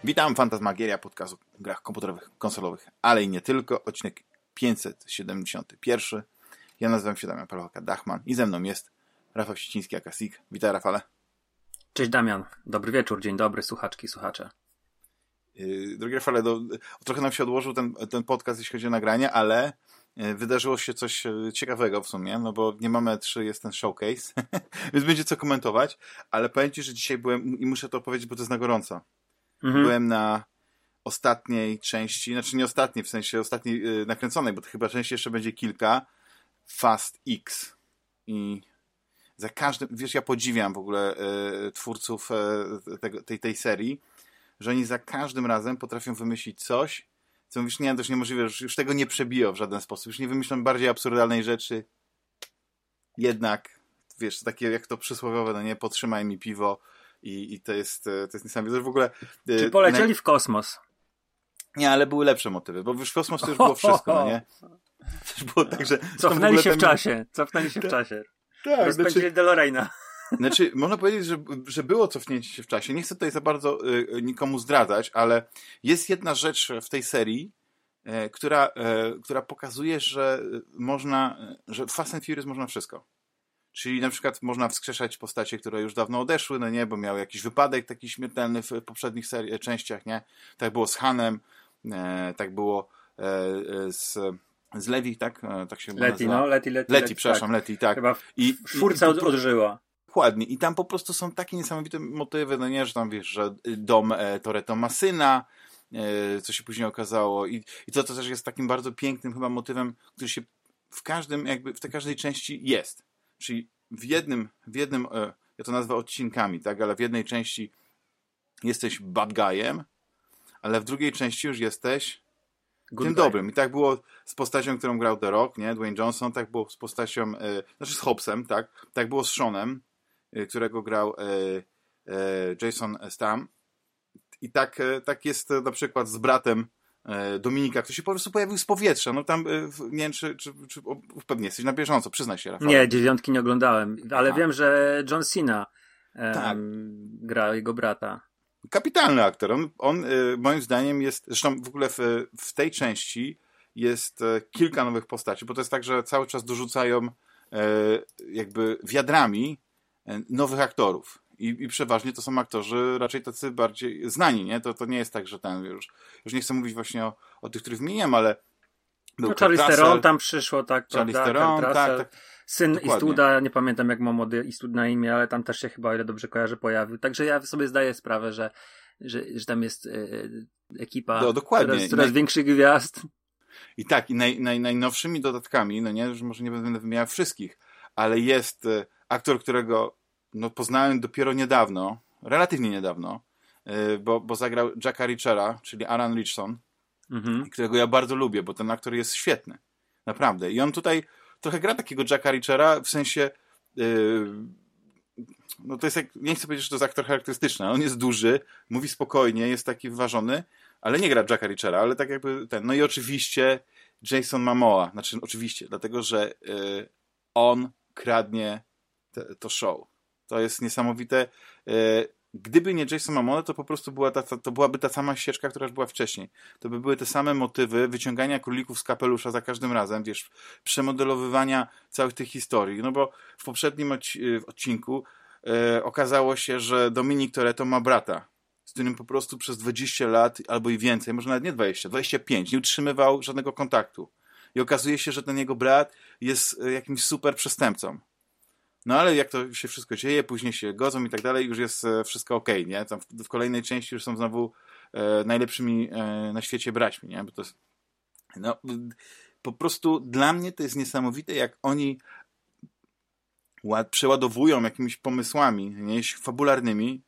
Witam, Fantasmagieria, podcast o grach komputerowych, konsolowych, ale i nie tylko. Odcinek 571. Ja nazywam się Damian Palowaka-Dachman i ze mną jest Rafał Siciński-Akasik. Witaj, Rafale. Cześć, Damian. Dobry wieczór, dzień dobry, słuchaczki, słuchacze. Drogi Rafale, trochę nam się odłożył ten podcast, jeśli chodzi o nagranie, ale wydarzyło się coś ciekawego w sumie, no bo nie mamy E3, jest ten showcase, więc będzie co komentować, ale powiem Ci, że dzisiaj byłem, i muszę to powiedzieć, bo to jest na gorąco. Byłem na ostatniej części, znaczy nie ostatniej, w sensie ostatniej nakręconej, bo to chyba części jeszcze będzie kilka, Fast X. I za każdym, wiesz, ja podziwiam w ogóle twórców tej serii, że oni za każdym razem potrafią wymyślić coś, co mówisz, nie, to już niemożliwe, już tego nie przebiją w żaden sposób, już nie wymyślą bardziej absurdalnej rzeczy. Jednak, wiesz, takie jak to przysłowiowe, no nie, potrzymaj mi piwo i to jest niesamowite. W ogóle, czy polecieli w kosmos? Nie, ale były lepsze motywy, bo już w kosmos to już było wszystko, no nie? Też było tak, że... Cofnęli się w czasie. Tak, rozpędzili DeLoreana. Znaczy, można powiedzieć, że było cofnięcie się w czasie. Nie chcę tutaj za bardzo nikomu zdradzać, ale jest jedna rzecz w tej serii, która pokazuje, że że w Fast and Furious można wszystko. Czyli na przykład można wskrzeszać postacie, które już dawno odeszły, no nie, bo miały jakiś wypadek taki śmiertelny w poprzednich częściach, nie? Tak było z Hanem, tak było z Levi, tak? Tak się nazywa. Letty, przepraszam, tak. Letty, tak. Chyba czwórca odżyła. Dokładnie. I tam po prostu są takie niesamowite motywy, no nie, że tam wiesz, że dom Toretto ma syna, co się później okazało. I to też jest takim bardzo pięknym chyba motywem, który się w każdej części jest. Czyli w jednym, ja to nazwę odcinkami, tak, ale w jednej części jesteś bad guyem, ale w drugiej części już jesteś tym dobrym. I tak było z postacią, którą grał The Rock, nie? Dwayne Johnson, tak było z postacią, z Hobbsem, tak było z Seanem, którego grał Jason Statham. I tak jest na przykład z bratem Dominika, który się po prostu pojawił z powietrza. No tam, nie wiem, czy pewnie jesteś na bieżąco, przyznaj się, Rafał. Nie, 9 nie oglądałem, ale wiem, że John Cena gra jego brata. Kapitalny aktor. On moim zdaniem jest, zresztą w ogóle w tej części jest kilka nowych postaci, bo to jest tak, że cały czas dorzucają jakby wiadrami nowych aktorów. I przeważnie to są aktorzy raczej tacy bardziej znani, nie? To nie jest tak, że ten już nie chcę mówić właśnie o tych, których wymieniam, ale był Charlize Theron tam przyszło, tak, Charlize Theron, tak. Syn Dokładnie. Eastwooda, nie pamiętam jak ma młody Eastwood na imię, ale tam też się chyba, o ile dobrze kojarzę, pojawił. Także ja sobie zdaję sprawę, że tam jest ekipa coraz większych gwiazd. I tak, i najnowszymi dodatkami, no nie, już może nie będę wymieniał wszystkich, ale jest aktor, którego poznałem dopiero niedawno, relatywnie niedawno, bo zagrał Jacka Reachera, czyli Aaron Richson, którego ja bardzo lubię, bo ten aktor jest świetny. Naprawdę. I on tutaj trochę gra takiego Jacka Reachera, w sensie to jest nie chcę powiedzieć, że to jest aktor charakterystyczny. On jest duży, mówi spokojnie, jest taki wyważony, ale nie gra Jacka Reachera, ale tak jakby ten. No i oczywiście Jason Momoa. Znaczy oczywiście, dlatego, że on kradnie to show. To jest niesamowite. Gdyby nie Jason Momoa, to po prostu byłaby ta sama ścieżka, która już była wcześniej. To by były te same motywy wyciągania królików z kapelusza za każdym razem, wiesz, przemodelowywania całych tych historii. No bo w poprzednim odcinku okazało się, że Dominic Toretto ma brata, z którym po prostu przez 20 lat, albo i więcej, może nawet nie 20, 25, nie utrzymywał żadnego kontaktu. I okazuje się, że ten jego brat jest jakimś super przestępcą. No ale jak to się wszystko dzieje, później się godzą i tak dalej, już jest wszystko okej, nie? Tam w kolejnej części już są znowu najlepszymi na świecie braćmi, nie? Bo to jest, po prostu dla mnie to jest niesamowite, jak oni przeładowują jakimiś pomysłami, nie? Fabularnymi,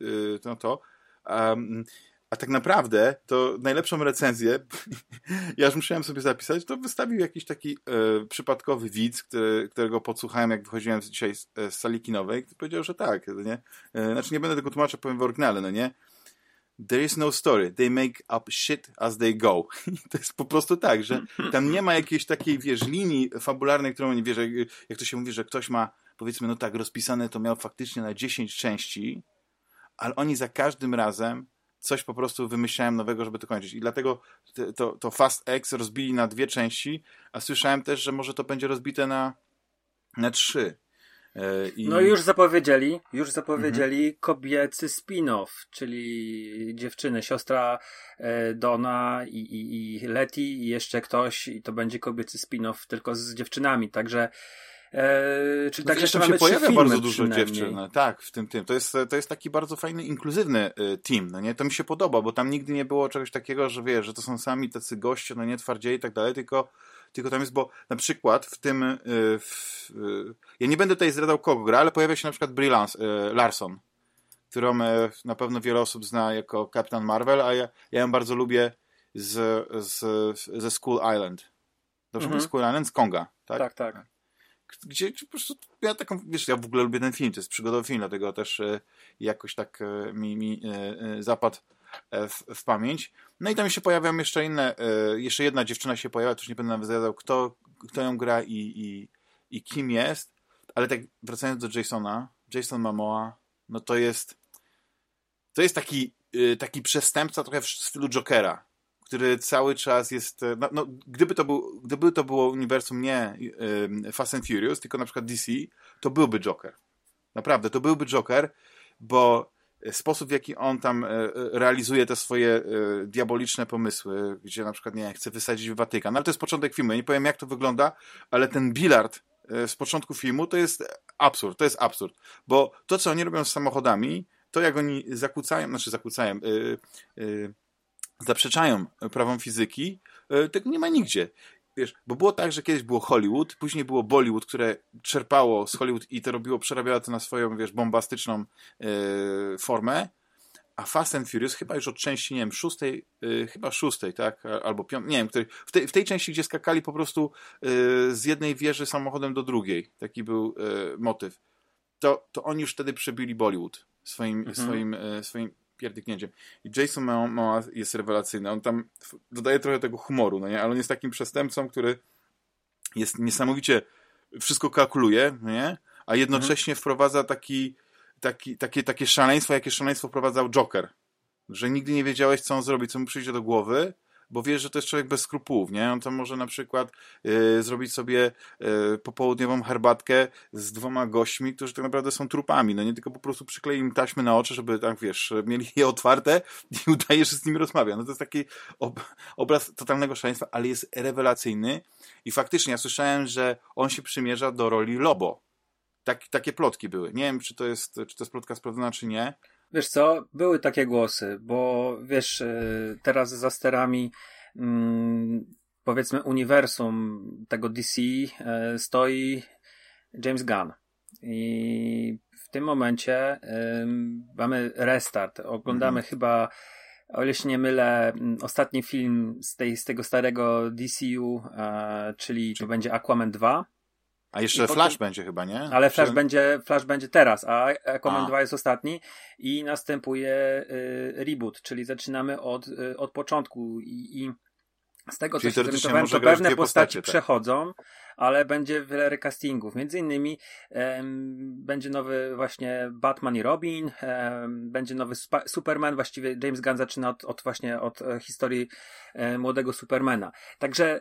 a tak naprawdę to najlepszą recenzję, ja już musiałem sobie zapisać, to wystawił jakiś taki przypadkowy widz, którego podsłuchałem, jak wychodziłem dzisiaj z sali kinowej, który powiedział, że tak, nie? Znaczy nie będę tego tłumaczył, powiem w oryginale, no nie? There is no story, they make up shit as they go. To jest po prostu tak, że tam nie ma jakiejś takiej, wiesz, linii fabularnej, którą nie wiesz, jak to się mówi, że ktoś ma, powiedzmy, rozpisane to miał faktycznie na 10 części, ale oni za każdym razem coś po prostu wymyślałem nowego, żeby to kończyć. I dlatego to Fast X rozbili na 2 części, a słyszałem też, że może to będzie rozbite na 3. No już zapowiedzieli kobiecy spin-off, czyli dziewczyny, siostra Donna i Letty i jeszcze ktoś, i to będzie kobiecy spin-off tylko z dziewczynami, także czyli tak jeszcze się pojawia bardzo dużo dziewczyn. Tak, w tym. To jest taki bardzo fajny, inkluzywny team, no nie? To mi się podoba, bo tam nigdy nie było czegoś takiego, że wiesz, że to są sami tacy goście, no nie, twardziej i tak dalej, tylko tam jest, bo na przykład w tym ja nie będę tutaj zdradzał kogo gra, ale pojawia się na przykład Brie Larson, którą na pewno wiele osób zna jako Captain Marvel, a ja ją bardzo lubię ze Skull Island. Dobrze, Skull Island? Z Konga, tak? Tak. Gdzie po prostu ja taką, wiesz, ja w ogóle lubię ten film, to jest przygodowy film, dlatego też jakoś tak mi zapadł w pamięć. No i tam się pojawiają jeszcze jedna dziewczyna się pojawia, to już nie będę nawet zdradzał, kto ją gra i kim jest, ale tak wracając do Jason Momoa, no to jest taki przestępca trochę w stylu Jokera, który cały czas jest, gdyby to było uniwersum nie Fast and Furious, tylko na przykład DC, to byłby Joker. Naprawdę, to byłby Joker, bo sposób, w jaki on tam realizuje te swoje diaboliczne pomysły, gdzie na przykład, nie, chce wysadzić Watykan, ale to jest początek filmu, ja nie powiem, jak to wygląda, ale ten bilard z początku filmu to jest absurd, bo to, co oni robią z samochodami, to jak oni zaprzeczają prawom fizyki, tego nie ma nigdzie. Wiesz, bo było tak, że kiedyś było Hollywood, później było Bollywood, które czerpało z Hollywood i to przerabiało to na swoją, wiesz, bombastyczną formę, a Fast and Furious chyba już od części, nie wiem, 6, tak, albo 5, nie wiem, w tej części, gdzie skakali po prostu z jednej wieży samochodem do drugiej, taki był motyw, to oni już wtedy przebili Bollywood swoim pierdyknięciem. I Jason Momoa jest rewelacyjny. On tam dodaje trochę tego humoru, no nie? Ale on jest takim przestępcą, który jest niesamowicie wszystko kalkuluje, no nie? A jednocześnie wprowadza takie szaleństwo, jakie szaleństwo wprowadzał Joker. Że nigdy nie wiedziałeś, co on zrobi, co mu przyjdzie do głowy, bo wiesz, że to jest człowiek bez skrupułów, nie? On to może na przykład zrobić sobie popołudniową herbatkę z 2 gośćmi, którzy tak naprawdę są trupami, no nie, tylko po prostu przyklei im taśmy na oczy, żeby tak, wiesz, mieli je otwarte i udaje, że z nimi rozmawia. No to jest taki obraz totalnego szaleństwa, ale jest rewelacyjny i faktycznie ja słyszałem, że on się przymierza do roli Lobo. Takie plotki były. Nie wiem, czy to jest plotka sprawdzona, czy nie. Wiesz co, były takie głosy, bo wiesz, teraz za sterami powiedzmy uniwersum tego DC stoi James Gunn i w tym momencie mamy restart. Oglądamy chyba, o ile się nie mylę, ostatni film z tego starego DCU, czyli to będzie Aquaman 2. A jeszcze Flash będzie chyba, nie? Ale Flash będzie teraz, a Aquaman 2 jest ostatni i następuje reboot, czyli zaczynamy od początku i z tego, co się zorientowałem, to pewne postaci przechodzą, ale będzie wiele recastingów. Między innymi będzie nowy właśnie Batman i Robin, będzie nowy Superman, właściwie James Gunn zaczyna od historii młodego Supermana. Także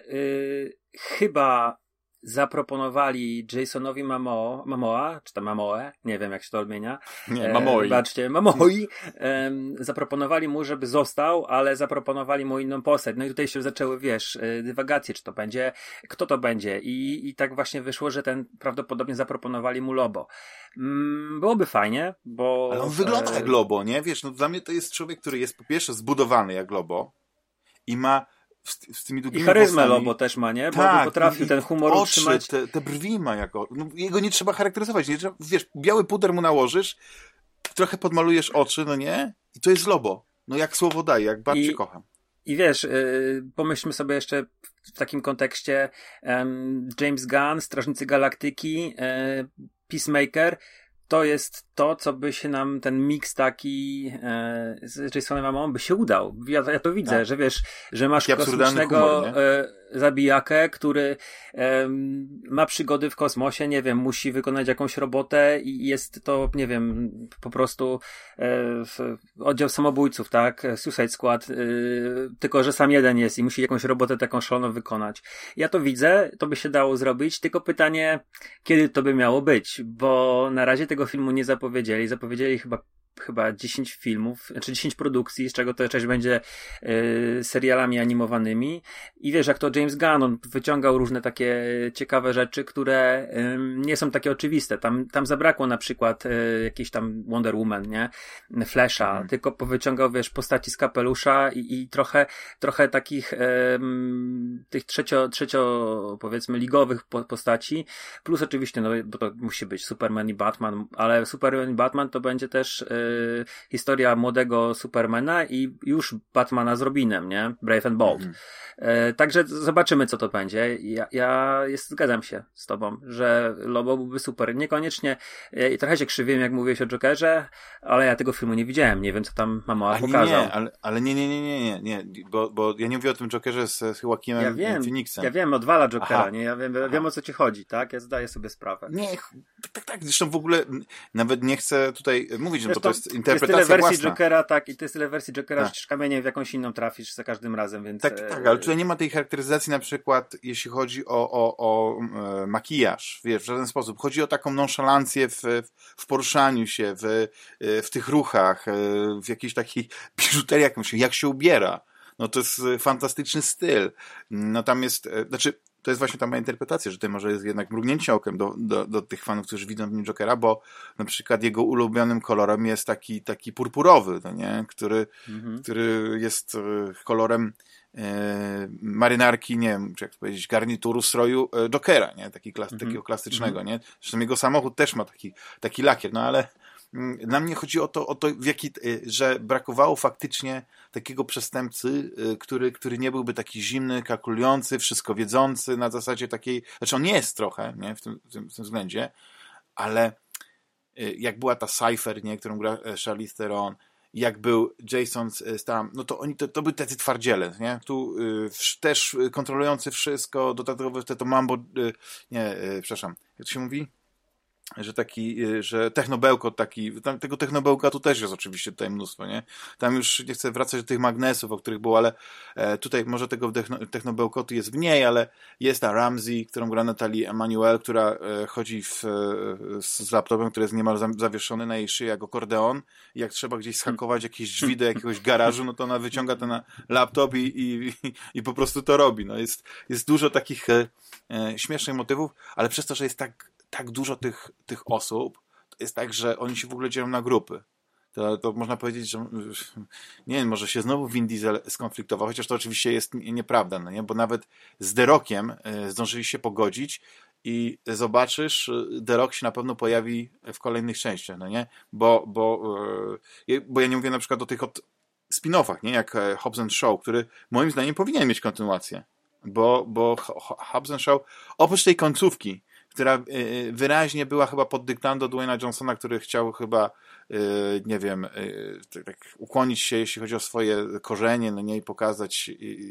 chyba zaproponowali Jasonowi Momoa, czy tam Mamoe, nie wiem jak się to odmienia. Nie, Mamoi. Wybaczcie, Mamoi. Zaproponowali mu, żeby został, ale zaproponowali mu inną postać. No i tutaj się zaczęły, wiesz, dywagacje, czy to będzie, kto to będzie. I tak właśnie wyszło, że prawdopodobnie zaproponowali mu Lobo. Byłoby fajnie, bo... Ale on wygląda jak Lobo, nie? Wiesz, no dla mnie to jest człowiek, który jest po pierwsze zbudowany jak Lobo i ma z tymi długimi i charyzmę Lobo też ma, nie? Bo tak, potrafił ten humor oczy, utrzymać. Te brwi ma jako... No, jego nie trzeba charakteryzować. Nie trzeba, wiesz, biały puder mu nałożysz, trochę podmalujesz oczy, no nie? I to jest Lobo. No jak słowo daje, jak babcię kocham. I wiesz, pomyślmy sobie jeszcze w takim kontekście James Gunn, Strażnicy Galaktyki, Peacemaker, to jest to, co by się nam, ten miks taki z Jasonem Momoą by się udał. Ja to widzę, że wiesz, że masz zabijakę, który ma przygody w kosmosie, nie wiem, musi wykonać jakąś robotę i jest to, nie wiem, po prostu oddział samobójców, tak? Suicide Squad, tylko że sam jeden jest i musi jakąś robotę taką szaloną wykonać. Ja to widzę, to by się dało zrobić, tylko pytanie, kiedy to by miało być, bo na razie tego filmu nie zapowiedzieli chyba 10 filmów, znaczy 10 produkcji, z czego to część będzie serialami animowanymi i wiesz, jak to James Gunn, on wyciągał różne takie ciekawe rzeczy, które nie są takie oczywiste. Tam zabrakło na przykład jakiejś tam Wonder Woman, nie? Flasha, tylko powyciągał, wiesz, postaci z kapelusza i trochę takich tych trzecio powiedzmy ligowych postaci, plus oczywiście, no bo to musi być Superman i Batman, ale Superman i Batman to będzie też historia młodego Supermana i już Batmana z Robinem, nie? Brave and Bold. Także zobaczymy, co to będzie. Ja zgadzam się z tobą, że Lobo byłby super. Niekoniecznie, trochę się krzywiłem, jak mówiłeś o Jokerze, ale ja tego filmu nie widziałem. Nie wiem, co tam Momoa pokazał. Ale nie, bo ja nie mówię o tym Jokerze z Joaquinem Phoenixem. Ja wiem, odwala Jokera, nie? Ja wiem, o co ci chodzi, tak? Ja zdaję sobie sprawę. Nie, tak, zresztą w ogóle nawet nie chcę tutaj mówić, zresztą, bo to jest interpretacja własna. To jest tyle wersji własna. Jokera, tak, i to jest tyle wersji Jokera, że kamieniem w jakąś inną trafisz za każdym razem, więc... Tak, ale tutaj nie ma tej charakteryzacji na przykład, jeśli chodzi o makijaż, wiesz, w żaden sposób. Chodzi o taką nonszalancję w poruszaniu się, w tych ruchach, w jakiejś takiej biżuterii, jak się ubiera. No to jest fantastyczny styl. No tam jest, to jest właśnie ta moja interpretacja, że to może jest jednak mrugnięcie okiem do tych fanów, którzy widzą w nim Jokera, bo na przykład jego ulubionym kolorem jest taki purpurowy, no nie? Który jest kolorem marynarki, nie wiem, czy jak to powiedzieć, garnituru stroju Jokera, nie? Takiego klasycznego, nie? Zresztą jego samochód też ma taki lakier, no ale dla mnie chodzi o to że brakowało faktycznie takiego przestępcy, który nie byłby taki zimny, kalkulujący, wszystko wiedzący, na zasadzie takiej, znaczy on jest trochę, nie? W tym względzie, ale jak była ta Cypher, nie? Którą gra Charlize Theron, jak był Jason Statham, no to oni to byli tacy twardziele, nie? Tu też kontrolujący wszystko, dodatkowo to mambo, przepraszam, jak to się mówi? Że technobełkot tego technobełka tu też jest oczywiście tutaj mnóstwo, nie? Tam już nie chcę wracać do tych magnesów, o których było, ale tutaj może tego technobełkotu jest mniej, ale jest ta Ramsey, którą gra Natalie Emmanuel, która chodzi z laptopem, który jest niemal zawieszony na jej szyi jak akordeon i jak trzeba gdzieś schakować jakieś drzwi do jakiegoś garażu, no to ona wyciąga ten laptop i po prostu to robi. No jest dużo takich śmiesznych motywów, ale przez to, że jest tak dużo tych osób, to jest tak, że oni się w ogóle dzielą na grupy. To można powiedzieć, że nie wiem, może się znowu Vin Diesel skonfliktował, chociaż to oczywiście jest nieprawda, no nie? Bo nawet z The Rockiem zdążyli się pogodzić i zobaczysz, The Rock się na pewno pojawi w kolejnych częściach, no nie? Bo ja nie mówię na przykład o tych spin-offach, nie? Jak Hobbs & Shaw, który moim zdaniem powinien mieć kontynuację. Bo Hobbs & Shaw, oprócz tej końcówki, która wyraźnie była chyba pod dyktando Dwayna Johnsona, który chciał chyba, nie wiem, tak ukłonić się, jeśli chodzi o swoje korzenie, no nie, i pokazać,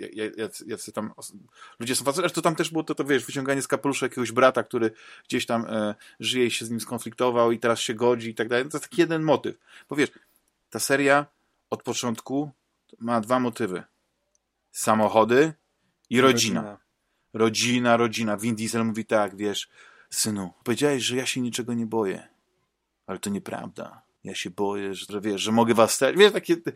jacy tam ludzie są facetami. To tam też było to wiesz, wyciąganie z kapelusza jakiegoś brata, który gdzieś tam żyje i się z nim skonfliktował i teraz się godzi i tak dalej. To jest taki jeden motyw. Bo wiesz, ta seria od początku ma 2 motywy. Samochody i rodzina. Rodzina. Vin Diesel mówi tak, wiesz, synu, powiedziałeś, że ja się niczego nie boję, ale to nieprawda. Ja się boję, że wiesz, że mogę was stać. Wiesz,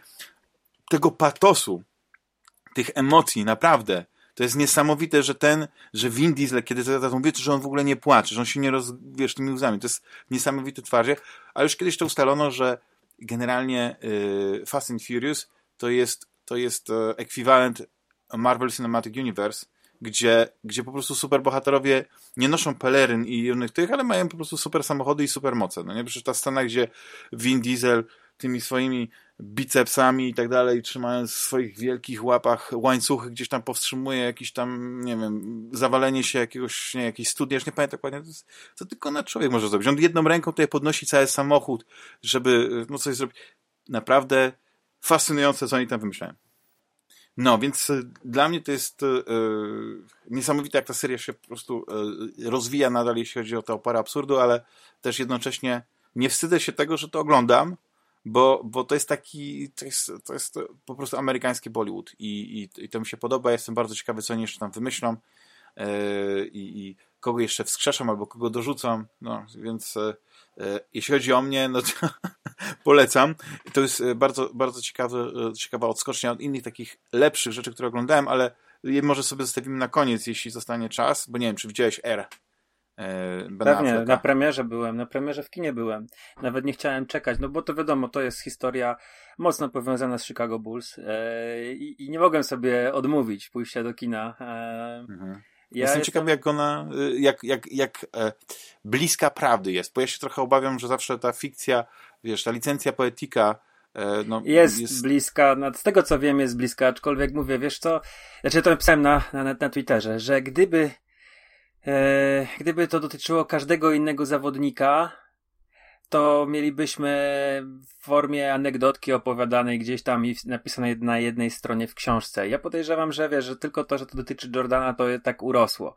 tego patosu, tych emocji, naprawdę. To jest niesamowite, że Vin Diesel, kiedy to mówię, że on w ogóle nie płacze, że on się nie wiesz, tymi łzami. To jest niesamowite twarze. A już kiedyś to ustalono, że generalnie Fast and Furious to jest ekwiwalent Marvel Cinematic Universe, gdzie po prostu superbohaterowie nie noszą peleryn i innych tych, ale mają po prostu super samochody i super moce. No nie? Przecież ta scena, gdzie Vin Diesel tymi swoimi bicepsami i tak dalej, trzymając w swoich wielkich łapach łańcuchy, gdzieś tam powstrzymuje jakiś tam, nie wiem, zawalenie się jakiejś studni, już nie pamiętam dokładnie, to tylko na człowiek może zrobić. On jedną ręką tutaj podnosi cały samochód, żeby coś zrobić. Naprawdę fascynujące, co oni tam wymyślają. No, więc dla mnie to jest niesamowite, jak ta seria się po prostu rozwija nadal, jeśli chodzi o tę operę absurdu, ale też jednocześnie nie wstydzę się tego, że to oglądam, bo to jest taki, to jest po prostu amerykański Bollywood i to mi się podoba. Jestem bardzo ciekawy, co oni jeszcze tam wymyślą i kogo jeszcze wskrzeszam albo kogo dorzucam. No, więc jeśli chodzi o mnie, no to polecam. To jest bardzo, bardzo ciekawa odskocznia od innych takich lepszych rzeczy, które oglądałem, ale je może sobie zostawimy na koniec, jeśli zostanie czas, bo nie wiem, czy widziałeś R. Pewnie, na premierze byłem, na premierze w kinie byłem. Nawet nie chciałem czekać, no bo to wiadomo, to jest historia mocno powiązana z Chicago Bulls i nie mogłem sobie odmówić pójścia do kina. Jestem ciekawy, jak ona, jak bliska prawdy jest, bo ja się trochę obawiam, że zawsze ta fikcja, wiesz, ta licencja poetyka no, jest bliska, z tego co wiem jest bliska, aczkolwiek mówię, wiesz co, znaczy to napisałem na Twitterze, że gdyby to dotyczyło każdego innego zawodnika, to mielibyśmy w formie anegdotki opowiadanej gdzieś tam i napisanej na jednej stronie w książce. Ja podejrzewam, że wiesz, że tylko to, że to dotyczy Jordana, to tak urosło.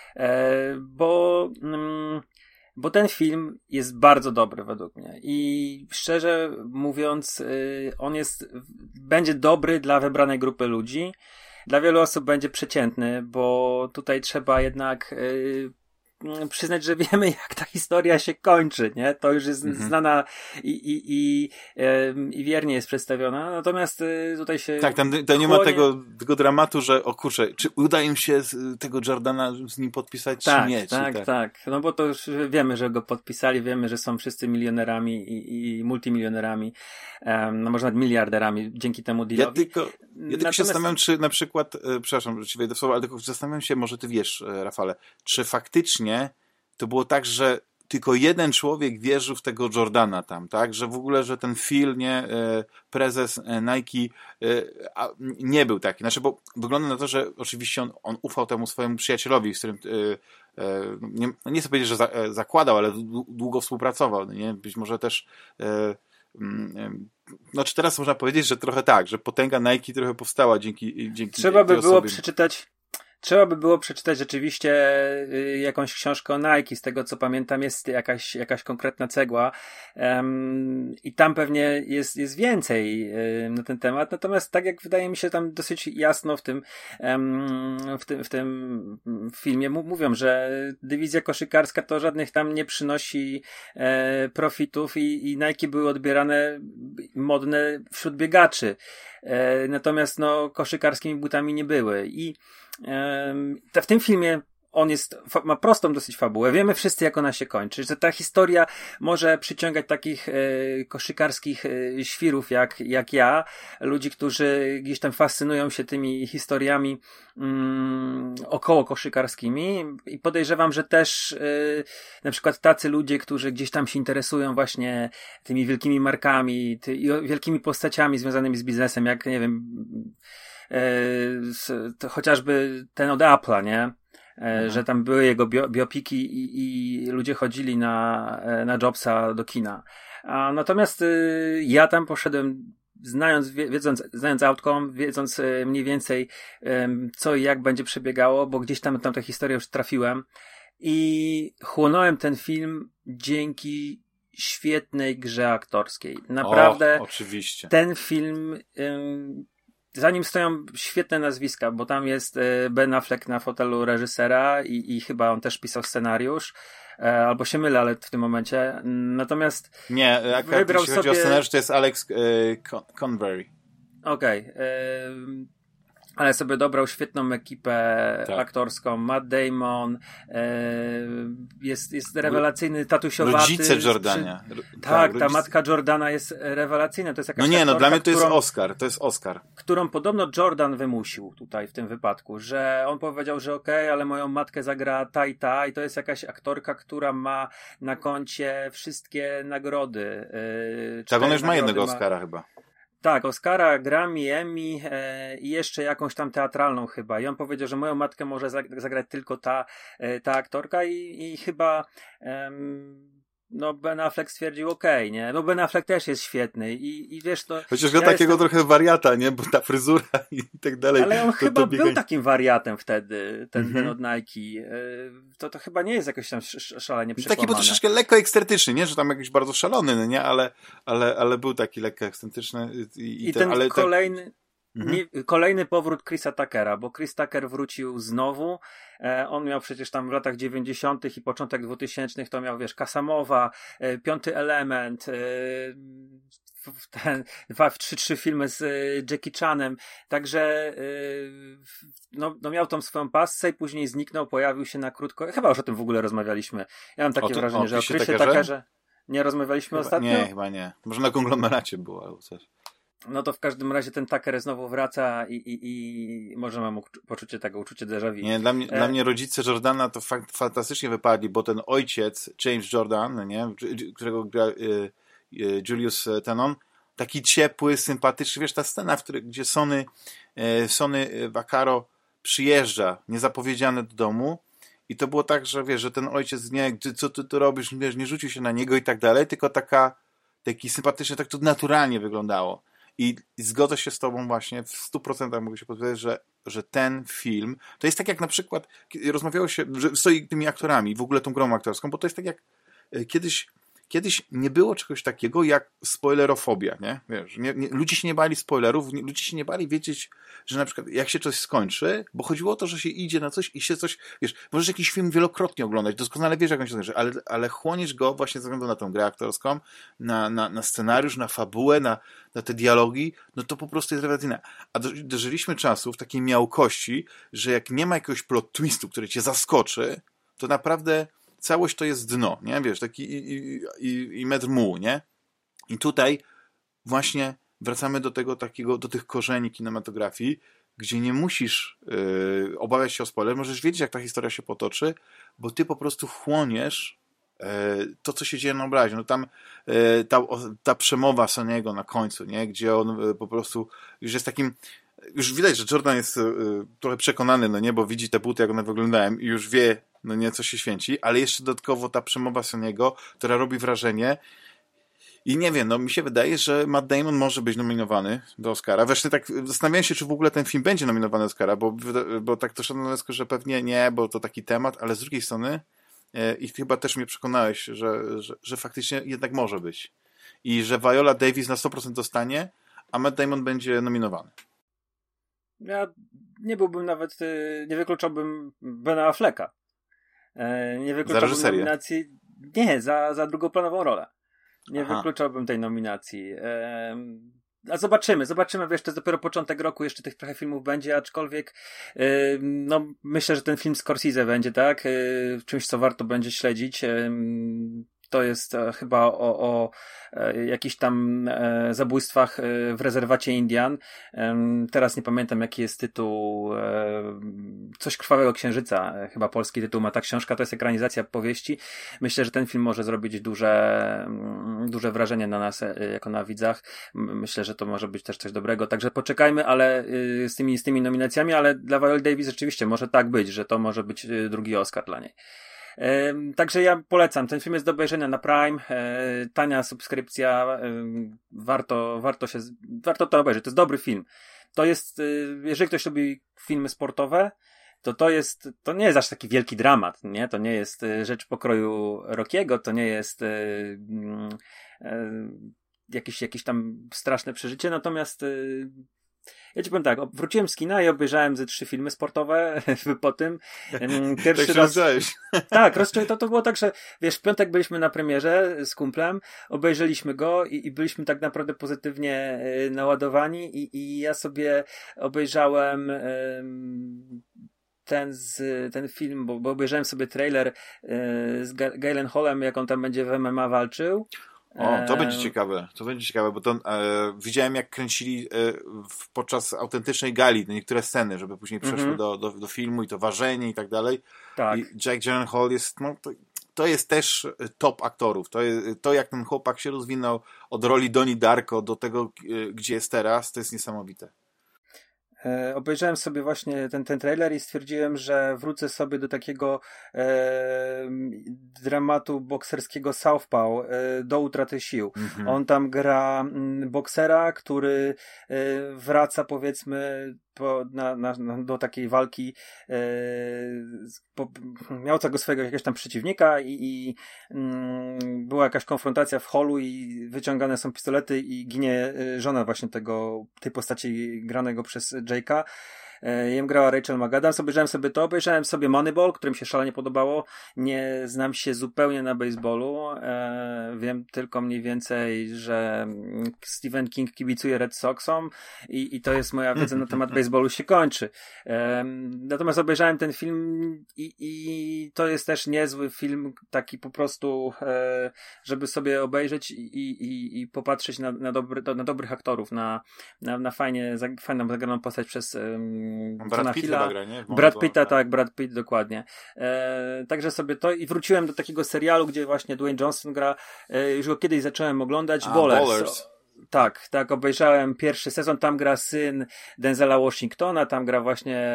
Bo ten film jest bardzo dobry według mnie i szczerze mówiąc on będzie dobry dla wybranej grupy ludzi. Dla wielu osób będzie przeciętny, bo tutaj trzeba jednak przyznać, że wiemy, jak ta historia się kończy, nie? To już jest znana i wiernie jest przedstawiona, natomiast tutaj się... Tak, tam nie ma tego dramatu, że o kurczę, czy uda im się tego Jordana z nim podpisać, tak, czy nie? Tak. No bo to już wiemy, że go podpisali, wiemy, że są wszyscy milionerami i multimilionerami, no może nawet miliarderami dzięki temu dealowi. Ja tylko się zastanawiam, czy na przykład, przepraszam, że ci wejdę w słowo, ale tylko zastanawiam się, może ty wiesz, Rafale, czy faktycznie to było tak, że tylko jeden człowiek wierzył w tego Jordana tam, tak? Że w ogóle, że ten Phil, nie, prezes Nike nie był taki. Znaczy, bo wygląda na to, że oczywiście on ufał temu swojemu przyjacielowi, z którym nie chcę powiedzieć, że zakładał, ale długo współpracował. Nie? Być może też czy teraz można powiedzieć, że trochę tak, że potęga Nike trochę powstała dzięki Trzeba by było Trzeba by było przeczytać rzeczywiście jakąś książkę o Nike. Z tego co pamiętam jest jakaś konkretna cegła i tam pewnie jest więcej na ten temat. Natomiast tak jak wydaje mi się tam dosyć jasno w tym filmie mówią, że dywizja koszykarska to żadnych tam nie przynosi profitów i Nike były odbierane modne wśród biegaczy. Natomiast koszykarskimi butami nie były i w tym filmie on ma prostą dosyć fabułę. Wiemy wszyscy, jak ona się kończy, że ta historia może przyciągać takich koszykarskich świrów jak ja, ludzi, którzy gdzieś tam fascynują się tymi historiami około koszykarskimi i podejrzewam, że też na przykład tacy ludzie, którzy gdzieś tam się interesują właśnie tymi wielkimi markami i wielkimi postaciami związanymi z biznesem, jak nie wiem to chociażby ten od Apple'a, nie? Że tam były jego biopiki i ludzie chodzili na Jobsa do kina. Natomiast ja tam poszedłem znając outcome, wiedząc mniej więcej co i jak będzie przebiegało, bo gdzieś tam tę historię już trafiłem i chłonąłem ten film dzięki świetnej grze aktorskiej. Naprawdę oczywiście. Ten film za nim stoją świetne nazwiska, bo tam jest Ben Affleck na fotelu reżysera i chyba on też pisał scenariusz, albo się mylę, ale w tym momencie. Natomiast nie, wybrał jeśli chodzi o scenariusz, to jest Alex Convery. Okej. Ale sobie dobrał świetną ekipę aktorską. Matt Damon, jest rewelacyjny, tatusiowaty. Rodzice Jordania. Tak, ta matka Jordana jest rewelacyjna. To jest jakaś aktorka, dla mnie to jest Oscar. Którą podobno Jordan wymusił tutaj w tym wypadku, że on powiedział, że okej, ale moją matkę zagra ta i to jest jakaś aktorka, która ma na koncie wszystkie nagrody. Tak, ona już ma jednego Oscara chyba. Tak, Oscara, Grammy, Emmy i jeszcze jakąś tam teatralną chyba. I on powiedział, że moją matkę może zagrać tylko ta aktorka i chyba no Ben Affleck stwierdził okej, nie? No Ben Affleck też jest świetny i wiesz, to... Chociaż go takiego trochę wariata, nie? Bo ta fryzura i tak dalej. Ale on chyba był takim wariatem wtedy, ten od Nike. To chyba nie jest jakoś tam szalenie przekłamane. Taki był troszeczkę lekko ekscentryczny, nie? Że tam jakiś bardzo szalony, no nie? Ale był taki lekko ekscentryczny. I ten kolejny... Kolejny powrót Chrisa Tuckera, bo Chris Tucker wrócił znowu. On miał przecież tam w latach 90. i początek 2000 to miał, wiesz, Kasamowa, Piąty Element, trzy filmy z Jackie Chanem. Także no miał tą swoją pasję i później zniknął, pojawił się na krótko. Chyba już o tym w ogóle rozmawialiśmy. Ja mam takie wrażenie, że o Chrisie Tuckerze nie rozmawialiśmy ostatnio? Nie, chyba nie. Może na konglomeracie było albo coś. No to w każdym razie ten Tucker znowu wraca i może mam poczucie tego, uczucie déjà vu. Nie, dla mnie rodzice Jordana to fantastycznie wypadli, bo ten ojciec, James Jordan, nie, którego gra Julius Tenon, taki ciepły, sympatyczny, wiesz, ta scena, gdzie Sonny Vaccaro przyjeżdża niezapowiedziany do domu i to było tak, że wiesz, że ten ojciec, nie, co ty tu robisz, wiesz, nie rzucił się na niego i tak dalej, tylko taki sympatyczny, tak to naturalnie wyglądało. I zgodzę się z tobą właśnie, w 100% mogę się potwierdzić, że ten film, to jest tak jak na przykład, rozmawiało się, że stoi tymi aktorami, w ogóle tą grą aktorską, bo to jest tak jak kiedyś nie było czegoś takiego jak spoilerofobia, nie? Wiesz, ludzie się nie bali spoilerów, ludzie się nie bali wiedzieć, że na przykład jak się coś skończy, bo chodziło o to, że się idzie na coś i się coś, wiesz, możesz jakiś film wielokrotnie oglądać, doskonale wiesz, jak on się skończy, ale chłoniesz go właśnie ze względu na tą grę aktorską, na scenariusz, na fabułę, na te dialogi, no to po prostu jest rewelacyjne. A dożyliśmy czasów takiej miałkości, że jak nie ma jakiegoś plot twistu, który cię zaskoczy, to naprawdę całość to jest dno, nie? Wiesz, taki i metr mułu, nie? I tutaj właśnie wracamy do tych korzeni kinematografii, gdzie nie musisz obawiać się o spoiler, możesz wiedzieć, jak ta historia się potoczy, bo ty po prostu chłoniesz to, co się dzieje na obrazie. No tam ta przemowa Sonny'ego na końcu, nie? Gdzie on po prostu już jest takim... Już widać, że Jordan jest trochę przekonany, no nie, bo widzi te buty, jak one wyglądają i już wie, no nie, co się święci, ale jeszcze dodatkowo ta przemowa Sonny'ego, która robi wrażenie i nie wiem, no mi się wydaje, że Matt Damon może być nominowany do Oscara. Wreszcie tak zastanawiałem się, czy w ogóle ten film będzie nominowany do Oscara, bo tak to szedłem na wniosku, że pewnie nie, bo to taki temat, ale z drugiej strony i chyba też mnie przekonałeś, że faktycznie jednak może być. I że Viola Davis na 100% dostanie, a Matt Damon będzie nominowany. Ja nie byłbym nawet, nie wykluczałbym Bena Afflecka. Nie wykluczałbym nominacji. Nie, za drugoplanową rolę. Nie wykluczałbym tej nominacji. A zobaczymy, wiesz, to jest dopiero początek roku, jeszcze tych trochę filmów będzie, aczkolwiek no myślę, że ten film Scorsese będzie, tak? Czymś, co warto będzie śledzić. To jest chyba o jakichś tam zabójstwach w rezerwacie Indian. Teraz nie pamiętam, jaki jest tytuł. Coś Krwawego Księżyca, chyba polski tytuł ma ta książka. To jest ekranizacja powieści. Myślę, że ten film może zrobić duże wrażenie na nas, jako na widzach. Myślę, że to może być też coś dobrego. Także poczekajmy, ale z tymi nominacjami, ale dla Viola Davis rzeczywiście może tak być, że to może być drugi Oscar dla niej. Także ja polecam. Ten film jest do obejrzenia na Prime. Tania subskrypcja. Warto to obejrzeć. To jest dobry film. To jest, jeżeli ktoś lubi filmy sportowe, to nie jest aż taki wielki dramat, nie? To nie jest rzecz pokroju Rockiego, to nie jest jakieś tam straszne przeżycie, natomiast ja ci powiem tak, wróciłem z kina i obejrzałem ze 3 filmy sportowe po tym. Pierwszy raz. Tak, to było tak, że wiesz, w piątek byliśmy na premierze z kumplem, obejrzeliśmy go i byliśmy tak naprawdę pozytywnie naładowani i ja sobie obejrzałem ten film, bo obejrzałem sobie trailer z Gyllenhaalem, jak on tam będzie w MMA walczył. To będzie ciekawe, bo to widziałem, jak kręcili podczas autentycznej gali niektóre sceny, żeby później przeszły do filmu i to ważenie i tak dalej. Tak. I Jake Gyllenhaal jest, to jest też top aktorów. To jak ten chłopak się rozwinął od roli Donnie Darko do tego, gdzie jest teraz, to jest niesamowite. Obejrzałem sobie właśnie ten trailer i stwierdziłem, że wrócę sobie do takiego dramatu bokserskiego Southpaw do utraty sił. On tam gra boksera, który wraca powiedzmy do takiej walki, miał tego swojego jakiegoś tam przeciwnika i była jakaś konfrontacja w holu i wyciągane są pistolety i ginie żona właśnie tej postaci granego przez Jake'a. Jem grała Rachel McAdams, obejrzałem sobie Moneyball, którym się szalenie podobało. Nie znam się zupełnie na baseballu. Wiem tylko mniej więcej, że Stephen King kibicuje Red Soxom i to jest moja wiedza na temat baseballu się kończy. Natomiast obejrzałem ten film i to jest też niezły film, taki po prostu, żeby sobie obejrzeć i popatrzeć na dobrych aktorów, na fajną zagraną postać przez Brad Pitt chyba gra, nie? Brad Pitta, tak, Brad Pitt, dokładnie. Także sobie to i wróciłem do takiego serialu, gdzie właśnie Dwayne Johnson gra, już go kiedyś zacząłem oglądać, Ballers. Tak, obejrzałem pierwszy sezon, tam gra syn Denzela Washingtona, tam gra właśnie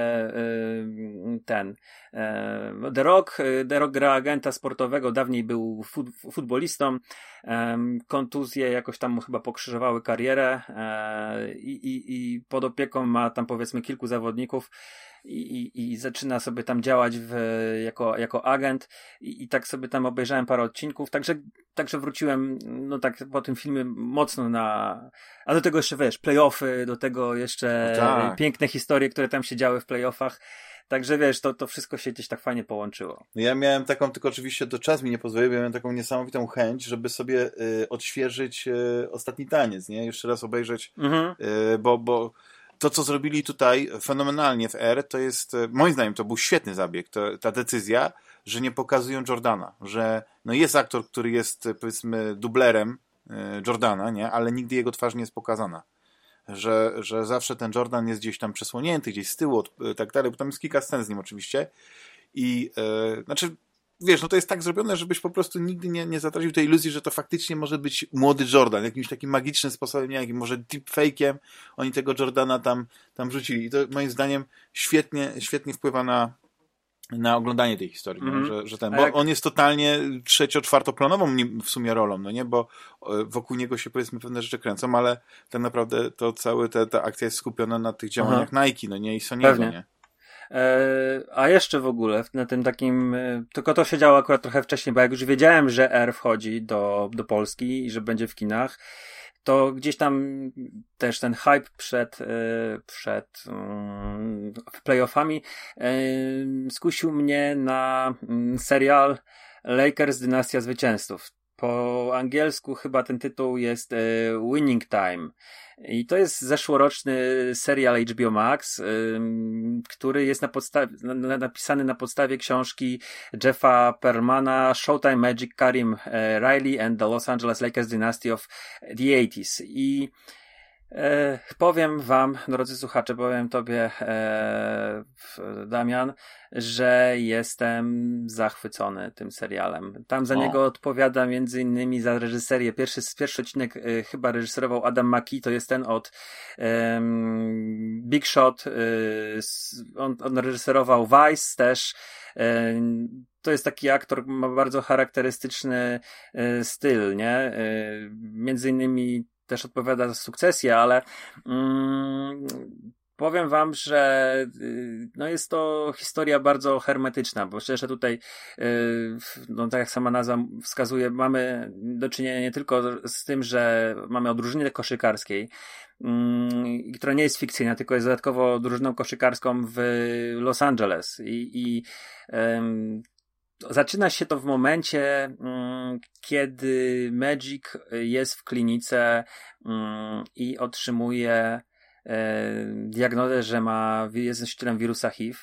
The Rock gra agenta sportowego, dawniej był futbolistą, kontuzje jakoś tam mu chyba pokrzyżowały karierę i pod opieką ma tam powiedzmy kilku zawodników i zaczyna sobie tam działać jako agent i tak sobie tam obejrzałem parę odcinków, także wróciłem no tak po tym filmie mocno a do tego jeszcze wiesz, playoffy, do tego jeszcze piękne historie, które tam się działy w playoffach. Także wiesz, to wszystko się gdzieś tak fajnie połączyło. Ja miałem taką, tylko oczywiście to czas mi nie pozwolił, ja miałem taką niesamowitą chęć, żeby sobie odświeżyć Ostatni taniec, nie? Jeszcze raz obejrzeć, bo to, co zrobili tutaj fenomenalnie w R, to jest, moim zdaniem, to był świetny zabieg, ta decyzja, że nie pokazują Jordana, że no jest aktor, który jest, powiedzmy, dublerem Jordana, nie? Ale nigdy jego twarz nie jest pokazana. Że zawsze ten Jordan jest gdzieś tam przesłonięty, gdzieś z tyłu, tak dalej, bo tam jest kilka scen z nim oczywiście i znaczy, wiesz, no to jest tak zrobione, żebyś po prostu nigdy nie zatracił tej iluzji, że to faktycznie może być młody Jordan, jakimś takim magicznym sposobem, nie, jakim może deepfake'iem oni tego Jordana tam rzucili i to moim zdaniem świetnie wpływa na oglądanie tej historii, bo on jest totalnie trzecio-czwartoplanową w sumie rolą, no nie, bo wokół niego się powiedzmy pewne rzeczy kręcą, ale tak naprawdę to cała ta akcja jest skupiona na tych działaniach Nike, no nie, i Sony'ego, nie? A jeszcze w ogóle na tym takim, tylko to się działo akurat trochę wcześniej, bo jak już wiedziałem, że R wchodzi do Polski i że będzie w kinach, to gdzieś tam też ten hype przed playoffami skusił mnie na serial Lakers Dynastia Zwycięzców. Po angielsku chyba ten tytuł jest Winning Time. I to jest zeszłoroczny serial HBO Max, który jest napisany na podstawie książki Jeffa Perlmana Showtime Magic, Karim Riley and the Los Angeles Lakers Dynasty of the 80s. I powiem wam, drodzy słuchacze, powiem tobie, Damian, że jestem zachwycony tym serialem. Tam za niego odpowiada między innymi za reżyserię. Pierwszy odcinek chyba reżyserował Adam McKee, to jest ten od Big Shot. On reżyserował Vice też. To jest taki aktor, ma bardzo charakterystyczny styl, nie? Między innymi też odpowiada za Sukcesję, ale powiem wam, że no jest to historia bardzo hermetyczna, bo szczerze tutaj, no tak jak sama nazwa wskazuje, mamy do czynienia nie tylko z tym, że mamy o drużynie koszykarskiej, która nie jest fikcyjna, tylko jest dodatkowo drużyną koszykarską w Los Angeles i zaczyna się to w momencie, kiedy Magic jest w klinice i otrzymuje diagnozę, że jest nosicielem wirusa HIV,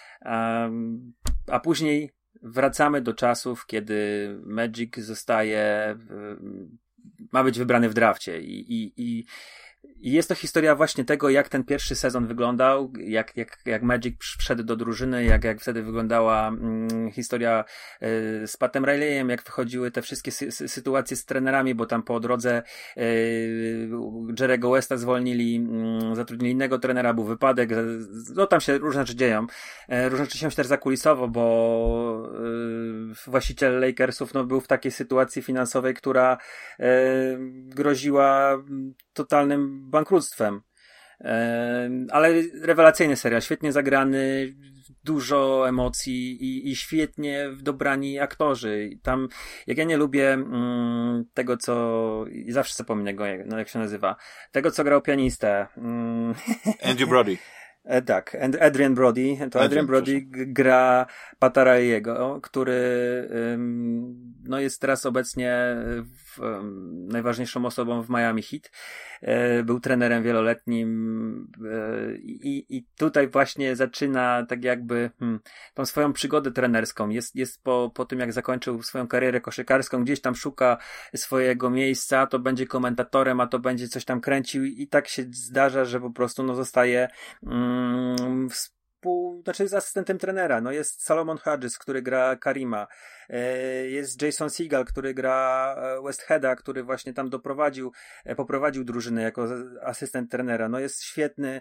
a później wracamy do czasów, kiedy Magic ma być wybrany w drafcie i I jest to historia właśnie tego, jak ten pierwszy sezon wyglądał, jak Magic wszedł do drużyny, jak wtedy wyglądała historia z Patem Riley'em, jak wychodziły te wszystkie sytuacje z trenerami, bo tam po drodze Jerry'ego Westa zwolnili, zatrudnili innego trenera, był wypadek, no tam się różne rzeczy dzieją. Różne rzeczy się też zakulisowo, bo właściciel Lakersów był w takiej sytuacji finansowej, która groziła totalnym bankructwem. Ale rewelacyjny serial, świetnie zagrany, dużo emocji i świetnie dobrani aktorzy. Tam, jak ja nie lubię tego, co... I zawsze zapominę go, jak się nazywa. Tego, co grał pianistę. Andrew Brody. Tak, Adrian Brody. To Adrian Brody gra Pata Riley'ego, który jest teraz obecnie najważniejszą osobą w Miami Heat. Był trenerem wieloletnim i tutaj właśnie zaczyna tak jakby tą swoją przygodę trenerską. Jest po tym, jak zakończył swoją karierę koszykarską, gdzieś tam szuka swojego miejsca, to będzie komentatorem, a to będzie coś tam kręcił i tak się zdarza, że po prostu zostaje z asystentem trenera. Jest Solomon Hodges, który gra Karima. Jest Jason Segel, który gra Westheada, który właśnie tam poprowadził drużynę jako asystent trenera. Jest świetny.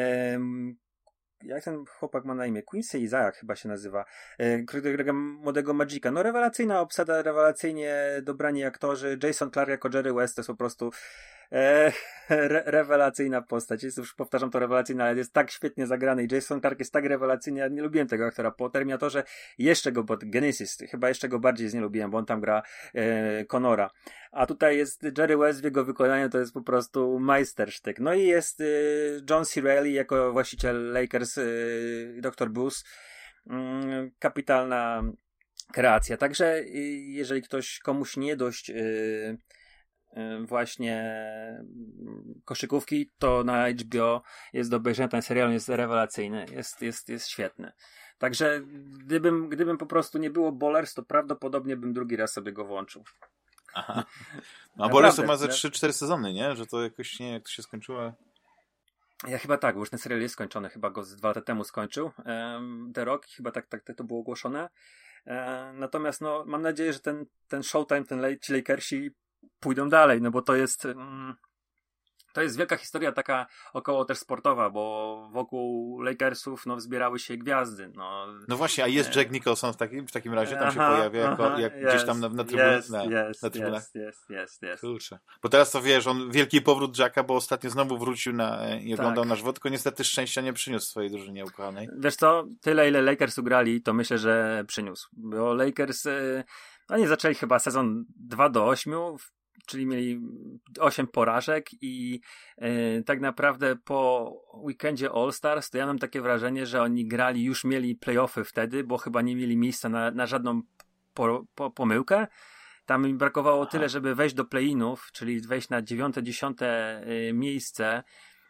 Jak ten chłopak ma na imię? Quincy Isaac chyba się nazywa, który gra młodego Magica. Rewelacyjna obsada, rewelacyjnie dobrani aktorzy. Jason Clarke jako Jerry West to jest po prostu rewelacyjna postać. Już powtarzam to rewelacyjna, ale jest tak świetnie zagrany i Jason Clarke jest tak rewelacyjny. Ja nie lubiłem tego aktora. Po Terminatorze jeszcze go, bo Genesis chyba jeszcze go bardziej nie lubiłem, bo on tam gra Connora. A tutaj jest Jerry West w jego wykonaniu, to jest po prostu majstersztyk. I jest John C. Reilly jako właściciel Lakers, Dr. Booth. Kapitalna kreacja. Także jeżeli komuś nie dość właśnie koszykówki, to na HBO jest do obejrzenia. Ten serial jest rewelacyjny, jest świetny. Także gdybym po prostu nie było Ballers, to prawdopodobnie bym drugi raz sobie go włączył. Aha. A Ballers ma ze 3-4 sezony, nie? Że to jakoś nie, jak to się skończyło. Ja chyba tak, bo już ten serial jest skończony, chyba go 2 lata temu skończył The Rock, chyba tak to było ogłoszone. Natomiast mam nadzieję, że ten Showtime, ci Lakersi pójdą dalej, bo to jest wielka historia taka około też sportowa, bo wokół Lakersów zbierały się gwiazdy. No właśnie, a jest Jack Nicholson w takim razie, tam się pojawia gdzieś tam na trybunach. Jest. Kurczę. Bo teraz to wiesz, wielki powrót Jacka, bo ostatnio znowu wrócił i oglądał nasz wód, tylko niestety szczęścia nie przyniósł swojej drużynie ukochanej. Wiesz co, tyle ile Lakers ugrali, to myślę, że przyniósł. Bo Lakers, oni zaczęli chyba sezon 2-8, czyli mieli 8 porażek i tak naprawdę po weekendzie All-Stars to ja mam takie wrażenie, że oni już mieli play-offy wtedy, bo chyba nie mieli miejsca na żadną pomyłkę. Tam im brakowało tyle, żeby wejść do play-inów, czyli wejść na 9., 10. miejsce.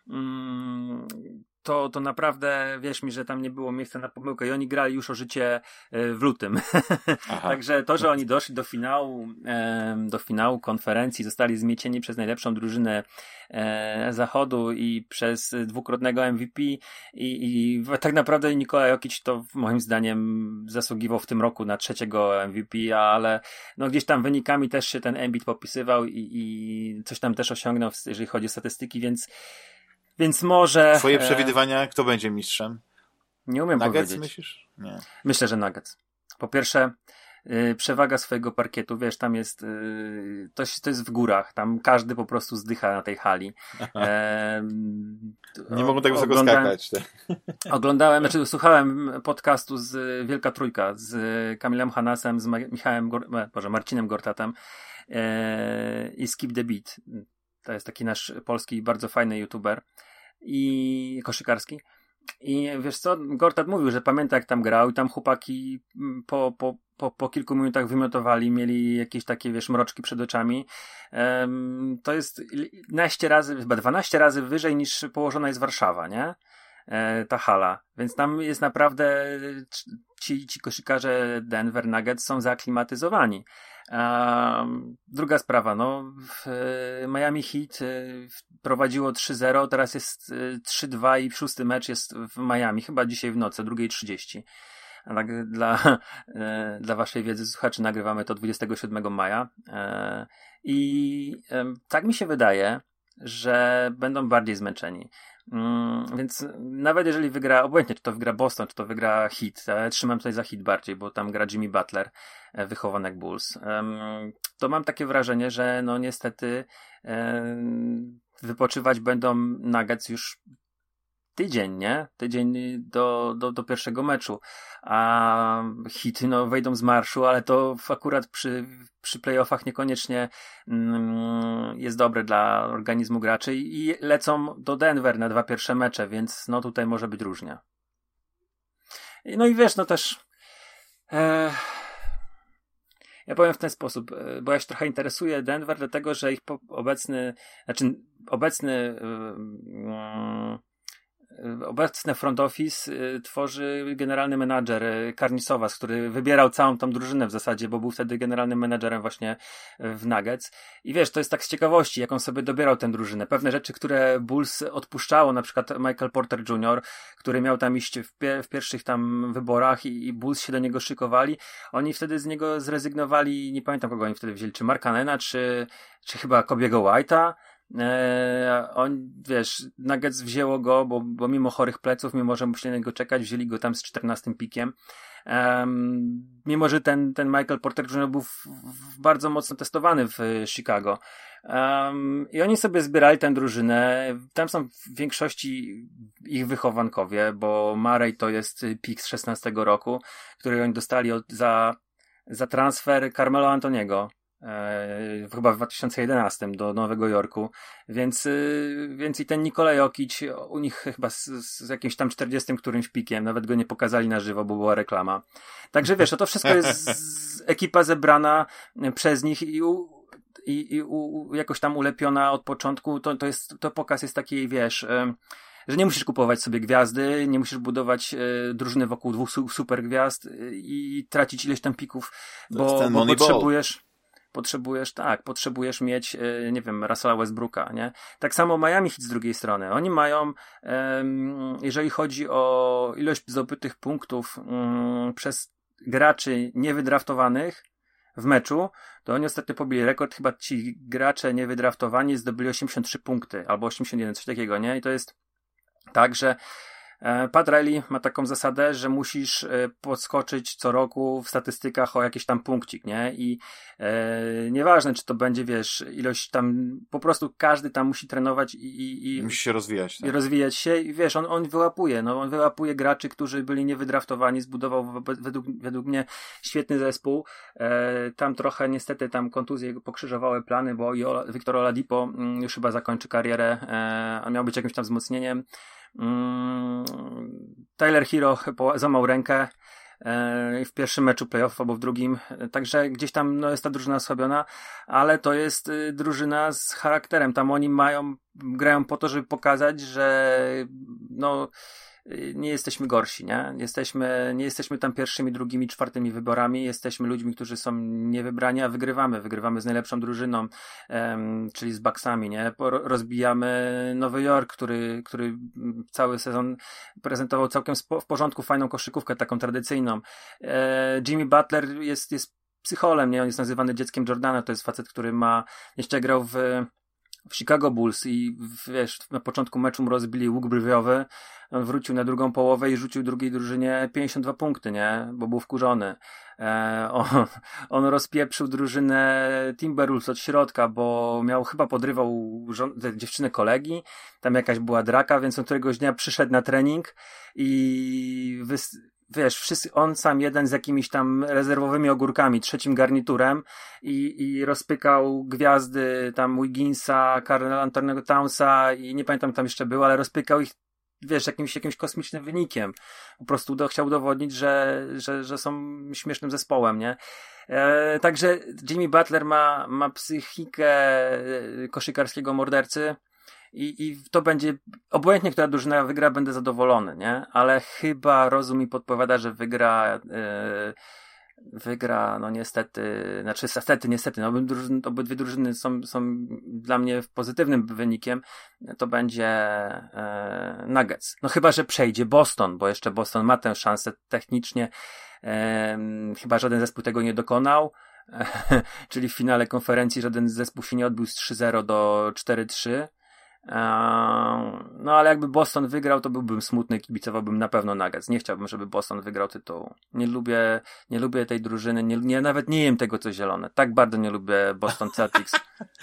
To naprawdę, wierz mi, że tam nie było miejsca na pomyłkę i oni grali już o życie w lutym. Także to, że oni doszli do finału konferencji, zostali zmiecieni przez najlepszą drużynę Zachodu i przez dwukrotnego MVP i tak naprawdę Nikola Jokic to moim zdaniem zasługiwał w tym roku na 3. MVP, ale gdzieś tam wynikami też się ten Embiid popisywał i coś tam też osiągnął, jeżeli chodzi o statystyki, więc może... Twoje przewidywania, kto będzie mistrzem? Nie umiem Nuggets, powiedzieć. Myślisz? Nie. Myślę, że Nuggets. Po pierwsze, przewaga swojego parkietu, wiesz, tam jest to jest w górach, tam każdy po prostu zdycha na tej hali. Nie mogą tak wysoko skakać. Słuchałem podcastu z Wielka Trójka, z Kamilem Hanasem, z Marcinem Gortatem i Skip the Beat. To jest taki nasz polski, bardzo fajny youtuber i koszykarski. I wiesz co, Gortat mówił, że pamięta jak tam grał i tam chłopaki po kilku minutach wymiotowali, mieli jakieś takie, wiesz, mroczki przed oczami. To jest 12 razy wyżej niż położona jest Warszawa, nie? Ta hala. Więc tam jest naprawdę ci koszykarze Denver Nuggets są zaaklimatyzowani. Druga sprawa, no Miami Heat prowadziło 3-0, teraz jest 3-2 i 6. mecz jest w Miami, chyba dzisiaj w nocy, 2:30. A tak dla waszej wiedzy, słuchaczy, nagrywamy to 27 maja. I tak mi się wydaje, że będą bardziej zmęczeni. Więc nawet jeżeli wygra, obojętnie czy to wygra Boston, czy to wygra Heat, ja trzymam tutaj za Heat bardziej, bo tam gra Jimmy Butler, wychowany jak Bulls, to mam takie wrażenie, że no niestety wypoczywać będą Nuggets już tydzień, nie? Tydzień do pierwszego meczu. A Hity no wejdą z marszu, ale to akurat przy playoffach niekoniecznie jest dobre dla organizmu graczy i lecą do Denver na 2 pierwsze mecze, więc no tutaj może być różnie. No i wiesz, no też ja powiem w ten sposób, bo ja się trochę interesuję Denver, dlatego, że ich obecny front office tworzy generalny menadżer Karnisowas, który wybierał całą tą drużynę w zasadzie, bo był wtedy generalnym menadżerem właśnie w Nuggets. I wiesz, to jest tak z ciekawości, jak on sobie dobierał tę drużynę. Pewne rzeczy, które Bulls odpuszczało, na przykład Michael Porter Jr., który miał tam iść w pierwszych tam wyborach i Bulls się do niego szykowali. Oni wtedy z niego zrezygnowali, nie pamiętam kogo oni wtedy wzięli, czy Marka Nena, czy chyba Kobiego White'a. Wiesz, Nuggets wzięło go, bo mimo chorych pleców, mimo że musieli na niego czekać, wzięli go tam z 14 pikiem. Mimo że ten Michael Porter Jr. był bardzo mocno testowany w Chicago. I oni sobie zbierali tę drużynę. Tam są w większości ich wychowankowie, bo Murray to jest pik z 16 roku, który oni dostali za transfer Carmelo Antoniego. Chyba w 2011 do Nowego Jorku, więc i ten Nikola Jokic u nich chyba z jakimś tam 40 którymś pikiem, nawet go nie pokazali na żywo, bo była reklama. Także wiesz, to wszystko jest ekipa zebrana przez nich i jakoś tam ulepiona od początku, to pokaz jest taki, wiesz, że nie musisz kupować sobie gwiazdy, nie musisz budować drużyny wokół 2 super gwiazd i tracić ileś tam pików, bo potrzebujesz mieć, nie wiem, Russella Westbrooka, nie? Tak samo Miami Heat z drugiej strony. Oni mają, jeżeli chodzi o ilość zdobytych punktów przez graczy niewydraftowanych w meczu, to oni ostatnio pobili rekord, chyba ci gracze niewydraftowani zdobyli 83 punkty, albo 81, coś takiego, nie? I to jest tak, że Pat Riley ma taką zasadę, że musisz podskoczyć co roku w statystykach o jakiś tam punkcik, nie? I nieważne, czy to będzie, wiesz, ilość tam, po prostu każdy tam musi trenować i musi się rozwijać. Tak? I rozwijać się i wiesz, on wyłapuje graczy, którzy byli niewydraftowani, zbudował według mnie świetny zespół. Tam trochę niestety tam kontuzje pokrzyżowały plany, bo Victor Oladipo już chyba zakończy karierę, a miał być jakimś tam wzmocnieniem. Tyler Hero złamał rękę w pierwszym meczu playoff albo w drugim, także gdzieś tam jest ta drużyna osłabiona, ale to jest drużyna z charakterem. Tam oni grają po to, żeby pokazać, że nie jesteśmy gorsi, nie? Nie jesteśmy tam pierwszymi, drugimi, czwartymi wyborami, jesteśmy ludźmi, którzy są niewybrani, a wygrywamy z najlepszą drużyną, czyli z Bucksami, nie? Rozbijamy Nowy Jork, który cały sezon prezentował całkiem w porządku, fajną koszykówkę, taką tradycyjną. Jimmy Butler jest psycholem, nie? On jest nazywany dzieckiem Jordana, to jest facet, który jeszcze grał w Chicago Bulls i wiesz, na początku meczu mu rozbili łuk brwiowy, on wrócił na drugą połowę i rzucił drugiej drużynie 52 punkty, nie? Bo był wkurzony. On rozpieprzył drużynę Timberwolves od środka, bo podrywał dziewczynę kolegi, tam jakaś była draka, więc on któregoś dnia przyszedł na trening i wiesz, on sam jeden z jakimiś tam rezerwowymi ogórkami, trzecim garniturem i rozpykał gwiazdy tam Wigginsa, Karla Antonego Townsa i nie pamiętam tam jeszcze było, ale rozpykał ich, wiesz, jakimś kosmicznym wynikiem. Po prostu chciał udowodnić, że są śmiesznym zespołem, nie? Także Jimmy Butler ma psychikę koszykarskiego mordercy. I to będzie, obojętnie która drużyna wygra, będę zadowolony, nie? Ale chyba rozum mi podpowiada, że wygra wygra, no niestety, niestety, obydwie drużyny są dla mnie pozytywnym wynikiem, to będzie Nuggets. No chyba, że przejdzie Boston, bo jeszcze Boston ma tę szansę technicznie, chyba żaden zespół tego nie dokonał, czyli w finale konferencji żaden zespół się nie odbił z 3-0 do 4-3. No ale jakby Boston wygrał, to byłbym smutny, kibicowałbym na pewno Nuggets. Nie chciałbym, żeby Boston wygrał tytuł. Nie lubię tej drużyny, nawet nie jem tego, co zielone. Tak bardzo nie lubię Boston Celtics.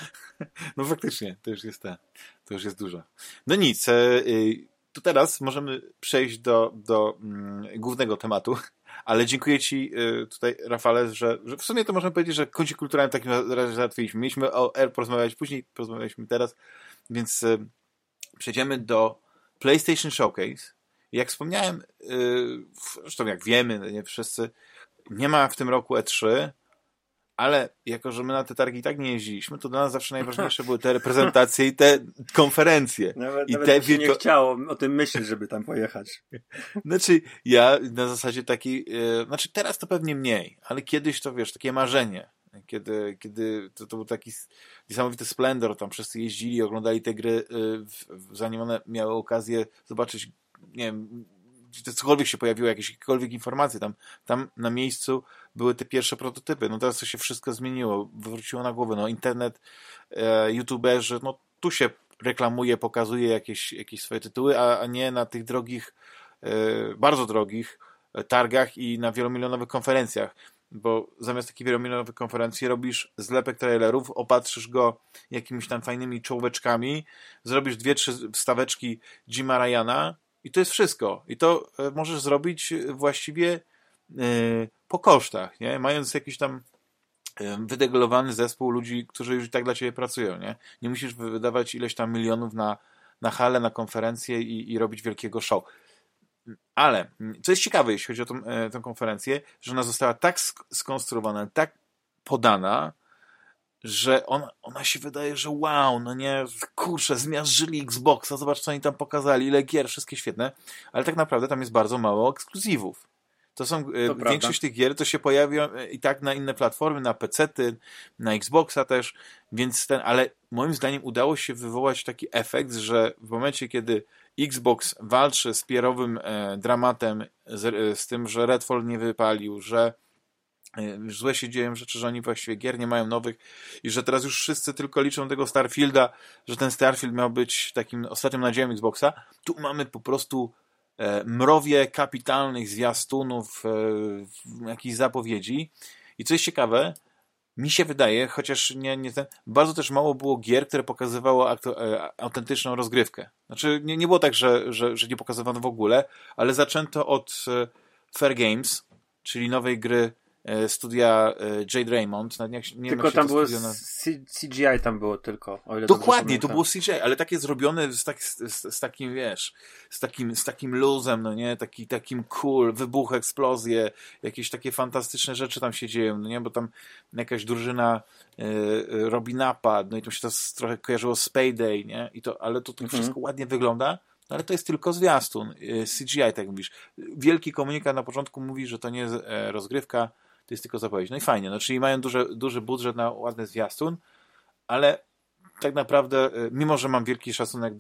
No faktycznie, to już jest dużo. No nic, to teraz możemy przejść do głównego tematu, ale dziękuję Ci tutaj, Rafale, że w sumie to możemy powiedzieć, że kącik kulturalny w takim razie załatwiliśmy. Mieliśmy o R porozmawiać później, porozmawialiśmy teraz, więc przejdziemy do PlayStation Showcase. Jak wspomniałem, zresztą jak wiemy, nie wszyscy, nie ma w tym roku E3, ale jako, że my na te targi i tak nie jeździliśmy, to dla nas zawsze najważniejsze były te reprezentacje i te konferencje. Nawet mi się nie chciało o tym myśleć, żeby tam pojechać. Znaczy, ja na zasadzie takiej, teraz to pewnie mniej, ale kiedyś to, wiesz, takie marzenie. Kiedy to był taki niesamowity splendor, tam wszyscy jeździli, oglądali te gry, zanim one miały okazję zobaczyć, nie wiem, cokolwiek się pojawiło, jakiekolwiek informacje, tam na miejscu były te pierwsze prototypy. No teraz to się wszystko zmieniło, wywróciło na głowę. No internet, youtuberzy, no tu się reklamuje, pokazuje jakieś swoje tytuły, a nie na tych drogich, bardzo drogich targach i na wielomilionowych konferencjach. Bo zamiast takich wielomilionowych konferencji robisz zlepek trailerów, opatrzysz go jakimiś tam fajnymi czołóweczkami, zrobisz 2-3 wstaweczki Jima Ryana i to jest wszystko. I to możesz zrobić właściwie po kosztach, nie? Mając jakiś tam wydegelowany zespół ludzi, którzy już i tak dla ciebie pracują, nie? Nie musisz wydawać ileś tam milionów na halę, na konferencję i robić wielkiego show. Ale, co jest ciekawe, jeśli chodzi o tę konferencję, że ona została tak skonstruowana, tak podana, że ona się wydaje, że wow, no nie, kurczę, zmiażdżyli Xboxa, zobacz, co oni tam pokazali, ile gier, wszystkie świetne, ale tak naprawdę tam jest bardzo mało ekskluzywów. Większość tych gier to się pojawią i tak na inne platformy, na PC-ty, na Xboxa też, więc ale moim zdaniem udało się wywołać taki efekt, że w momencie, kiedy Xbox walczy z pierowym dramatem, z tym, że Redfall nie wypalił, że złe się dzieją rzeczy, że oni właściwie gier nie mają nowych i że teraz już wszyscy tylko liczą tego Starfielda, że ten Starfield miał być takim ostatnią nadzieją Xboxa, tu mamy po prostu mrowie kapitalnych zwiastunów, jakichś zapowiedzi i co jest ciekawe, mi się wydaje, chociaż bardzo też mało było gier, które pokazywało autentyczną rozgrywkę. Znaczy, nie było tak, że nie pokazywano w ogóle, ale zaczęto od Fair Games, czyli nowej gry studia Jade Raymond. Tylko tam było CGI tam było tylko. O ile dokładnie, to było CGI, ale takie zrobione z takim, wiesz, z takim luzem, no nie, takim cool, wybuch, eksplozje, jakieś takie fantastyczne rzeczy tam się dzieją, no nie, bo tam jakaś drużyna robi napad, no i to się to trochę kojarzyło z Payday, nie, ale to wszystko ładnie wygląda. No ale to jest tylko zwiastun, CGI, tak jak mówisz. Wielki komunikat na początku mówi, że to nie jest rozgrywka, to jest tylko zapowiedź. No i fajnie, no czyli mają duży budżet na ładny zwiastun, ale tak naprawdę, mimo że mam wielki szacunek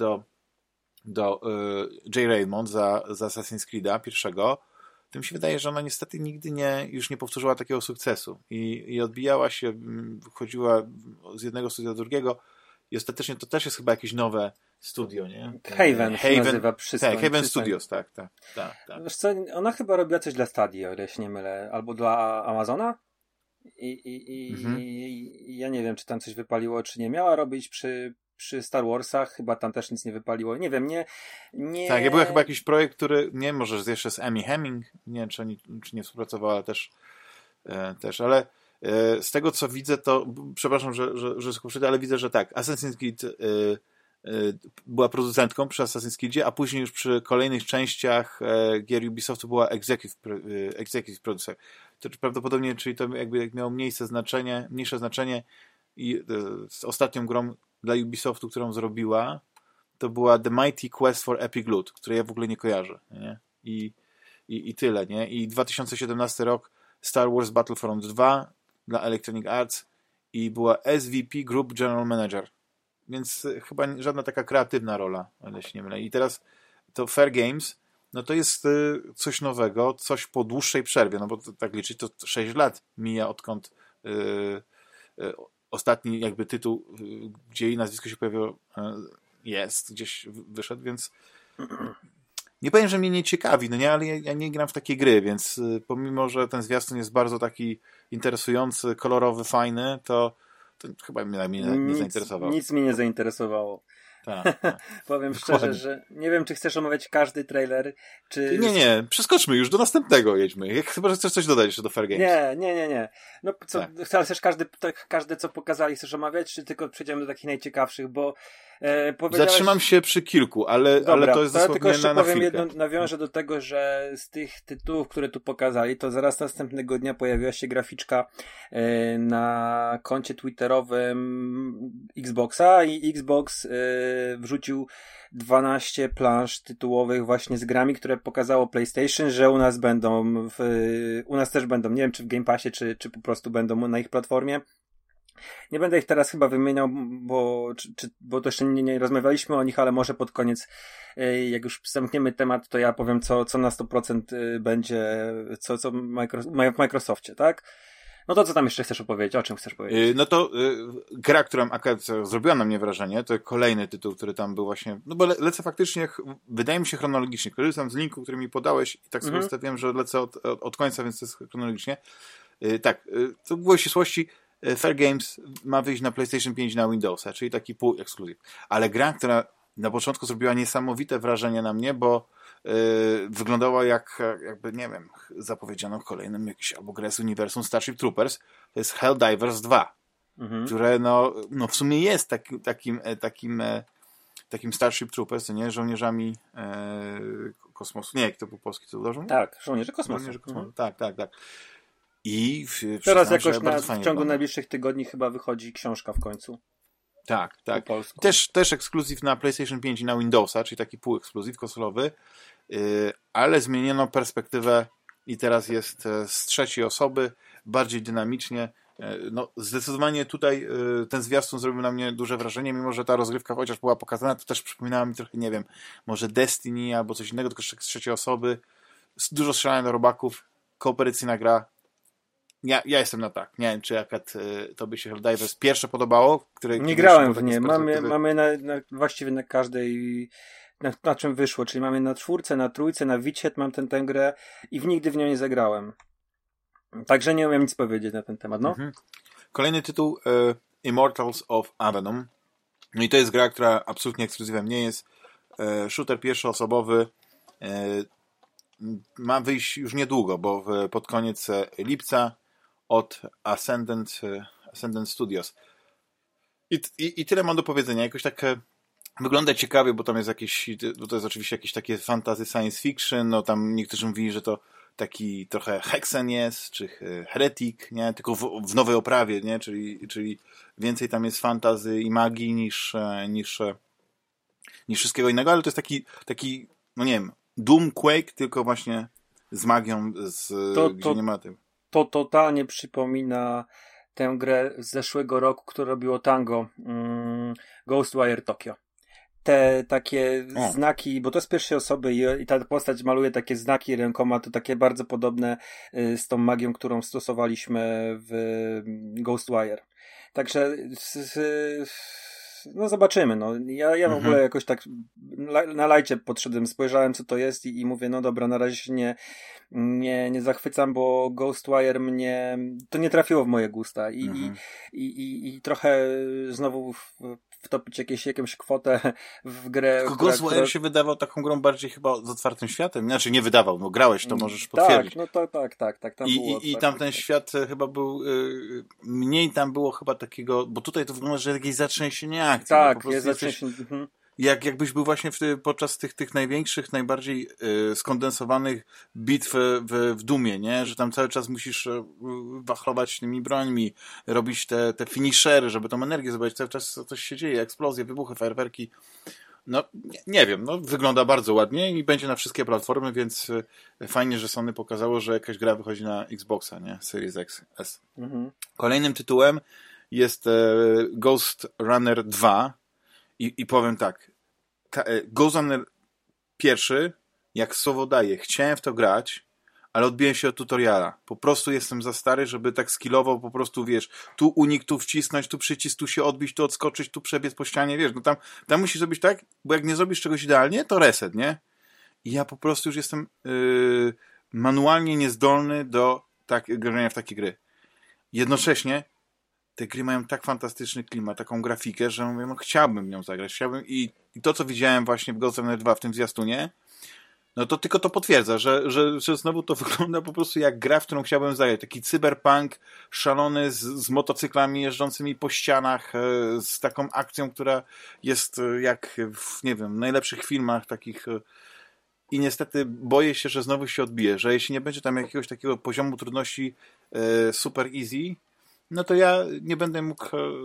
do Jay Raymond za Assassin's Creed'a pierwszego, to mi się wydaje, że ona niestety nigdy już nie powtórzyła takiego sukcesu i odbijała się, chodziła z jednego studia do drugiego i ostatecznie to też jest chyba jakieś nowe studio, nie? Haven się nazywa Haven Studios, tak. Wiesz co, ona chyba robiła coś dla Stadii, o ile się nie mylę, albo dla Amazona i ja nie wiem, czy tam coś wypaliło, czy nie. Miała robić przy Star Warsach, chyba tam też nic nie wypaliło, nie wiem, nie... Tak, był chyba jakiś projekt, który, nie może jeszcze z Amy Hemming, nie wiem, czy nie współpracowała też, ale z tego, co widzę, to, przepraszam, że skuprzę, ale widzę, że tak, Assassin's Creed była producentką przy Assassin's Creedzie, a później już przy kolejnych częściach gier Ubisoftu była executive producer. To prawdopodobnie, czyli to jakby miało mniejsze znaczenie i ostatnią grą dla Ubisoftu, którą zrobiła, to była The Mighty Quest for Epic Loot, której ja w ogóle nie kojarzę, nie? I tyle, nie? I 2017 rok Star Wars Battlefront 2 dla Electronic Arts i była SVP Group General Manager. Więc chyba żadna taka kreatywna rola, ale się nie mylę. I teraz to Fair Games, no to jest coś nowego, coś po dłuższej przerwie, no bo tak liczyć, to 6 lat mija, odkąd ostatni jakby tytuł, gdzie jej nazwisko się pojawiło, gdzieś wyszedł, więc nie powiem, że mnie nie ciekawi, no nie, ale ja nie gram w takie gry, więc pomimo, że ten zwiastun jest bardzo taki interesujący, kolorowy, fajny, to chyba mnie nie zainteresował. Nic mnie nie zainteresowało. Tak. Powiem szczerze, że nie wiem, czy chcesz omawiać każdy trailer, czy... Nie, przeskoczmy już, do następnego jedźmy. Chyba, że chcesz coś dodać jeszcze do Fair Games. Nie. No co, tak. Chcesz każdy, co pokazali, chcesz omawiać, czy tylko przejdziemy do takich najciekawszych, bo Zatrzymam się przy kilku, ale to jest dosłownie tylko jeszcze na powiem chwilkę. Nawiążę do tego, że z tych tytułów, które tu pokazali, to zaraz następnego dnia pojawiła się graficzka na koncie twitterowym Xboxa i Xbox wrzucił 12 plansz tytułowych właśnie z grami, które pokazało PlayStation, że u nas też będą, nie wiem czy w Game Passie, czy po prostu będą na ich platformie. Nie będę ich teraz chyba wymieniał, bo to jeszcze nie rozmawialiśmy o nich, ale może pod koniec, jak już zamkniemy temat, to ja powiem, co na 100% będzie, co w Microsoftie, tak? No to co tam jeszcze chcesz opowiedzieć? O czym chcesz powiedzieć? No to gra, która akurat zrobiła na mnie wrażenie, to kolejny tytuł, który tam był właśnie, no bo lecę faktycznie, wydaje mi się chronologicznie, korzystam z linku, który mi podałeś i tak sobie ustawiłem, że lecę od końca, więc to jest chronologicznie. To było w ścisłości, Fair Games ma wyjść na PlayStation 5 na Windowsa, czyli taki pół-ekskluzyw. Ale gra, która na początku zrobiła niesamowite wrażenie na mnie, bo wyglądała jakby, nie wiem, zapowiedziano kolejnym jakiś albo grę z uniwersum Starship Troopers. To jest Helldivers 2, które no w sumie jest takim Starship Troopers, to nie? Żołnierzami kosmosu. Nie, jak to był polski tytuł? Tak, Żołnierze Kosmosu. Tak. I teraz jakoś w ciągu najbliższych tygodni chyba wychodzi książka w końcu. Tak. Też ekskluzyw na PlayStation 5 i na Windowsa, czyli taki półekskluzyw konsolowy, ale zmieniono perspektywę i teraz jest z trzeciej osoby, bardziej dynamicznie. No, zdecydowanie tutaj ten zwiastun zrobił na mnie duże wrażenie, mimo że ta rozgrywka chociaż była pokazana, to też przypominała mi trochę, nie wiem, może Destiny albo coś innego, tylko z trzeciej osoby. Dużo strzelania do robaków, kooperacyjna gra. Ja jestem na tak. Nie wiem, czy akurat tobie się Helldivers pierwsze podobało? Nie grałem w nie. Mamy właściwie na każdej, na czym wyszło, czyli mamy na 4, na 3, na Wicie mam tę grę i nigdy w nią nie zagrałem. Także nie umiem nic powiedzieć na ten temat. No. Kolejny tytuł Immortals of Aveum. No i to jest gra, która absolutnie ekskluzywem nie jest. Shooter pierwszoosobowy. Ma wyjść już niedługo, bo pod koniec lipca od Ascendant Studios. I tyle mam do powiedzenia. Jakoś tak wygląda ciekawie, bo tam jest bo to jest oczywiście jakieś takie fantasy science fiction, no tam niektórzy mówili, że to taki trochę Hexen jest, czy Heretic, nie? Tylko w nowej oprawie, nie? Czyli więcej tam jest fantasy i magii niż wszystkiego innego, ale to jest taki no nie wiem, Doom, Quake, tylko właśnie z magią, gdzie nie ma tym. To totalnie przypomina tę grę z zeszłego roku, które robiło Tango, Ghostwire Tokyo. Te takie znaki, bo to z pierwszej osoby i ta postać maluje takie znaki rękoma, to takie bardzo podobne z tą magią, którą stosowaliśmy w Ghostwire. Także no zobaczymy. No. Ja w ogóle jakoś tak na lajcie podszedłem, spojrzałem co to jest i mówię, no dobra, na razie się nie zachwycam, bo Ghostwire to nie trafiło w moje gusta i trochę znowu wtopić jakąś kwotę w grę. Ghostwire się wydawał taką grą bardziej chyba z otwartym światem. Znaczy nie wydawał, no grałeś, to możesz potwierdzić. Tak. Tam I tam ten świat chyba był mniej tam było chyba takiego, bo tutaj to wygląda, że jakieś zatrzęsienie akcji. Tak, jest zatrzęsienie. Jakbyś był właśnie podczas tych największych, najbardziej skondensowanych bitw w Doomie, nie? Że tam cały czas musisz wachlować tymi brońmi, robić te finishery, żeby tą energię zobaczyć. Cały czas coś się dzieje, eksplozje, wybuchy, fajerwerki. No, nie wiem, no wygląda bardzo ładnie i będzie na wszystkie platformy, więc fajnie, że Sony pokazało, że jakaś gra wychodzi na Xboxa, nie? Series X, S. Kolejnym tytułem jest Ghost Runner 2 i powiem tak, Ghost Runner pierwszy, jak słowo daje, chciałem w to grać, ale odbiłem się od tutoriala. Po prostu jestem za stary, żeby tak skillowo po prostu, wiesz, tu unik, tu wcisnąć, tu przycisk, tu się odbić, tu odskoczyć, tu przebiec po ścianie, wiesz, no tam musisz zrobić tak, bo jak nie zrobisz czegoś idealnie, to reset, nie? I ja po prostu już jestem manualnie niezdolny do grania w takie gry. Jednocześnie te gry mają tak fantastyczny klimat, taką grafikę, że mówię, no chciałbym w nią zagrać, i to, co widziałem właśnie w Ghost Runner 2 w tym zwiastunie, no to tylko to potwierdza, że znowu to wygląda po prostu jak gra, w którą chciałbym zagrać. Taki cyberpunk szalony z motocyklami jeżdżącymi po ścianach, z taką akcją, która jest jak w, nie wiem, najlepszych filmach takich. I niestety boję się, że znowu się odbije, że jeśli nie będzie tam jakiegoś takiego poziomu trudności super easy, no to ja nie będę mógł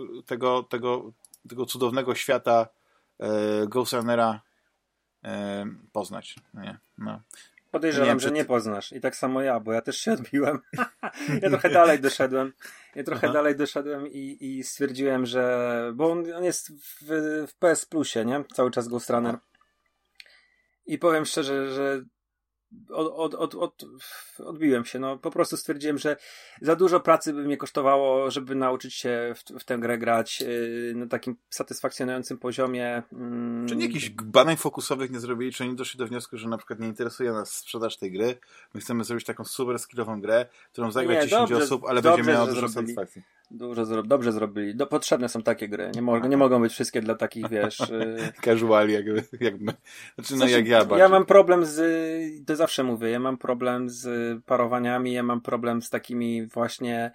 tego cudownego świata Ghost Runnera poznać. Nie, no. Podejrzewam, że nie poznasz. I tak samo ja, bo ja też się odbiłem. Ja trochę dalej doszedłem i stwierdziłem, że... Bo on jest w PS Plusie, nie? Cały czas Ghost Runner. I powiem szczerze, że odbiłem się. No, po prostu stwierdziłem, że za dużo pracy by mnie kosztowało, żeby nauczyć się w tę grę grać na takim satysfakcjonującym poziomie. Czy nie jakichś badań fokusowych nie zrobili, czy oni doszli do wniosku, że na przykład nie interesuje nas sprzedaż tej gry, my chcemy zrobić taką super skillową grę, którą zagra 10 osób, ale będzie miała dużo satysfakcji. Dobrze zrobili. Potrzebne są takie gry. Nie mogą być wszystkie dla takich, wiesz... Casuali, jakby. Znaczy, no jak ja bardziej. Ja mam problem to zawsze mówię, ja mam problem z parowaniami, ja mam problem z takimi właśnie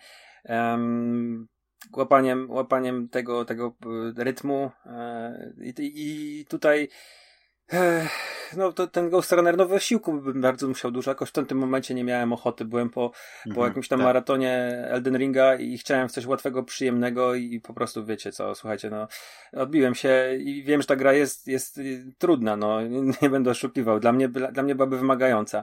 łapaniem tego rytmu i tutaj no to ten Ghost Runner, no wysiłku bym bardzo musiał dużo, jakoś w tym momencie nie miałem ochoty, byłem po jakimś tam maratonie Elden Ringa i chciałem w coś łatwego, przyjemnego i po prostu wiecie co, słuchajcie, no odbiłem się i wiem, że ta gra jest trudna, no nie będę oszukiwał, dla mnie byłaby wymagająca.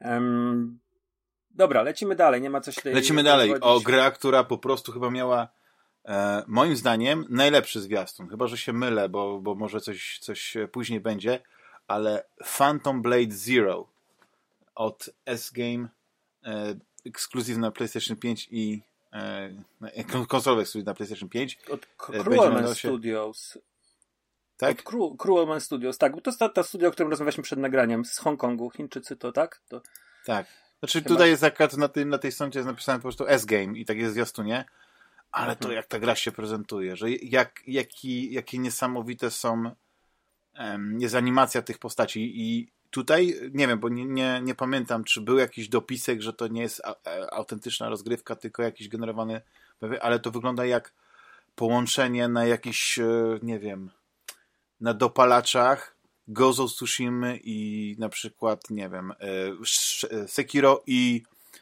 Dobra, lecimy dalej, nie ma co się tutaj Lecimy dalej, o grę, która po prostu chyba miała moim zdaniem najlepszy zwiastun, chyba że się mylę, bo może coś później będzie, ale Phantom Blade Zero od S-Game, ekskluzyw na PlayStation 5 i konsolowy ekskluzyw na PlayStation 5. Od Cruelman Studios. Tak? Od Cruelman Studios, tak, bo to jest to studio, o którym rozmawialiśmy przed nagraniem, z Hongkongu, Chińczycy to, tak? Tak. Znaczy tutaj jest akurat na tej stronie jest napisane po prostu S-Game i tak jest zwiastunie. Ale to jak ta gra się prezentuje, że jakie niesamowite jest animacja tych postaci i tutaj, nie wiem, bo nie pamiętam, czy był jakiś dopisek, że to nie jest autentyczna rozgrywka, tylko jakiś generowany, ale to wygląda jak połączenie na jakiś, nie wiem, na dopalaczach Ghost of Tsushima i na przykład, nie wiem, Sekiro i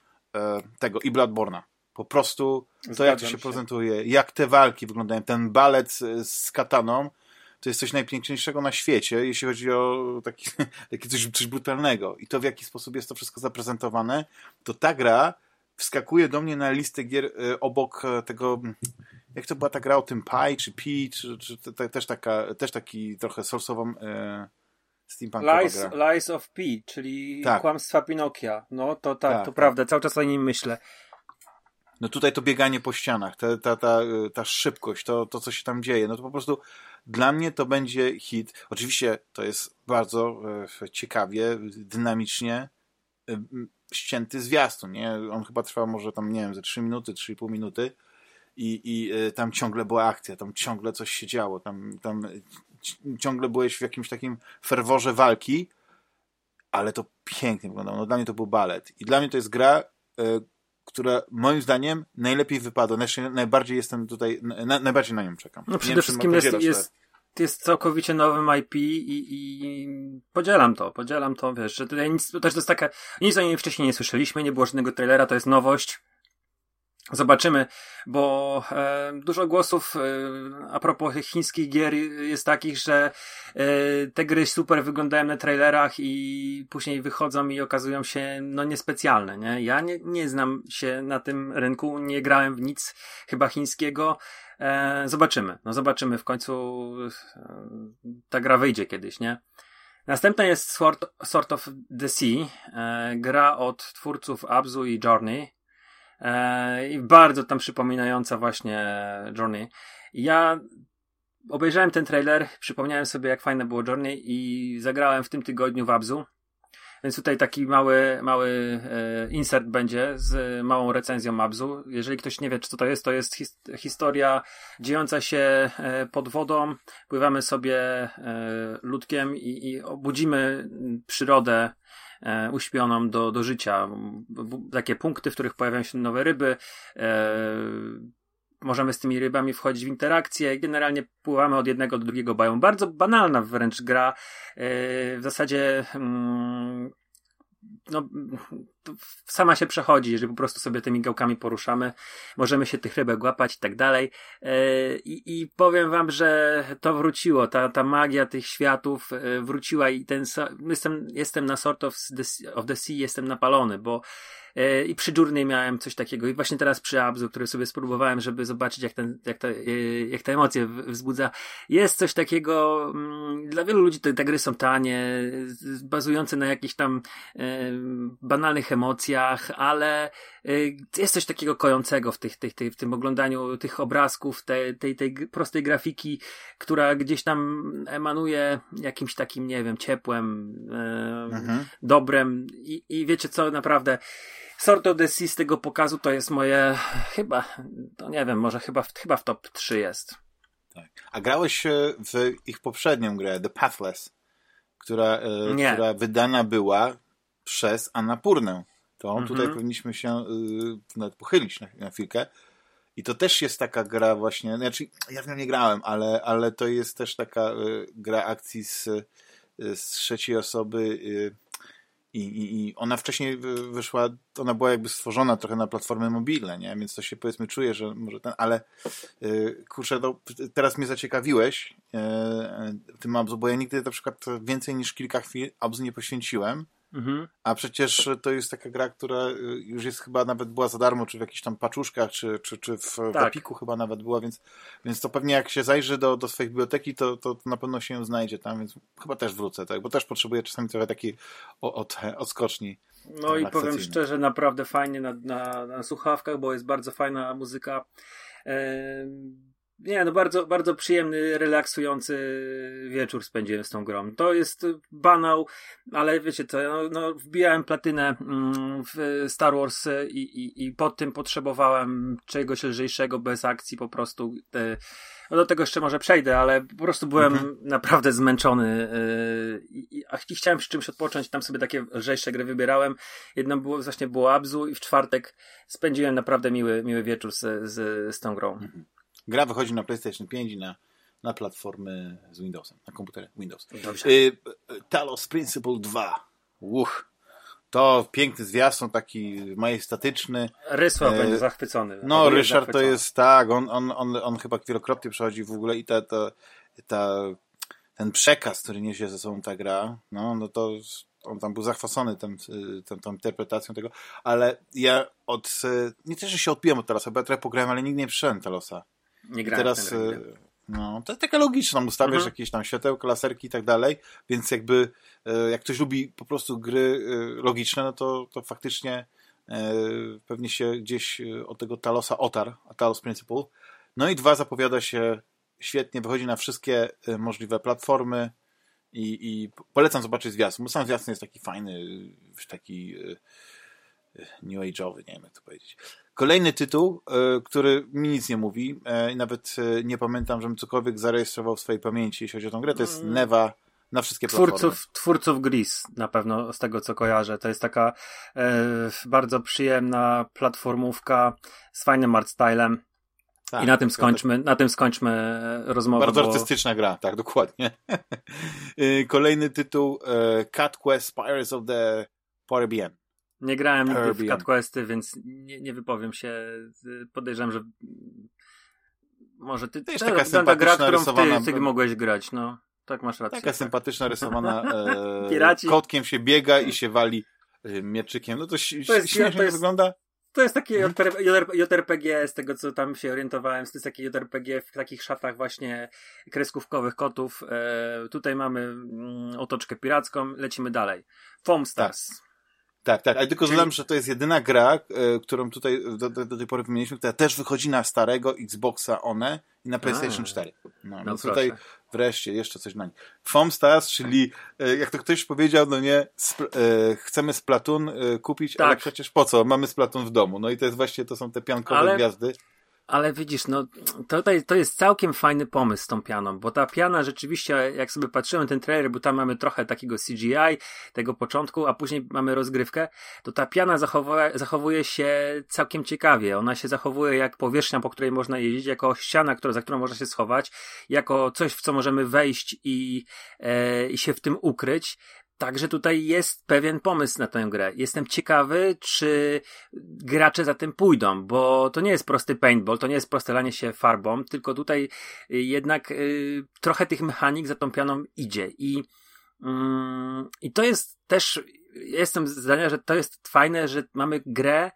i Bloodborne'a. Po prostu to, jak to się prezentuje, jak te walki wyglądają, ten balet z kataną, to jest coś najpiękniejszego na świecie, jeśli chodzi o takie coś brutalnego. I to, w jaki sposób jest to wszystko zaprezentowane, to ta gra wskakuje do mnie na listę gier obok tego, jak to była ta gra o tym Pi, czy Pi, czy też taki trochę source'ową steampunkowa gra. Lies of P, czyli Kłamstwa Pinokia. No to to prawda, cały czas o nim myślę. No tutaj to bieganie po ścianach, ta szybkość, to co się tam dzieje, no to po prostu dla mnie to będzie hit. Oczywiście to jest bardzo ciekawie, dynamicznie ścięty zwiastun, nie? On chyba trwał może tam, nie wiem, ze 3 minuty, 3,5 minuty i tam ciągle była akcja, tam ciągle coś się działo, tam ciągle byłeś w jakimś takim ferworze walki, ale to pięknie wyglądało. No dla mnie to był balet. I dla mnie to jest gra, która moim zdaniem najlepiej wypadła. Najbardziej jestem tutaj, najbardziej na nią czekam. No przede wszystkim jest całkowicie nowym IP i podzielam to, wiesz, że tutaj nic, to też to jest taka, nic o niej wcześniej nie słyszeliśmy, nie było żadnego trailera, to jest nowość. Zobaczymy, bo dużo głosów a propos chińskich gier jest takich, że te gry super wyglądają na trailerach i później wychodzą i okazują się niespecjalne, nie? Ja nie znam się na tym rynku, nie grałem w nic chyba chińskiego. Zobaczymy, w końcu ta gra wyjdzie kiedyś, nie? Następna jest Sword of the Sea, gra od twórców Abzu i Journey. I bardzo tam przypominająca właśnie Journey. Ja obejrzałem ten trailer, przypomniałem sobie, jak fajne było Journey i zagrałem w tym tygodniu w Abzu. Więc tutaj taki mały insert będzie z małą recenzją Abzu. Jeżeli ktoś nie wie, co to jest historia dziejąca się pod wodą. Pływamy sobie ludkiem i obudzimy przyrodę uśpioną do życia. Takie punkty, w których pojawiają się nowe ryby. Możemy z tymi rybami wchodzić w interakcję. Generalnie pływamy od jednego do drugiego biomu. Bardzo banalna wręcz gra. W zasadzie sama się przechodzi, jeżeli po prostu sobie tymi gałkami poruszamy. Możemy się tych rybek łapać i tak dalej. I powiem wam, że to wróciło. Ta magia tych światów wróciła i jestem na Sword of the Sea, jestem napalony, bo i przy Journey miałem coś takiego i właśnie teraz przy Abzu, który sobie spróbowałem, żeby zobaczyć jak te emocje wzbudza. Jest coś takiego, dla wielu ludzi te gry są tanie, bazujące na jakichś tam banalnych emocjach, ale jest coś takiego kojącego w tym oglądaniu tych obrazków, tej prostej grafiki, która gdzieś tam emanuje jakimś takim, nie wiem, ciepłem, dobrem i wiecie co, naprawdę Sword of the Sea z tego pokazu to jest moje chyba, to nie wiem, może chyba w top 3 jest. Tak. A grałeś w ich poprzednią grę, The Pathless, która wydana była przez Annapurnę. To tutaj powinniśmy się nawet pochylić na chwilkę. I to też jest taka gra właśnie, znaczy ja w nią nie grałem, ale to jest też taka gra akcji z trzeciej osoby i ona wcześniej wyszła, ona była jakby stworzona trochę na platformy mobilne, nie? Więc to się powiedzmy czuje, że może ale kurczę, teraz mnie zaciekawiłeś tym Abzu, bo ja nigdy na przykład więcej niż kilka chwil Abzu nie poświęciłem. A przecież to jest taka gra, która już jest chyba nawet była za darmo, czy w jakichś tam paczuszkach, czy w Epiku chyba nawet była, więc to pewnie jak się zajrzy do swojej biblioteki, to na pewno się znajdzie tam, więc chyba też wrócę, tak? Bo też potrzebuję czasami trochę takiej odskoczni. No i powiem szczerze, naprawdę fajnie na słuchawkach, bo jest bardzo fajna muzyka. Nie, bardzo, bardzo przyjemny, relaksujący wieczór spędziłem z tą grą. To jest banał, ale wiecie co, wbijałem platynę w Star Wars i po tym potrzebowałem czegoś lżejszego, bez akcji po prostu. Do tego jeszcze może przejdę, ale po prostu byłem naprawdę zmęczony i chciałem przy czymś odpocząć, tam sobie takie lżejsze gry wybierałem. Jedno było Abzu i w czwartek spędziłem naprawdę miły wieczór z tą grą. Gra wychodzi na PlayStation 5 i na platformy z Windowsem, na komputery Windows. Talos Principle 2. To piękny zwiastun, taki majestatyczny. Rysław będzie zachwycony. No, Ryszard to jest tak, on chyba wielokrotnie przechodzi w ogóle i ten przekaz, który niesie ze sobą ta gra, no to on tam był zachwycony tą interpretacją tego, ale ja nie też, że się odbiłem od Talosa, bo ja trochę pograłem, ale nigdy nie przyszedłem Talosa. Nie grałem teraz, to jest taka logiczna, ustawiasz jakieś tam światełka, laserki i tak dalej, więc jakby jak ktoś lubi po prostu gry logiczne, no to faktycznie pewnie się gdzieś od tego Talosa otarł, a Talos Principle. No i 2 zapowiada się świetnie, wychodzi na wszystkie możliwe platformy i polecam zobaczyć zwiastun, bo sam zwiastun jest taki fajny, taki new age'owy, nie wiem jak to powiedzieć. Kolejny tytuł, który mi nic nie mówi i nawet nie pamiętam, żebym cokolwiek zarejestrował w swojej pamięci, jeśli chodzi o tą grę, to jest Neva na wszystkie platformy. Twórców Gris, na pewno z tego co kojarzę. To jest taka bardzo przyjemna platformówka z fajnym art stylem. Tak, i na tym skończmy rozmowę. Bardzo artystyczna gra, tak, dokładnie. Kolejny tytuł Cat Quest Pirates of the Caribbean. Nie grałem nigdy w Cat Questy, więc nie wypowiem się. Podejrzewam, że może ty... To jest taka sympatyczna gra, którą rysowana... ty mogłeś grać, no. Tak, masz rację. Taka sympatyczna rysowana Piraci. kotkiem się biega i się wali mieczykiem. No to śmiesznie wygląda. To jest takie JRPG, z tego co tam się orientowałem, to jest takie JRPG w takich szatach właśnie kreskówkowych kotów. Tutaj mamy otoczkę piracką, lecimy dalej. Foam Stars. Tak, ale tylko dodam, że to jest jedyna gra, którą tutaj do tej pory wymieniliśmy, która też wychodzi na starego Xboxa One i na PlayStation 4. No więc tutaj wreszcie jeszcze coś na nich. Foam Stars, czyli jak to ktoś powiedział, no nie, chcemy Splatoon kupić, ale przecież po co? Mamy Splatoon w domu. No i to jest właśnie, to są te piankowe gwiazdy. Ale widzisz, no to jest całkiem fajny pomysł z tą pianą, bo ta piana rzeczywiście, jak sobie patrzymy na ten trailer, bo tam mamy trochę takiego CGI, tego początku, a później mamy rozgrywkę, to ta piana zachowuje się całkiem ciekawie. Ona się zachowuje jak powierzchnia, po której można jeździć, jako ściana, za którą można się schować, jako coś, w co możemy wejść i się w tym ukryć. Także tutaj jest pewien pomysł na tę grę. Jestem ciekawy, czy gracze za tym pójdą, bo to nie jest prosty paintball, to nie jest proste lanie się farbą, tylko tutaj jednak trochę tych mechanik za tą pianą idzie. I to jest też, jestem zdania, że to jest fajne, że mamy grę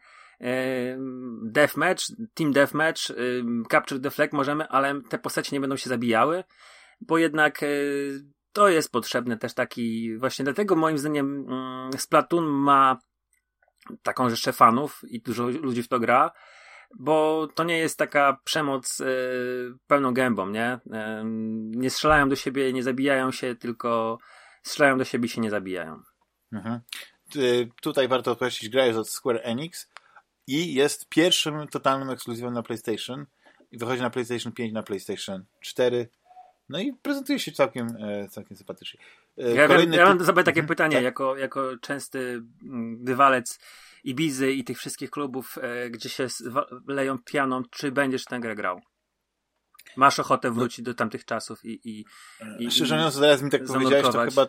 deathmatch, team deathmatch, capture the flag możemy, ale te postacie nie będą się zabijały, bo jednak to jest potrzebne też taki, właśnie dlatego moim zdaniem Splatoon ma taką rzeszę fanów i dużo ludzi w to gra, bo to nie jest taka przemoc pełną gębą, nie? Nie strzelają do siebie, nie zabijają się, tylko strzelają do siebie i się nie zabijają. Mhm. Tutaj warto określić, gra jest od Square Enix i jest pierwszym totalnym ekskluzywem na PlayStation i wychodzi na PlayStation 5, na PlayStation 4. No i prezentuje się całkiem sympatycznie. Ja mam sobie takie pytanie, tak? jako częsty bywalec Ibizy i tych wszystkich klubów, gdzie się leją pianą, czy będziesz tę grę grał? Masz ochotę wrócić do tamtych czasów i szczerze mówiąc, zaraz mi tak powiedziałeś,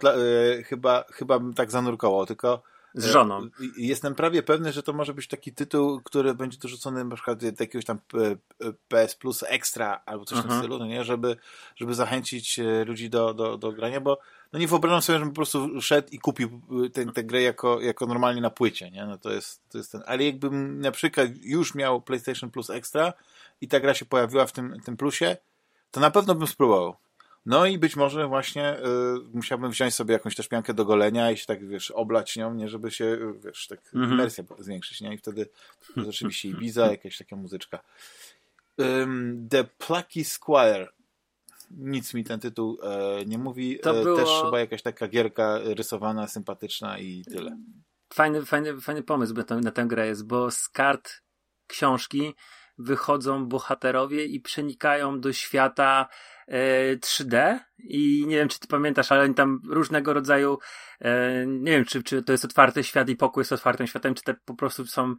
to chyba bym tak zanurkował, tylko z żoną. Jestem prawie pewny, że to może być taki tytuł, który będzie dorzucony na przykład do jakiegoś tam PS Plus Extra albo coś w tym stylu, no nie? Żeby zachęcić ludzi do grania, bo no nie wyobrażam sobie, żebym po prostu szedł i kupił tę grę jako normalnie na płycie, nie? No to jest ten. Ale jakbym na przykład już miał PlayStation Plus Extra i ta gra się pojawiła w tym plusie, to na pewno bym spróbował. No i być może właśnie musiałbym wziąć sobie jakąś też piankę do golenia i się tak, wiesz, oblać nią, nie, żeby się, wiesz, tak imersję zwiększyć, nie? I wtedy rzeczywiście Ibiza, jakaś taka muzyczka. The Plucky Squire. Nic mi ten tytuł nie mówi. Też chyba jakaś taka gierka rysowana, sympatyczna i tyle. Fajny pomysł na tę grę jest, bo z kart książki wychodzą bohaterowie i przenikają do świata 3D i nie wiem, czy ty pamiętasz, ale oni tam różnego rodzaju nie wiem, czy to jest otwarty świat i pokój jest otwartym światem, czy te po prostu są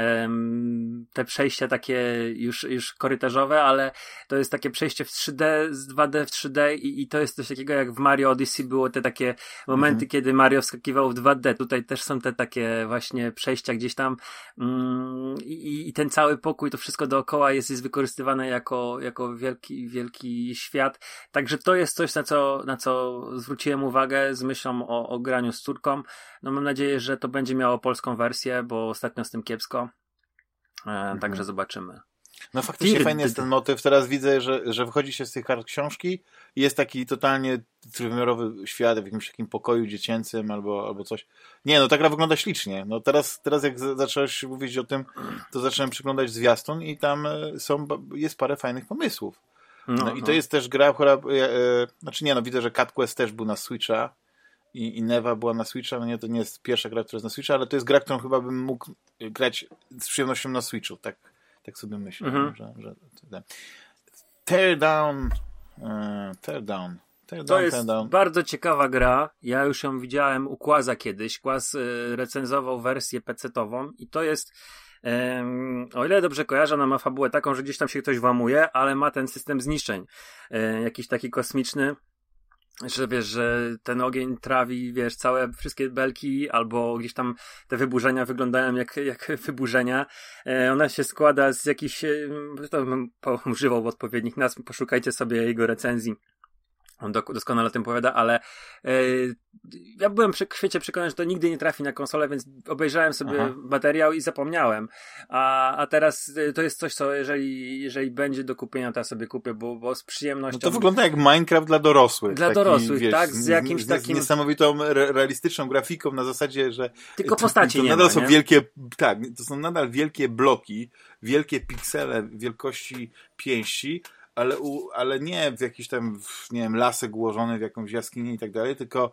te przejścia takie już korytarzowe, ale to jest takie przejście w 3D, z 2D w 3D i to jest coś takiego jak w Mario Odyssey było te takie momenty, kiedy Mario wskakiwał w 2D. Tutaj też są te takie właśnie przejścia gdzieś tam i ten cały pokój, to wszystko dookoła jest wykorzystywane jako wielki świat. Także to jest coś, na co zwróciłem uwagę z myślą o graniu z córką. No mam nadzieję, że to będzie miało polską wersję, bo ostatnio z tym kiepsko. Także zobaczymy. No faktycznie fajny jest ten motyw. Teraz widzę, że wychodzi się z tych kart książki i jest taki totalnie trójwymiarowy świat w jakimś takim pokoju dziecięcym albo coś. Nie, no ta gra wygląda ślicznie. No teraz jak zacząłeś mówić o tym, to zacząłem przyglądać zwiastun i tam jest parę fajnych pomysłów. No i to jest też gra, która widzę, że Cat Quest też był na Switcha i Neva była na Switcha, no nie, to nie jest pierwsza gra, która jest na Switcha, ale to jest gra, którą chyba bym mógł grać z przyjemnością na Switchu, tak sobie myślę, że Teardown. To jest bardzo ciekawa gra. Ja już ją widziałem u Kłaza kiedyś. Kłaz recenzował wersję PC-tową i to jest o ile dobrze kojarzę, ona ma fabułę taką, że gdzieś tam się ktoś włamuje, ale ma ten system zniszczeń. Jakiś taki kosmiczny. że wiesz, że ten ogień trawi, wiesz, wszystkie belki, albo gdzieś tam te wyburzenia wyglądają jak wyburzenia. Ona się składa z jakichś, to bym używał odpowiednich nazw, poszukajcie sobie jego recenzji. On doskonale o tym powiada, ale ja byłem przy świecie przekonany, że to nigdy nie trafi na konsolę, więc obejrzałem sobie materiał i zapomniałem. A teraz to jest coś, co jeżeli będzie do kupienia, to ja sobie kupię, bo z przyjemnością... No to wygląda jak Minecraft dla dorosłych. Dla dorosłych, wiesz, tak? Z jakimś takim... niesamowitą, realistyczną grafiką na zasadzie, że... Tylko postaci to nie nadal ma, są nie? wielkie, tak, to są nadal wielkie bloki, wielkie piksele wielkości pięści, ale nie w jakiś tam, nie wiem, lasek ułożony w jakąś jaskinię i tak dalej, tylko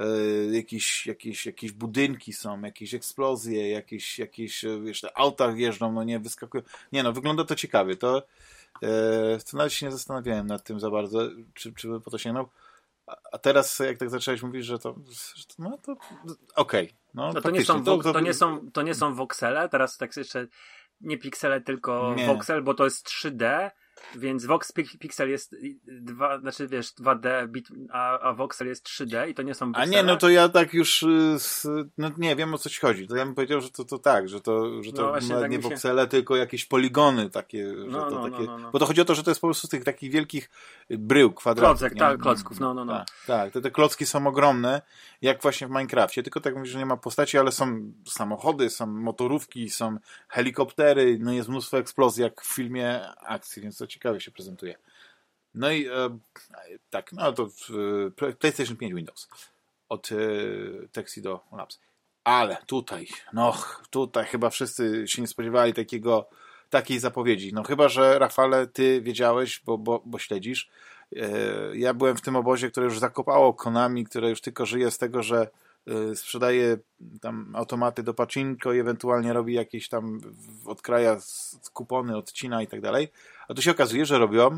jakieś budynki są, jakieś eksplozje, jakieś wiesz, te auta jeżdżą, no nie, wyskakują. Nie no, wygląda to ciekawie. To nawet się nie zastanawiałem nad tym za bardzo, czy by po to sięgnął. A teraz, jak tak zacząłeś mówić, że to no to okej. No, to nie są voxele, teraz tak jeszcze nie piksele, tylko voxel, bo to jest 3D. Więc Vox Pixel jest 2D, a Voxel jest 3D i to nie są voxele. A nie, no to ja tak już no nie wiem, o co ci chodzi. To ja bym powiedział, że to tak, że to nawet tak nie voxele, tylko jakieś poligony takie. Bo to chodzi o to, że to jest po prostu z tych takich wielkich brył, kwadratów. Klocek, tak, klocków, no. Tak, te klocki są ogromne, jak właśnie w Minecrafcie, tylko tak mówisz, że nie ma postaci, ale są samochody, są motorówki, są helikoptery, no jest mnóstwo eksplozji, jak w filmie akcji, więc to ciekawie się prezentuje. No i tak, no to PlayStation 5 Windows od Tuxedo Labs. Ale tutaj chyba wszyscy się nie spodziewali takiej zapowiedzi. No chyba, że Rafale, ty wiedziałeś, bo śledzisz. Ja byłem w tym obozie, które już zakopało Konami, które już tylko żyje z tego, że sprzedaje tam automaty do pachinko i ewentualnie robi jakieś tam odkraja kupony, odcina i tak dalej. A tu się okazuje, że robią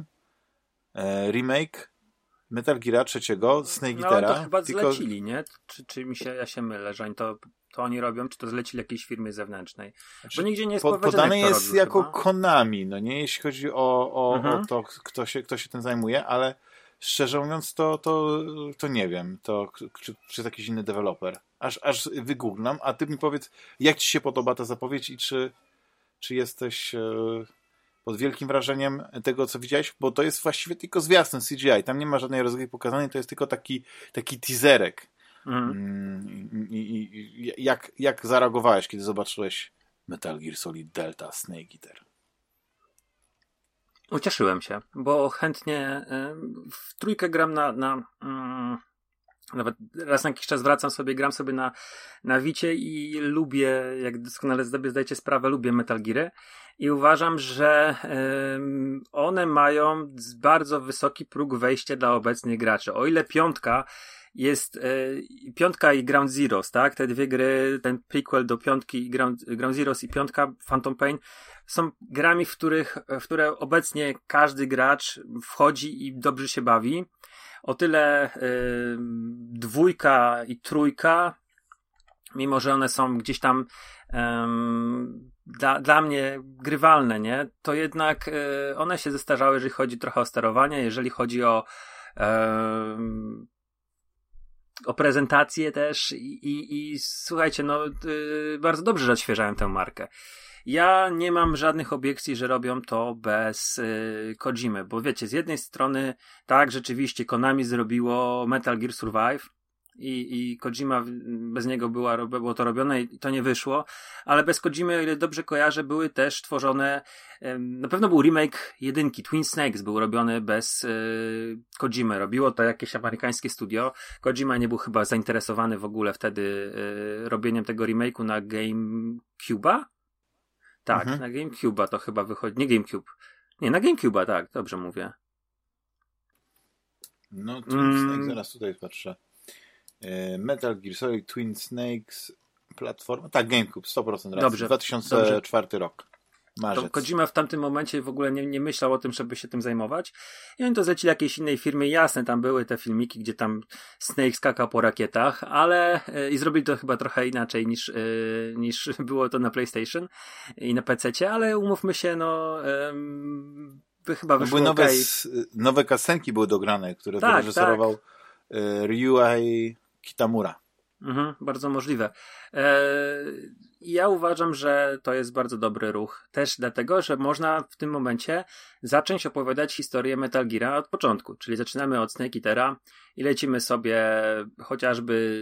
remake Metal Geara 3, Snake Eatera. No to chyba zlecili, nie? Czy ja się mylę, że oni to oni robią, czy to zlecili jakiejś firmie zewnętrznej? Bo nigdzie nie jest podane jest robił, jako chyba. Konami, no nie? Jeśli chodzi o to, kto się tym zajmuje, ale szczerze mówiąc, to nie wiem, czy jest jakiś inny deweloper. Aż wygooglam, a ty mi powiedz, jak ci się podoba ta zapowiedź i czy jesteś pod wielkim wrażeniem tego, co widziałeś? Bo to jest właściwie tylko zwiastun CGI. Tam nie ma żadnej rozgrywki pokazanej, to jest tylko taki teaserek. Jak zareagowałeś, kiedy zobaczyłeś Metal Gear Solid Delta Snake Eater? Ucieszyłem się, bo chętnie w trójkę gram nawet raz na jakiś czas wracam sobie, gram sobie na Vicie i lubię, jak doskonale sobie zdajecie sprawę, lubię Metal Geary i uważam, że one mają bardzo wysoki próg wejścia dla obecnych graczy. O ile piątka i Ground Zeroes, tak? Te dwie gry, ten prequel do piątki i Ground Zeroes i piątka Phantom Pain są grami, w które obecnie każdy gracz wchodzi i dobrze się bawi. O tyle dwójka i trójka, mimo że one są gdzieś tam dla mnie grywalne, nie? To jednak one się zestarzały, jeżeli chodzi trochę o sterowanie, jeżeli chodzi o prezentację też i słuchajcie, bardzo dobrze, że odświeżałem tę markę. Ja nie mam żadnych obiekcji, że robią to bez Kojimy, bo wiecie, z jednej strony tak, rzeczywiście Konami zrobiło Metal Gear Survive i Kojima, bez niego było to robione i to nie wyszło, ale bez Kojimy, o ile dobrze kojarzę, były też tworzone, na pewno był remake jedynki, Twin Snakes był robiony bez Kojimy, robiło to jakieś amerykańskie studio, Kojima nie był chyba zainteresowany w ogóle wtedy robieniem tego remake'u na GameCube'a? Tak, na GameCube'a to chyba wychodzi. Nie GameCube. Nie, na GameCube'a, tak, dobrze mówię. No, Twin Snakes, zaraz tutaj patrzę. Metal Gear Solid, Twin Snakes, platforma. Tak, GameCube, 100% racji. Dobrze, 2004 rok. Marzec. To Kojima w tamtym momencie w ogóle nie myślał o tym, żeby się tym zajmować. I oni to zlecili jakiejś innej firmie. Jasne, tam były te filmiki, gdzie tam Snake skakał po rakietach, ale i zrobili to chyba trochę inaczej niż było to na PlayStation i na PC-cie, ale umówmy się, chyba wyszło były nowe kasenki były dograne, które wyreżyserował Ryuhei Kitamura. Bardzo możliwe. Ja uważam, że to jest bardzo dobry ruch. Też dlatego, że można w tym momencie zacząć opowiadać historię Metal Geara od początku. Czyli zaczynamy od Snake Eatera i lecimy sobie chociażby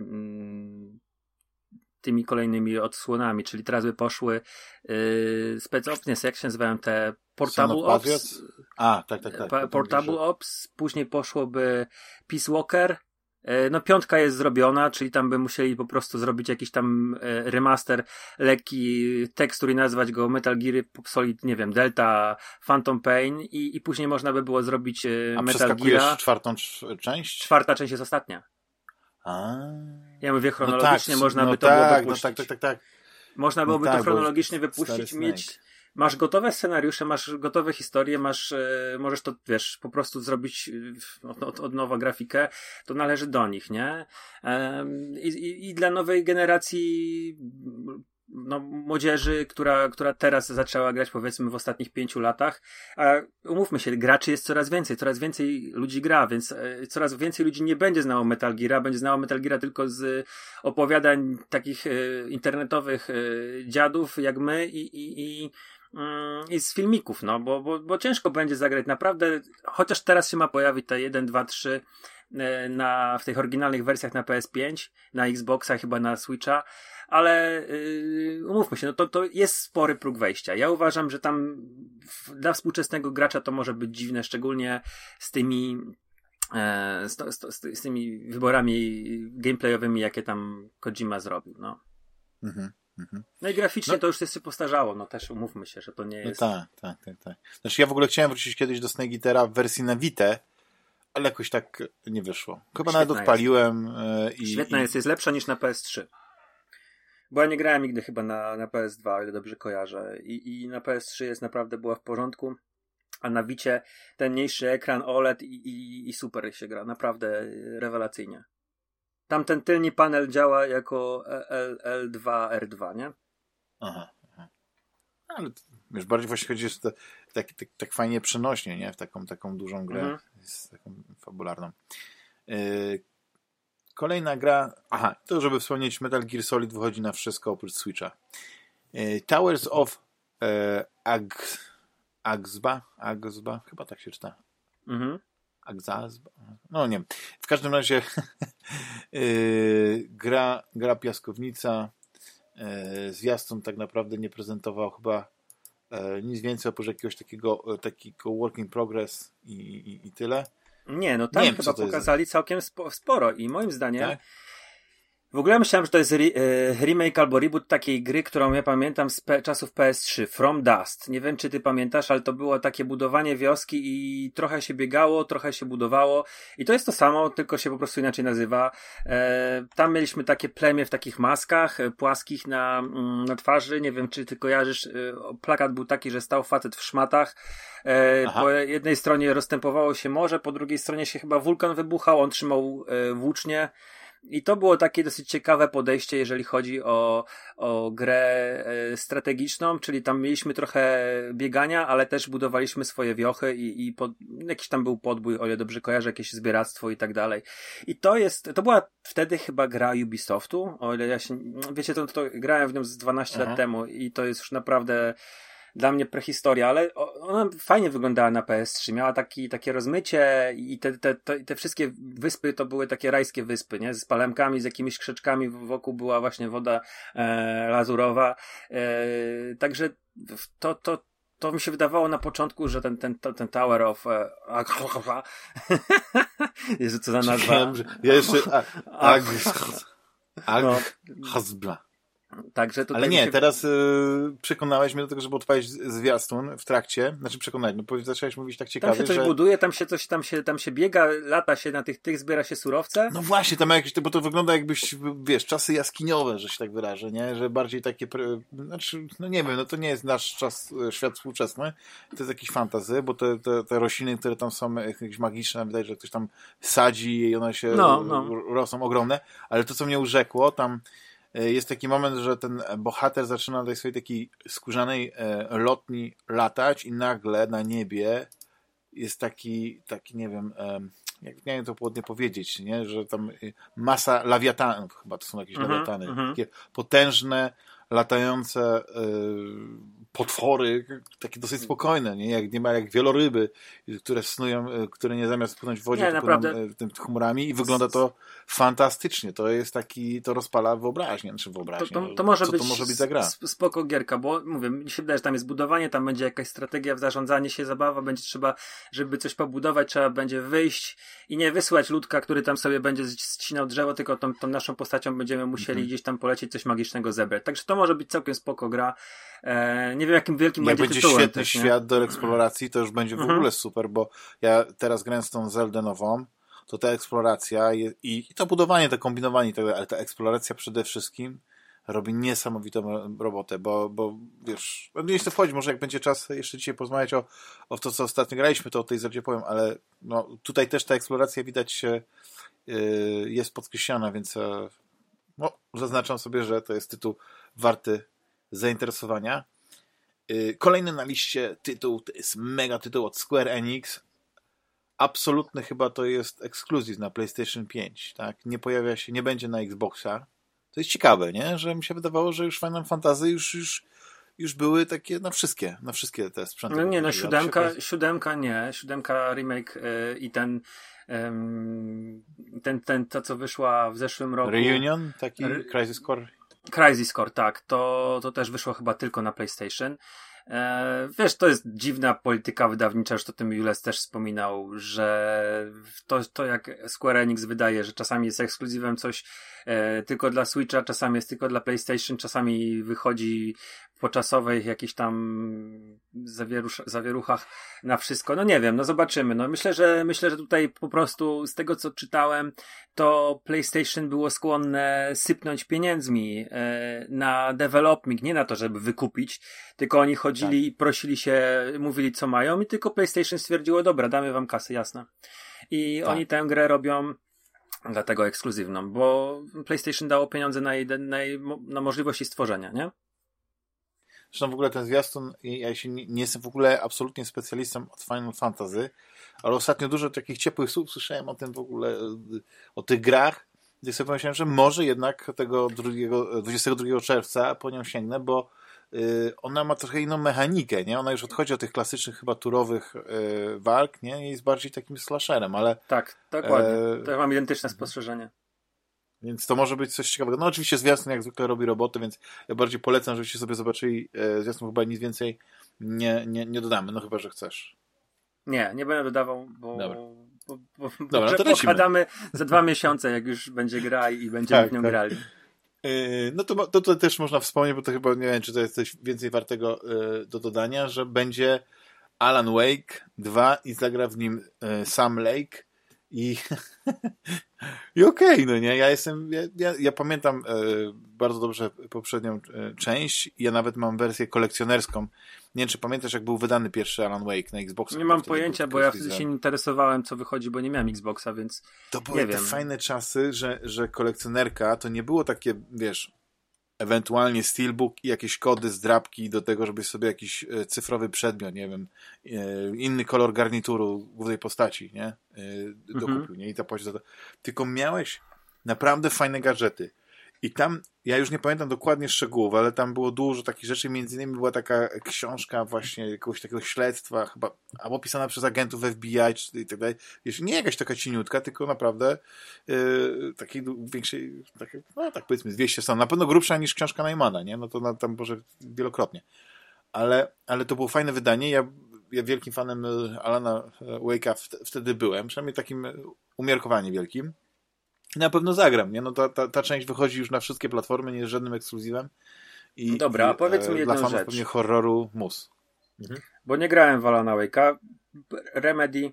tymi kolejnymi odsłonami. Czyli teraz by poszły Spec Ops, jak się nazywają te Portable Ops. Tak. Portable Ops. Później poszłoby Peace Walker. No 5 jest zrobiona, czyli tam by musieli po prostu zrobić jakiś tam remaster, lekki tekstur i nazwać go Metal Gear Solid, nie wiem, Delta, Phantom Pain i później można by było zrobić Metal Gear. Czwartą część? 4. część jest ostatnia. Ja mówię chronologicznie, można by to było wypuścić. Tak. Można byłoby to chronologicznie wypuścić, mieć... Masz gotowe scenariusze, masz gotowe historie, możesz to, wiesz, po prostu zrobić od nowa grafikę, to należy do nich, nie? I dla nowej generacji młodzieży, która teraz zaczęła grać, powiedzmy, w ostatnich 5 latach, a umówmy się, graczy jest coraz więcej ludzi gra, więc coraz więcej ludzi nie będzie znało Metal Geara, będzie znało Metal Geara tylko z opowiadań takich internetowych dziadów jak my i z filmików, bo ciężko będzie zagrać naprawdę, chociaż teraz się ma pojawić te 1, 2, 3 w tych oryginalnych wersjach na PS5, na Xboxa, chyba na Switcha, ale umówmy się, to jest spory próg wejścia. Ja uważam, że tam dla współczesnego gracza to może być dziwne, szczególnie z tymi z tymi wyborami gameplayowymi, jakie tam Kojima zrobił, No i graficznie to już się postarzało, też umówmy się, że to nie jest... Tak. Znaczy ja w ogóle chciałem wrócić kiedyś do Snake Eatera w wersji na Vita, ale jakoś tak nie wyszło. Chyba nawet odpaliłem. Świetna jest lepsza niż na PS3. Bo ja nie grałem nigdy chyba na PS2, o ile dobrze kojarzę. I na PS3 była w porządku, a na Vicie ten mniejszy ekran OLED i super się gra. Naprawdę rewelacyjnie. Tam ten tylny panel działa jako L2, R2, nie? Aha. Ale wiesz, bardziej właśnie chodzi, że tak fajnie przenośnie, nie? W taką dużą grę. Jest taką fabularną. Kolejna gra... to żeby wspomnieć, Metal Gear Solid wychodzi na wszystko oprócz Switcha. Towers of Agzba? Chyba tak się czyta. Agzazba? No nie wiem. W każdym razie gra piaskownica. Zwiastun tak naprawdę nie prezentował chyba nic więcej oprócz jakiegoś takiego work in progress i tyle. Nie, tam chyba pokazali całkiem sporo i moim zdaniem w ogóle myślałem, że to jest remake albo reboot takiej gry, którą ja pamiętam z czasów PS3, From Dust. Nie wiem, czy ty pamiętasz, ale to było takie budowanie wioski i trochę się biegało, trochę się budowało i to jest to samo, tylko się po prostu inaczej nazywa. Tam mieliśmy takie plemię w takich maskach płaskich na twarzy. Nie wiem, czy ty kojarzysz, plakat był taki, że stał facet w szmatach. Po jednej stronie rozstępowało się morze, po drugiej stronie się chyba wulkan wybuchał, on trzymał włócznie. I to było takie dosyć ciekawe podejście, jeżeli chodzi o grę strategiczną, czyli tam mieliśmy trochę biegania, ale też budowaliśmy swoje wiochy i jakiś tam był podbój, o ile dobrze kojarzę, jakieś zbieractwo i tak dalej. I to była wtedy chyba gra Ubisoftu, o ile wiecie, to grałem w nią z 12 lat temu i to jest już naprawdę dla mnie prehistoria, ale ona fajnie wyglądała na PS3. Miała takie rozmycie i te wszystkie wyspy to były takie rajskie wyspy, nie? Z palemkami, z jakimiś krzyczkami, wokół była właśnie woda lazurowa. Także to mi się wydawało na początku, że ten Tower of Jezu, co za nazwa. Ja jeszcze Hasbla. Także ale nie, teraz przekonałeś mnie do tego, żeby odpalić zwiastun w trakcie. Znaczy przekonać, zacząłeś mówić tak ciekawie, tam się coś buduje, tam się biega, lata się na tych zbiera się surowce. No właśnie, tam jakieś, bo to wygląda jakbyś, wiesz, czasy jaskiniowe, że się tak wyrażę, nie? Że bardziej takie, znaczy, no nie wiem, to nie jest nasz czas, świat współczesny, to jest jakiś fantasy, bo te rośliny, które tam są jakieś magiczne, wydaje się, że ktoś tam sadzi i one się rosną ogromne, ale to, co mnie urzekło, tam jest taki moment, że ten bohater zaczyna do swojej takiej skórzanej lotni latać i nagle na niebie jest taki nie wiem, jak miałem to ładnie powiedzieć, nie? Że tam masa lawiatanów, chyba to są jakieś lawiatany, takie potężne, latające potwory, takie dosyć spokojne, nie? Jak wieloryby, które snują, które nie zamiast płynąć w wodzie, to płyną tym chmurami i wygląda to fantastycznie. To jest to rozpala wyobraźnię, czy wyobraźnię. To może co być, to może być za gra? Spoko gierka, bo mówię, mi się wydaje, że tam jest budowanie, tam będzie jakaś strategia w zarządzanie się, zabawa, będzie trzeba, żeby coś pobudować, trzeba będzie wyjść i nie wysłać ludka, który tam sobie będzie ścinał drzewo, tylko tą naszą postacią będziemy musieli gdzieś tam polecieć, coś magicznego zebrać. Także to może być całkiem spoko gra. Nie wiem, jakim wielkim będzie tytułem. Jak będzie świetny świat do eksploracji, to już będzie w ogóle super, bo ja teraz grając tą Zeldę nową, to ta eksploracja i to budowanie, to kombinowanie i tak dalej, ale ta eksploracja przede wszystkim robi niesamowitą robotę, bo wiesz, nie chcę wchodzić, może jak będzie czas jeszcze dzisiaj porozmawiać o to, co ostatnio graliśmy, to o tej Zeldzie powiem, ale no, tutaj też ta eksploracja widać jest podkreślana, więc no, zaznaczam sobie, że to jest tytuł warty zainteresowania. Kolejny na liście tytuł to jest mega tytuł od Square Enix. Absolutny chyba to jest ekskluzyw na PlayStation 5, tak? Nie pojawia się, nie będzie na Xboxa. To jest ciekawe, nie? Że mi się wydawało, że już Final Fantasy już były takie na wszystkie te sprzęty. No nie, no siódemka nie. Siódemka remake i to co wyszła w zeszłym roku. Reunion? Taki Crisis Core? Crisis Core, tak. To też wyszło chyba tylko na PlayStation. Wiesz, to jest dziwna polityka wydawnicza, już to tym Jules też wspominał, że to jak Square Enix wydaje, że czasami jest ekskluzywem coś tylko dla Switcha, czasami jest tylko dla PlayStation, czasami wychodzi w poczasowych jakichś tam zawieruchach na wszystko. No nie wiem, no zobaczymy. No myślę, że tutaj po prostu z tego co czytałem, to PlayStation było skłonne sypnąć pieniędzmi na development, nie na to, żeby wykupić, tylko oni chodzili i prosili się, mówili co mają i tylko PlayStation stwierdziło, dobra, damy wam kasę, jasne. I oni tę grę robią dlatego ekskluzywną, bo PlayStation dało pieniądze na możliwość jej stworzenia, nie? Zresztą w ogóle ten zwiastun, ja się nie jestem w ogóle absolutnie specjalistą od Final Fantasy, ale ostatnio dużo takich ciepłych słów słyszałem o tym w ogóle, o tych grach, gdzie sobie pomyślałem, że może jednak tego 22 czerwca po nią sięgnę, bo ona ma trochę inną mechanikę, nie? Ona już odchodzi od tych klasycznych chyba turowych walk, nie? I jest bardziej takim slasherem, ale... Tak, dokładnie. To ja mam identyczne spostrzeżenie. Więc to może być coś ciekawego. No oczywiście zwiastun jak zwykle robi roboty, więc ja bardziej polecam, żebyście sobie zobaczyli zwiastun, chyba nic więcej nie dodamy, no chyba, że chcesz. Nie będę dodawał, bo Dobra, to podkładamy za 2 miesiące, jak już będzie gra i będziemy w nią grali. No to też można wspomnieć, bo to chyba nie wiem, czy to jest coś więcej wartego do dodania, że będzie Alan Wake 2 i zagra w nim Sam Lake i okej, no nie, ja pamiętam bardzo dobrze poprzednią część, ja nawet mam wersję kolekcjonerską. Nie wiem, czy pamiętasz, jak był wydany pierwszy Alan Wake na Xboxa? Nie mam pojęcia, bo ja wtedy się nie interesowałem, co wychodzi, bo nie miałem Xboxa, więc to były te fajne czasy, że kolekcjonerka to nie było takie, wiesz, ewentualnie steelbook i jakieś kody, zdrabki do tego, żebyś sobie jakiś cyfrowy przedmiot, nie wiem, inny kolor garnituru głównej postaci, nie? Dokupił, nie? I ta postać tylko miałeś naprawdę fajne gadżety. I tam, ja już nie pamiętam dokładnie szczegółów, ale tam było dużo takich rzeczy, między innymi była taka książka właśnie jakiegoś takiego śledztwa, chyba, albo pisana przez agentów FBI i tak dalej. Nie jakaś taka cieniutka, tylko naprawdę takiej większej, no tak powiedzmy, 200 stron. Na pewno grubsza niż książka Neumana, nie? No to tam może wielokrotnie. Ale to było fajne wydanie. Ja wielkim fanem Alana Wake'a wtedy byłem, przynajmniej takim umiarkowanie wielkim. I na pewno zagram, nie? No ta część wychodzi już na wszystkie platformy, nie jest żadnym ekskluzywem. Dobra, a powiedz mi jedną dla fanów rzecz. Pewnie horroru mus. Bo nie grałem w Alana Wake'a. Remedy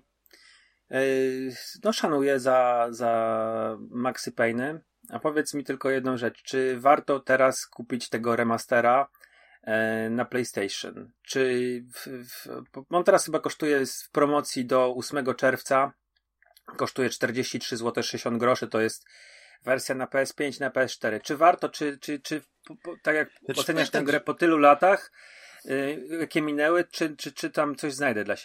no szanuję za Maxi Payne'y. A powiedz mi tylko jedną rzecz. Czy warto teraz kupić tego remastera na PlayStation? Czy on teraz chyba kosztuje w promocji do 8 czerwca. Kosztuje 43 zł 60 groszy, to jest wersja na PS5, na PS4. Czy warto, czy tak jak oceniasz tę grę po tylu latach, jakie minęły, czy tam coś znajdę dla siebie?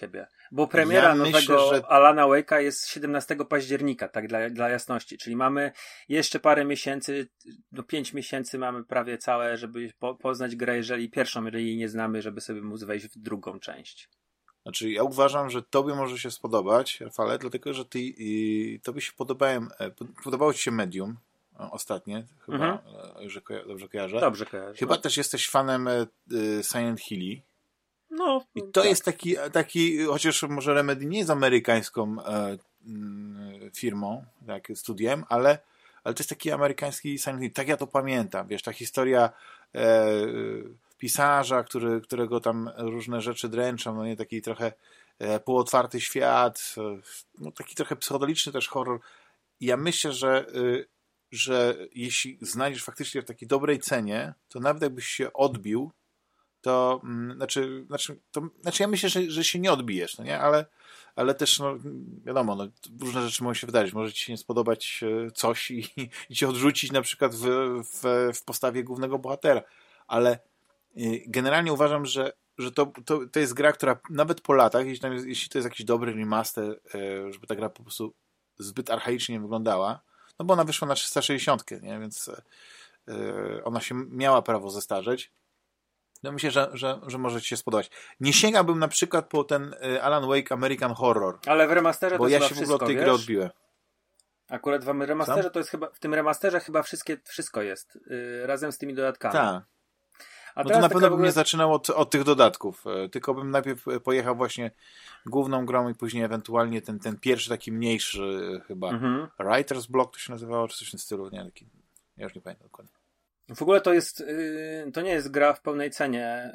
Bo premiera nowego Alana Wake'a jest 17 października, tak dla jasności. Czyli mamy jeszcze parę miesięcy, 5 miesięcy mamy prawie całe, żeby poznać grę, jeżeli jej nie znamy, żeby sobie móc wejść w drugą część. Znaczy, ja uważam, że tobie może się spodobać, Rafale, dlatego, że tobie się podobało ci się Medium ostatnie, chyba, że dobrze kojarzę. Dobrze kojarzę. Chyba też jesteś fanem Silent Hilli. No, i to jest taki, chociaż może Remedy nie jest amerykańską firmą, tak, studiem, ale to jest taki amerykański Silent Hill. Tak ja to pamiętam, wiesz, ta historia pisarza, którego tam różne rzeczy dręczą, no nie, taki trochę półotwarty świat, no taki trochę psychodeliczny też horror. Ja myślę, że jeśli znajdziesz faktycznie w takiej dobrej cenie, to nawet jakbyś się odbił, to ja myślę, że się nie odbijesz, no nie? Ale też, no, wiadomo, no, różne rzeczy mogą się wydarzyć. Może ci się nie spodobać coś i cię odrzucić na przykład w postawie głównego bohatera. Ale generalnie uważam, że to jest gra, która nawet po latach, jeśli to jest jakiś dobry remaster, żeby ta gra po prostu zbyt archaicznie nie wyglądała, no bo ona wyszła na 360, nie? Więc ona się miała prawo zestarzeć. No myślę, że może ci się spodobać. Nie sięgałbym na przykład po ten Alan Wake American Horror. Ale w remasterze bo to ja się w ogóle od tej gry odbiłem. Akurat w remasterze to jest chyba, w tym remasterze chyba wszystko jest. Razem z tymi dodatkami. Tak. No to na pewno bym nie zaczynał od tych dodatków. Tylko bym najpierw pojechał właśnie główną grą i później ewentualnie ten pierwszy taki mniejszy chyba Writer's Block to się nazywało, czy coś w tym stylu. Nie, taki, ja już nie pamiętam dokładnie. W ogóle to nie jest gra w pełnej cenie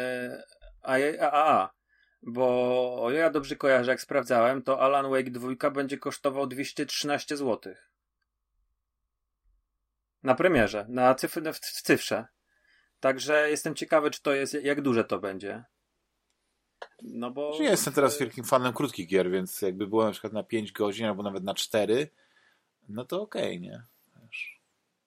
AAA, bo o ile ja dobrze kojarzę, jak sprawdzałem, to Alan Wake 2 będzie kosztował 213 zł. Na premierze, w cyfrze. Także jestem ciekawy, czy to jest, jak duże to będzie. No bo... Ja jestem teraz wielkim fanem krótkich gier, więc jakby było na przykład na 5 godzin albo nawet na 4, no to okej, nie? Wiesz.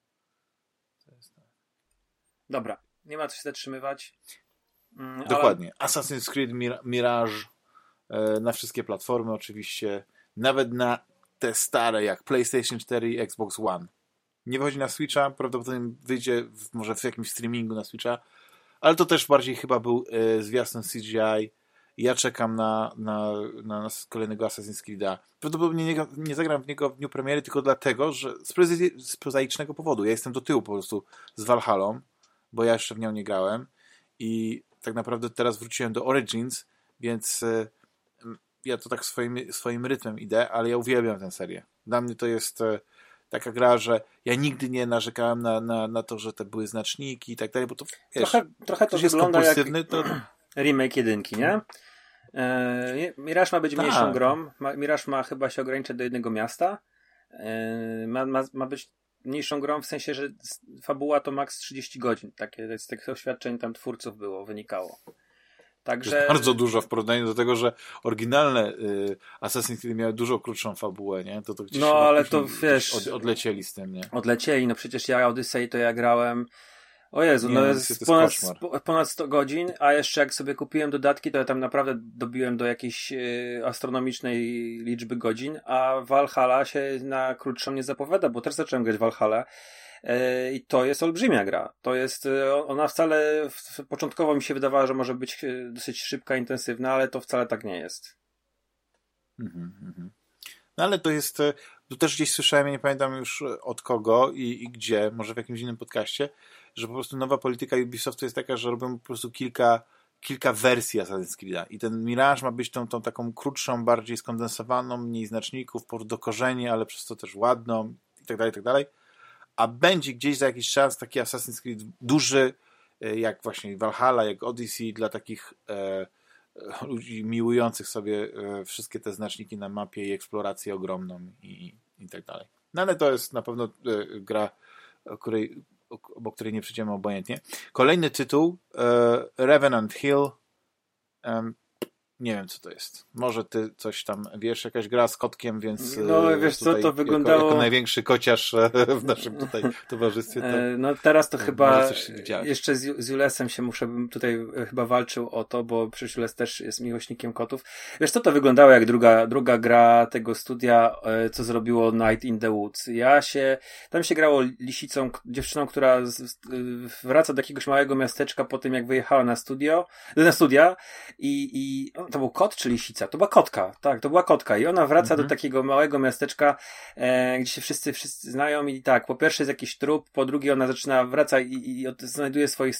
Dobra, nie ma co się zatrzymywać. Dokładnie. Assassin's Creed Mirage na wszystkie platformy oczywiście. Nawet na te stare jak PlayStation 4 i Xbox One. Nie wychodzi na Switcha, prawdopodobnie wyjdzie może w jakimś streamingu na Switcha, ale to też bardziej chyba był zwiastun CGI. Ja czekam na kolejnego Assassin's Creed'a. Prawdopodobnie nie zagram w niego w dniu premiery, tylko dlatego, że z prozaicznego powodu. Ja jestem do tyłu po prostu z Valhallą, bo ja jeszcze w nią nie grałem i tak naprawdę teraz wróciłem do Origins, więc ja to tak swoim rytmem idę, ale ja uwielbiam tę serię. Dla mnie to jest taka gra, że ja nigdy nie narzekałem na to, że te były znaczniki i tak dalej, bo to wiesz, trochę to jest wygląda jak to... remake 1, nie? Mirage ma być mniejszą grą. Mirage ma chyba się ograniczać do jednego miasta. Ma być mniejszą grą w sensie, że fabuła to maks 30 godzin. Takie z tych oświadczeń tam twórców wynikało. Także... Jest bardzo dużo w porównaniu do tego, że oryginalne Assassin's Creed miały dużo krótszą fabułę, nie? To gdzieś ale to wiesz... Odlecieli z tym, nie? Odlecieli, no przecież ja Odyssey to ja grałem... O Jezu, nie, jest ponad 100 godzin, a jeszcze jak sobie kupiłem dodatki, to ja tam naprawdę dobiłem do jakiejś astronomicznej liczby godzin, a Valhalla się na krótszą nie zapowiada, bo też zacząłem grać Valhalla i to jest olbrzymia gra. To jest, ona wcale, początkowo mi się wydawała, że może być dosyć szybka, intensywna, ale to wcale tak nie jest. No ale to jest, tu też gdzieś słyszałem, ja nie pamiętam już od kogo i gdzie, może w jakimś innym podcaście, że po prostu nowa polityka Ubisoftu jest taka, że robią po prostu kilka wersji Assassin's Creed'a i ten Mirage ma być tą taką krótszą, bardziej skondensowaną, mniej znaczników, do korzeni, ale przez to też ładną i tak dalej, a będzie gdzieś za jakiś czas taki Assassin's Creed duży, jak właśnie Valhalla, jak Odyssey, dla takich ludzi miłujących sobie wszystkie te znaczniki na mapie i eksplorację ogromną i tak dalej. No ale to jest na pewno gra, o której nie przyjdziemy obojętnie. Kolejny tytuł, Revenant Hill. nie wiem, co to jest. Może ty coś tam wiesz, jakaś gra z kotkiem, więc no wiesz co, to wyglądało... Jako największy kociarz w naszym tutaj towarzystwie. To... No teraz to chyba jeszcze z Julesem bym tutaj chyba walczył o to, bo przecież Jules też jest miłośnikiem kotów. Wiesz co, to wyglądało jak druga gra tego studia, co zrobiło Night in the Woods. Tam się grało lisicą, dziewczyną, która wraca do jakiegoś małego miasteczka po tym, jak wyjechała na studia i to był kot czy lisica? To była kotka, tak, to była kotka i ona wraca do takiego małego miasteczka, gdzie się wszyscy znają i tak, po pierwsze jest jakiś trup, po drugie ona wraca i znajduje swoich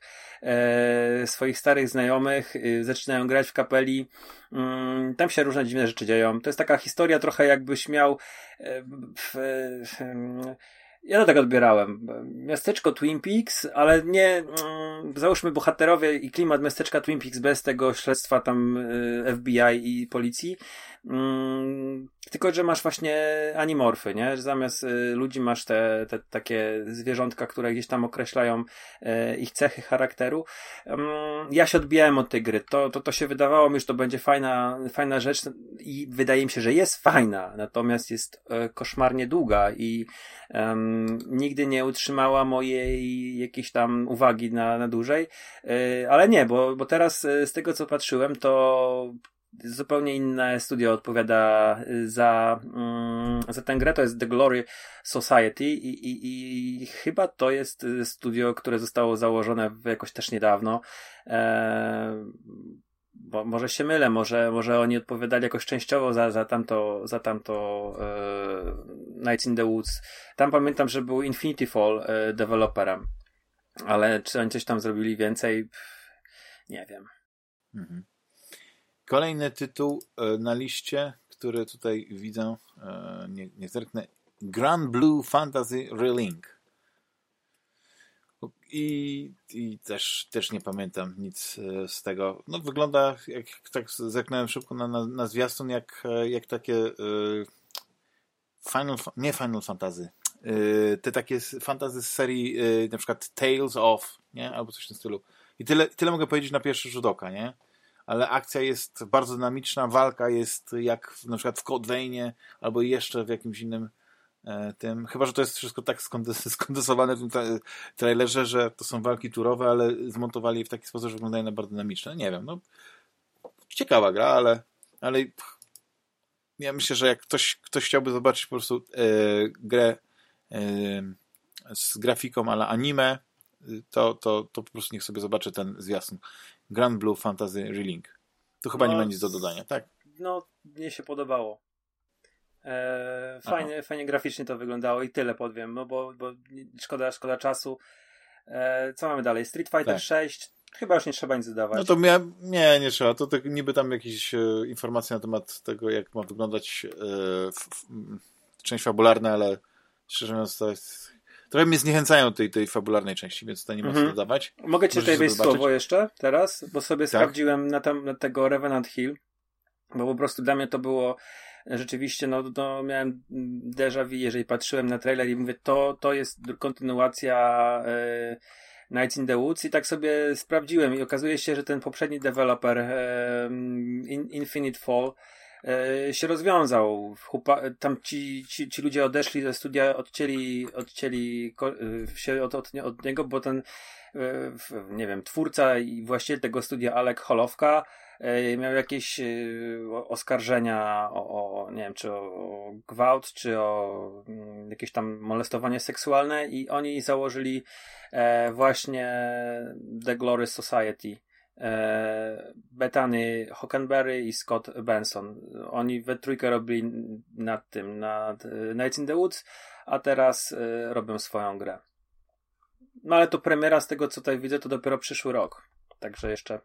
starych znajomych, zaczynają grać w kapeli, tam się różne dziwne rzeczy dzieją. To jest taka historia trochę jakbyś miał ja to tak odbierałem. Miasteczko Twin Peaks, ale nie, załóżmy bohaterowie i klimat miasteczka Twin Peaks bez tego śledztwa tam FBI i policji. Tylko, że masz właśnie animorfy, nie? Że zamiast ludzi masz te takie zwierzątka, które gdzieś tam określają ich cechy charakteru. Ja się odbijałem od tej gry. To się wydawało mi, że to będzie fajna rzecz i wydaje mi się, że jest fajna, natomiast jest koszmarnie długa i nigdy nie utrzymała mojej jakiejś tam uwagi na dłużej. Ale nie, bo teraz z tego, co patrzyłem, to zupełnie inne studio odpowiada za tę grę, to jest The Glory Society i chyba to jest studio, które zostało założone jakoś też niedawno. Bo może się mylę, może oni odpowiadali jakoś częściowo za tamto Nights in the Woods. Tam pamiętam, że był Infinity Fall deweloperem, ale czy oni coś tam zrobili więcej? Nie wiem. Mhm. Kolejny tytuł na liście, który tutaj widzę, nie zerknę, Grand Blue Fantasy Relink. I też nie pamiętam nic z tego. No wygląda, jak tak zerknąłem szybko na zwiastun, jak takie Final Fantasy. Te takie fantasy z serii na przykład Tales of, nie? Albo coś w tym stylu. I tyle mogę powiedzieć na pierwszy rzut oka, nie? Ale akcja jest bardzo dynamiczna, walka jest jak na przykład w Code Veinie albo jeszcze w jakimś innym tym. Chyba, że to jest wszystko tak skondensowane w tym trailerze, że to są walki turowe, ale zmontowali je w taki sposób, że wyglądają na bardzo dynamiczne. Nie wiem, no ciekawa gra, ale ja myślę, że jak ktoś chciałby zobaczyć po prostu grę z grafiką ale anime, to po prostu niech sobie zobaczy ten zwiastun. Grand Blue Fantasy Relink. Tu chyba nie ma nic do dodania, tak? No, mnie się podobało. Fajnie graficznie to wyglądało i tyle powiem, no bo szkoda czasu. Co mamy dalej? Street Fighter 6. Chyba już nie trzeba nic dodawać. No to nie trzeba. To tak niby tam jakieś informacje na temat tego, jak ma wyglądać część fabularna, ale szczerze mówiąc to jest... Trochę mnie zniechęcają tej fabularnej części, więc to nie ma co dodawać. Mogę ci tutaj wejść słowo jeszcze teraz? Bo sobie sprawdziłem na tego Revenant Hill, bo po prostu dla mnie to było rzeczywiście, no miałem déjà vu, jeżeli patrzyłem na trailer i mówię, to jest kontynuacja Nights in the Woods i tak sobie sprawdziłem i okazuje się, że ten poprzedni deweloper Infinite Fall się rozwiązał. Tam ci ludzie odeszli ze studia, odcięli się od niego, bo ten nie wiem, twórca i właściciel tego studia Alek Holowka miał jakieś oskarżenia nie wiem, czy o gwałt, czy o jakieś tam molestowanie seksualne i oni założyli właśnie The Glory Society. Bethany Hockenberry i Scott Benson. Oni we trójkę robili nad Nights in the Woods, a teraz robią swoją grę. No ale to premiera, z tego co tutaj widzę, to dopiero przyszły rok. Także jeszcze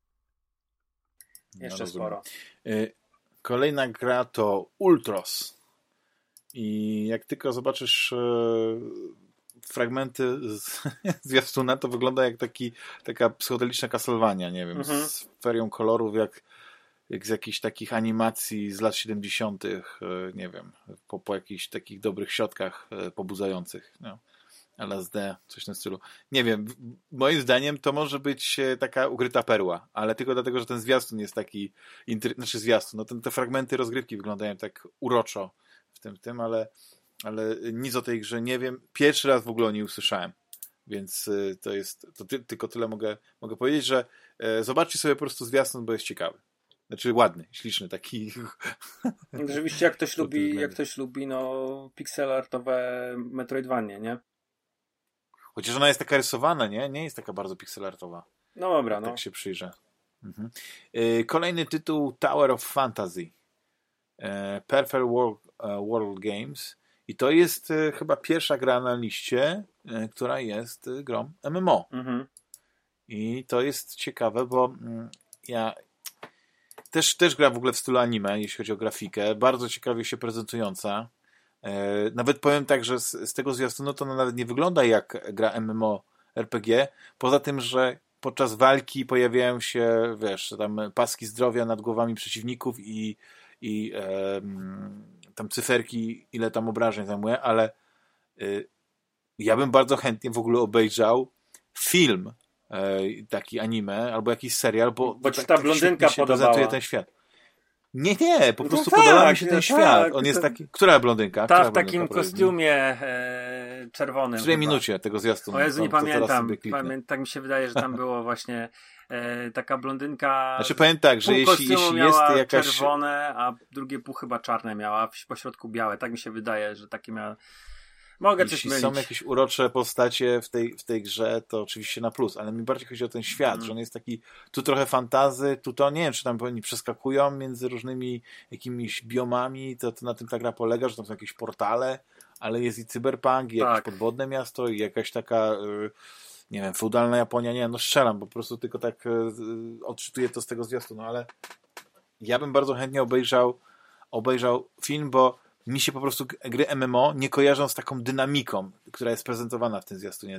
sporo. Kolejna gra to Ultros. I jak tylko zobaczysz fragmenty zwiastuna, to wygląda jak taka psychodeliczna Castlevania, nie wiem, z ferią kolorów, jak z jakichś takich animacji z lat 70., nie wiem, po jakichś takich dobrych środkach pobudzających. No. LSD, coś w tym stylu. Nie wiem, moim zdaniem to może być taka ukryta perła, ale tylko dlatego, że ten zwiastun jest taki, zwiastun, no te fragmenty rozgrywki wyglądają tak uroczo w tym, ale nic o tej grze nie wiem. Pierwszy raz w ogóle o niej usłyszałem, więc tylko tyle mogę powiedzieć, że zobaczcie sobie po prostu zwiastun, bo jest ciekawy. Znaczy ładny, śliczny, taki. Oczywiście jak ktoś lubi no pixelartowe Metroidvanie, nie? Chociaż ona jest taka rysowana, nie? Nie jest taka bardzo pixelartowa. No dobra, no. Tak się przyjrzę. Mhm. Kolejny tytuł Tower of Fantasy. Perfect World Games. I to jest chyba pierwsza gra na liście, która jest grą MMO. Mhm. I to jest ciekawe, bo ja też gra w ogóle w stylu anime, jeśli chodzi o grafikę. Bardzo ciekawie się prezentująca. Nawet powiem tak, że z tego zwiastunu to ona nawet nie wygląda jak gra MMO RPG. Poza tym, że podczas walki pojawiają się, wiesz, tam paski zdrowia nad głowami przeciwników i tam cyferki, ile tam obrażeń zajmuje, ale ja bym bardzo chętnie w ogóle obejrzał film taki anime, albo jakiś serial, bo ci ta blondynka podobała. Prezentuje ten świat. Nie, po prostu podoba mi się ten świat. On jest taki... Która blondynka? Ta w takim kostiumie czerwonym. W której minucie tego zwiastunu? O Jezu, nie pamiętam. Tak mi się wydaje, że tam było właśnie taka blondynka. Znaczy powiem tak, że jeśli jest jakaś... czerwone, a drugie pół chyba czarne miała, w pośrodku białe. Tak mi się wydaje, że takie miała... Mogę coś mylić. Jeśli są jakieś urocze postacie w tej grze, to oczywiście na plus, ale mi bardziej chodzi o ten świat, że on jest taki, tu trochę fantazy, tu to nie wiem, czy tam oni przeskakują między różnymi jakimiś biomami, to na tym ta gra polega, że tam są jakieś portale, ale jest i cyberpunk, i jakieś podwodne miasto, i jakaś taka nie wiem, feudalna Japonia, nie wiem, no strzelam, po prostu tylko tak odczytuję to z tego zwiastunu, ale ja bym bardzo chętnie obejrzał film, bo mi się po prostu gry MMO nie kojarzą z taką dynamiką, która jest prezentowana w tym zwiastunie.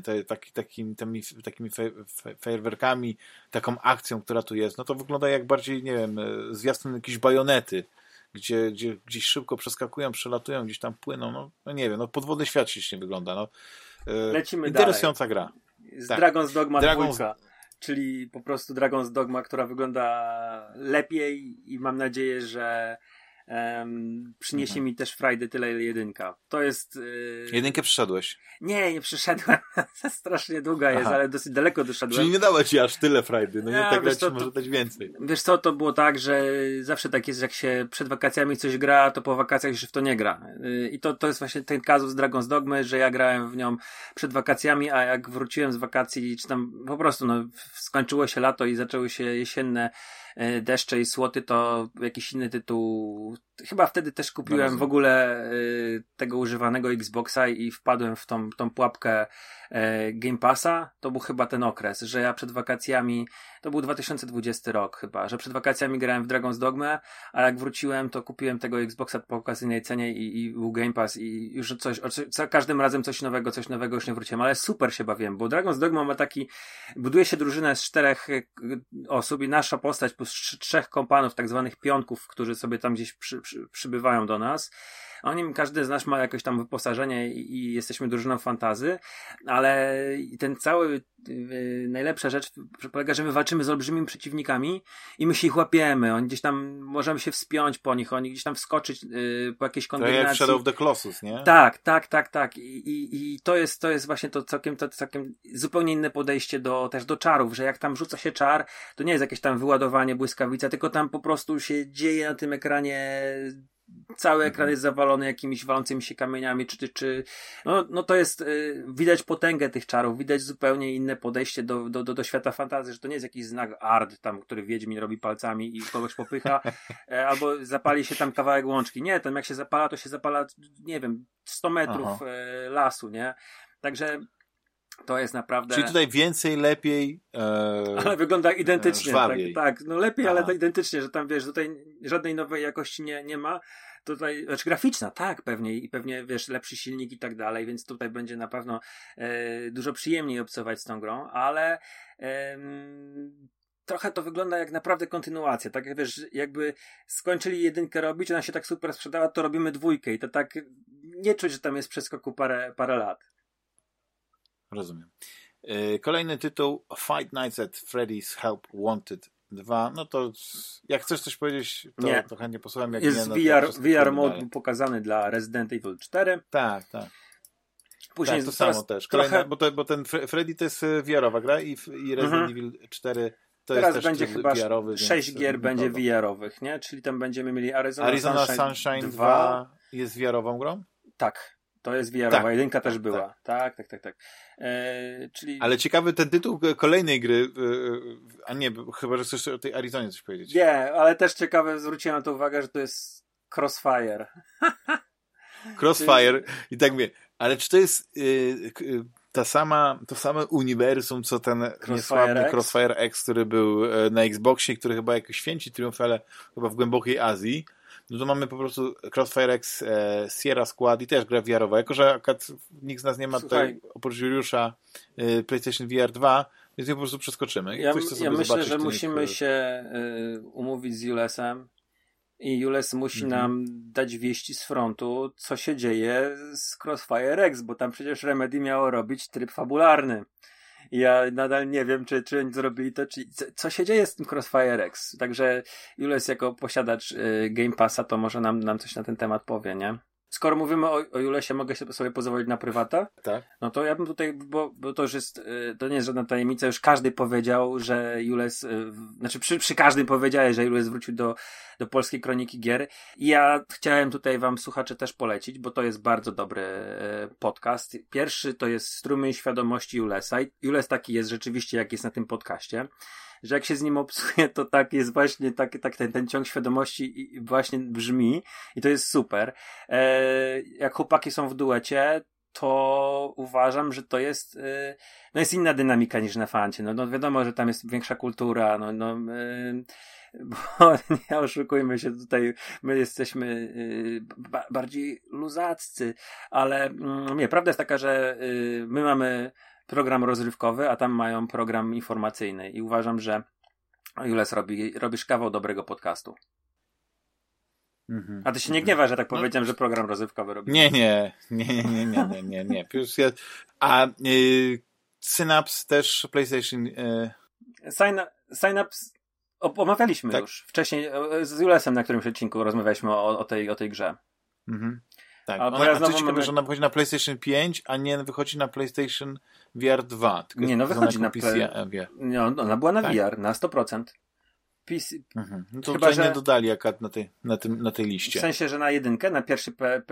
Takimi fajerwerkami, taką akcją, która tu jest. No to wygląda jak bardziej, nie wiem, zwiastun jakiejś bajonety, gdzie gdzieś szybko przeskakują, przelatują, gdzieś tam płyną. No nie wiem, no podwodny świat ślicznie wygląda. No. Lecimy interesująca dalej. Gra. Tak. Dragon's Dogma 2, czyli po prostu Dragon's Dogma, która wygląda lepiej i mam nadzieję, że przyniesie mi też frajdę tyle, ile jedynka. To jest... Jedynkę przyszedłeś? Nie przeszedłem. Strasznie długa jest, ale dosyć daleko doszedłem. Czyli nie dała ci aż tyle frajdy. No nie, tak grać może dać więcej. Wiesz co, to było tak, że zawsze tak jest, jak się przed wakacjami coś gra, to po wakacjach już w to nie gra. I to jest właśnie ten kazus Dragon's Dogmy, że ja grałem w nią przed wakacjami, a jak wróciłem z wakacji, czy tam po prostu skończyło się lato i zaczęły się jesienne deszcze i słoty, to jakiś inny tytuł. Chyba wtedy też kupiłem w ogóle tego używanego Xboxa i wpadłem w tą pułapkę Game Passa. To był chyba ten okres, że ja przed wakacjami, to był 2020 rok chyba, że przed wakacjami grałem w Dragon's Dogmę, a jak wróciłem, to kupiłem tego Xboxa po okazyjnej cenie i był Game Pass i już za każdym razem coś nowego już nie wróciłem, ale super się bawiłem, bo Dragon's Dogma ma buduje się drużynę z 4 osób i nasza postać plus 3 kompanów, tak zwanych pionków, którzy sobie tam gdzieś przybywają do nas. Każdy z nas ma jakieś tam wyposażenie i jesteśmy drużyną fantazy, ale ten cały najlepsza rzecz polega, że my walczymy z olbrzymimi przeciwnikami i my się ich łapiemy. Oni gdzieś tam, możemy się wspiąć po nich, oni gdzieś tam wskoczyć po jakiejś kombinacji. To jak Shadow of the Colossus, nie? Tak. I to jest właśnie to całkiem zupełnie inne podejście też do czarów, że jak tam rzuca się czar, to nie jest jakieś tam wyładowanie, błyskawica, tylko tam po prostu się dzieje na tym ekranie. Cały ekran jest zawalony jakimiś walącymi się kamieniami, no to jest, widać potęgę tych czarów, widać zupełnie inne podejście do świata fantazji, że to nie jest jakiś znak art, tam, który Wiedźmin robi palcami i kogoś popycha, albo zapali się tam kawałek łączki. Nie, tam jak się zapala, to się zapala, nie wiem, 100 metrów lasu, nie? Także to jest naprawdę... Czyli tutaj więcej, lepiej... Ale wygląda identycznie. Tak, no lepiej, ale to identycznie, że tam, wiesz, tutaj żadnej nowej jakości nie ma. Tutaj, znaczy graficzna, tak, pewnie, wiesz, lepszy silnik i tak dalej, więc tutaj będzie na pewno dużo przyjemniej obcować z tą grą, ale trochę to wygląda jak naprawdę kontynuacja, tak, wiesz, jakby skończyli jedynkę robić, ona się tak super sprzedała, to robimy dwójkę i to tak nie czuć, że tam jest przeskoku parę lat. Rozumiem. Kolejny tytuł Five Nights at Freddy's Help Wanted 2. No to jak chcesz coś powiedzieć, to chętnie posłucham. Jak jest nie, no VR mod pokazany dla Resident Evil 4. Tak. Później to samo też. Bo ten Freddy to jest VR-owa gra i Resident Evil 4 to teraz jest będzie też chyba VR-owy. 6 gier będzie VR-owych, nie? Czyli tam będziemy mieli Arizona Sunshine 2 jest VR-ową grą? Tak. To jest VR-owa, jedynka też była. Tak. Czyli... Ale ciekawy ten tytuł kolejnej gry, a nie, chyba, że chcesz o tej Arizonie coś powiedzieć. Nie, ale też ciekawe, zwróciłem na to uwagę, że to jest Crossfire. Crossfire i tak mówię, ale czy to jest to same uniwersum, co ten niesławny Crossfire X, który był na Xboxie, który chyba jako święci triumfale chyba w głębokiej Azji. No to mamy po prostu Crossfire X, Sierra Squad i też gra VR-owa. Jako że nikt z nas nie ma tutaj oprócz Juliusza PlayStation VR 2, więc my po prostu przeskoczymy. Ja myślę, że musimy się umówić z Julesem i Jules musi nam dać wieści z frontu, co się dzieje z Crossfire X, bo tam przecież Remedy miało robić tryb fabularny. Ja nadal nie wiem, czy oni zrobili to, co się dzieje z tym Crossfire X. Także Jules jako posiadacz Game Passa to może nam coś na ten temat powie, nie? Skoro mówimy o Julesie, mogę sobie pozwolić na prywata? Tak. No to ja bym tutaj, bo to już jest, to nie jest żadna tajemnica, już każdy powiedział, że Jules, znaczy przy każdym powiedziałeś, że Jules wrócił do Polskiej Kroniki Gier. I ja chciałem tutaj wam, słuchacze, też polecić, bo to jest bardzo dobry podcast. Pierwszy to jest Strumień Świadomości Julesa. I Jules taki jest rzeczywiście, jak jest na tym podcaście, że jak się z nim obsuje, to tak jest właśnie ten ciąg świadomości i właśnie brzmi i to jest super. Jak chłopaki są w duecie, to uważam, że to jest jest inna dynamika niż na Fancie. No wiadomo, że tam jest większa kultura, bo nie oszukujmy się tutaj, my jesteśmy bardziej luzaccy, ale nie, prawda jest taka, że my mamy program rozrywkowy, a tam mają program informacyjny i uważam, że Jules robisz kawał dobrego podcastu. A ty się nie gniewasz, że tak powiedziałem, że program rozrywkowy robisz? Nie. A Synapse też PlayStation... Synapse omawialiśmy już wcześniej z Julesem na którymś odcinku rozmawialiśmy o tej grze. Tak, a co ciekawe, że ona wychodzi na PlayStation 5, a nie wychodzi na PlayStation VR 2. Tylko nie, wychodzi na PC. Nie, ona była na VR, na 100%. PC. No to chyba, że nie dodali akurat na tej liście. W sensie, że na jedynkę, na pierwszy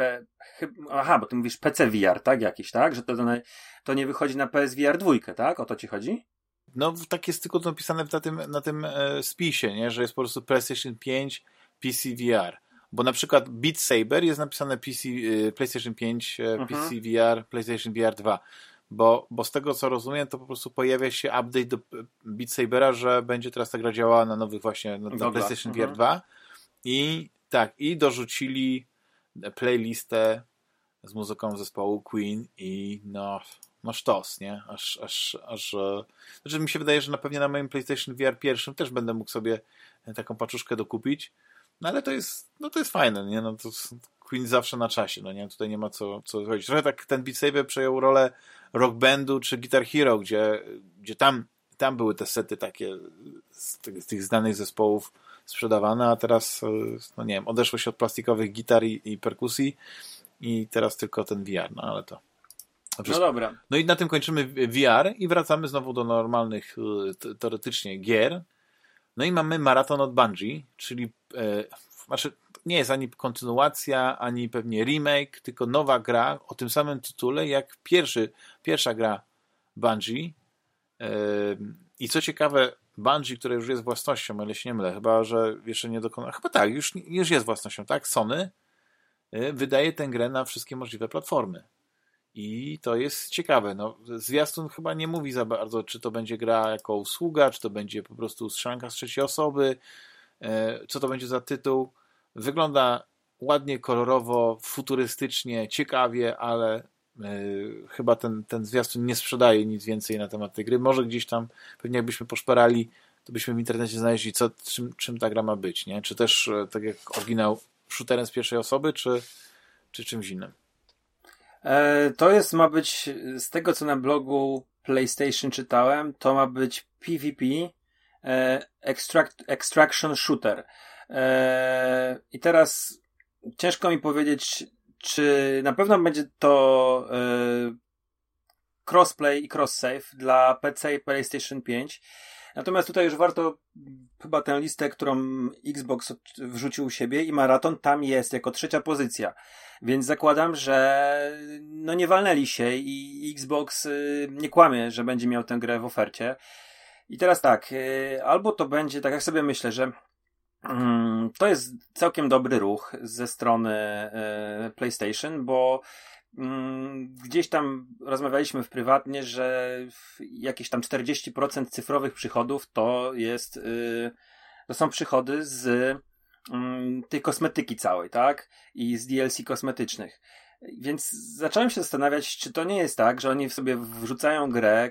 bo ty mówisz PC VR, tak? Jakiś, tak? Że to nie wychodzi na PSVR 2, tak? O to ci chodzi? No, tak jest tylko napisane na tym spisie, nie? Że jest po prostu PlayStation 5, PC VR. Bo na przykład Beat Saber jest napisane PlayStation 5, PC VR, PlayStation VR 2. Bo z tego co rozumiem, to po prostu pojawia się update do Beat Sabera, że będzie teraz ta gra działała na nowych właśnie, na PlayStation VR 2. I dorzucili playlistę z muzyką zespołu Queen i no sztos, nie? Znaczy mi się wydaje, że pewnie na moim PlayStation VR pierwszym też będę mógł sobie taką paczuszkę dokupić. No ale to jest fajne, nie? No to Queen zawsze na czasie, no nie? Tutaj nie ma co chodzić. Trochę tak ten Beat Saber przejął rolę Rock Bandu czy Guitar Hero, gdzie tam były te sety takie z tych znanych zespołów sprzedawane, a teraz, no nie wiem, odeszło się od plastikowych gitar i perkusji i teraz tylko ten VR, no ale to... No dobra. No i na tym kończymy VR i wracamy znowu do normalnych, teoretycznie, gier. No i mamy maraton od Bungie, czyli nie jest ani kontynuacja, ani pewnie remake, tylko nowa gra o tym samym tytule jak pierwsza gra Bungie. I co ciekawe, Bungie, które już jest własnością, ale się nie mylę, chyba, że jeszcze nie dokonał, chyba tak, już jest własnością, tak? Sony wydaje tę grę na wszystkie możliwe platformy. I to jest ciekawe. No, zwiastun chyba nie mówi za bardzo, czy to będzie gra jako usługa, czy to będzie po prostu strzelanka z trzeciej osoby, co to będzie za tytuł. Wygląda ładnie, kolorowo, futurystycznie, ciekawie, ale chyba ten zwiastun nie sprzedaje nic więcej na temat tej gry. Może gdzieś tam, pewnie jakbyśmy poszperali, to byśmy w internecie znaleźli, czym ta gra ma być, nie? Czy też, tak jak oryginał, shooterem z pierwszej osoby, czy czymś innym. To ma być, z tego co na blogu PlayStation czytałem, to ma być PvP, Extraction Shooter. I teraz ciężko mi powiedzieć, czy na pewno będzie to crossplay i cross-save dla PC i PlayStation 5. Natomiast tutaj już warto chyba tę listę, którą Xbox wrzucił u siebie i Marathon tam jest jako 3. pozycja. Więc zakładam, że no nie walnęli się i Xbox nie kłamie, że będzie miał tę grę w ofercie. I teraz tak, albo to będzie, tak jak sobie myślę, że to jest całkiem dobry ruch ze strony PlayStation, bo gdzieś tam rozmawialiśmy prywatnie, że jakieś tam 40% cyfrowych przychodów to są przychody z tej kosmetyki całej, tak? I z DLC kosmetycznych. Więc zacząłem się zastanawiać, czy to nie jest tak, że oni sobie wrzucają grę,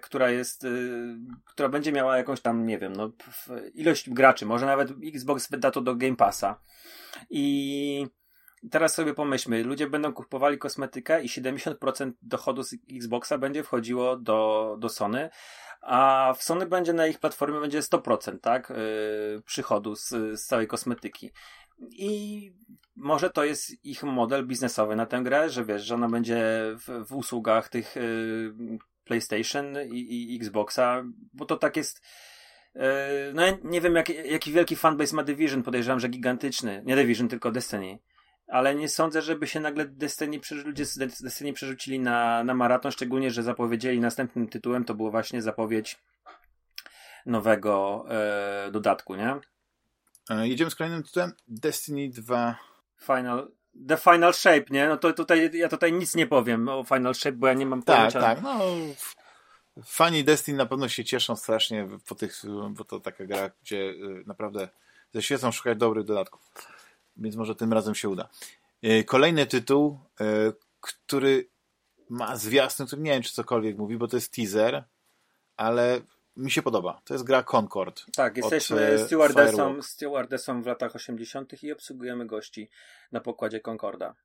która będzie miała jakąś tam, nie wiem, no, ilość graczy, może nawet Xbox wyda to do Game Passa. I teraz sobie pomyślmy, ludzie będą kupowali kosmetykę i 70% dochodu z Xboxa będzie wchodziło do Sony, a w Sony będzie na ich platformie będzie 100%, tak? Przychodu z całej kosmetyki. I może to jest ich model biznesowy na tę grę, że wiesz, że ona będzie w usługach tych PlayStation i Xboxa, bo to tak jest. No ja nie wiem jaki wielki fanbase ma Division, podejrzewam, że gigantyczny. Nie Division, tylko Destiny. Ale nie sądzę, żeby się nagle ludzie z Destiny przerzucili na Marathon, szczególnie, że zapowiedzieli następnym tytułem, to było właśnie zapowiedź nowego dodatku, nie? Jedziemy z kolejnym tytułem Destiny 2 The Final Shape, nie? No to ja tutaj nic nie powiem o Final Shape, bo ja nie mam pojęcia. Tak, no fani Destiny na pewno się cieszą strasznie bo to taka gra, gdzie naprawdę ze świecą szukać dobrych dodatków. Więc może tym razem się uda. Kolejny tytuł, który ma zwiastun, który nie wiem, czy cokolwiek mówi, bo to jest teaser, ale mi się podoba. To jest gra Concord. Tak, jesteśmy stewardessą w latach 80. i obsługujemy gości na pokładzie Concorda.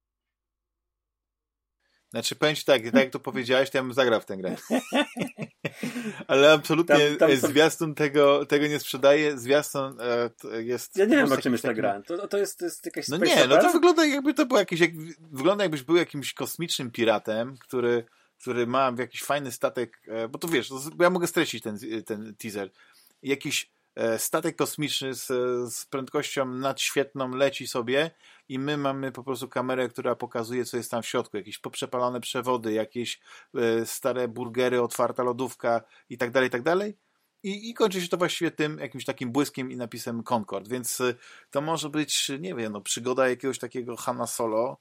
Znaczy, powiem ci tak jak to powiedziałeś, to ja bym zagrał w tę grę. Ale absolutnie zwiastun tego nie sprzedaje. Zwiastun jest... Ja nie wiem, o czym jest ta gra. To jest jakaś No nie, no to wygląda jakby to było wygląda jakbyś był jakimś kosmicznym piratem, który ma jakiś fajny statek, bo to wiesz, ja mogę streścić ten teaser. Jakiś statek kosmiczny z prędkością nadświetną leci sobie i my mamy po prostu kamerę, która pokazuje, co jest tam w środku. Jakieś poprzepalone przewody, jakieś stare burgery, otwarta lodówka i tak dalej, i tak dalej. I kończy się to właściwie tym jakimś takim błyskiem i napisem Concord. Więc to może być, nie wiem, no, przygoda jakiegoś takiego Hanna Solo,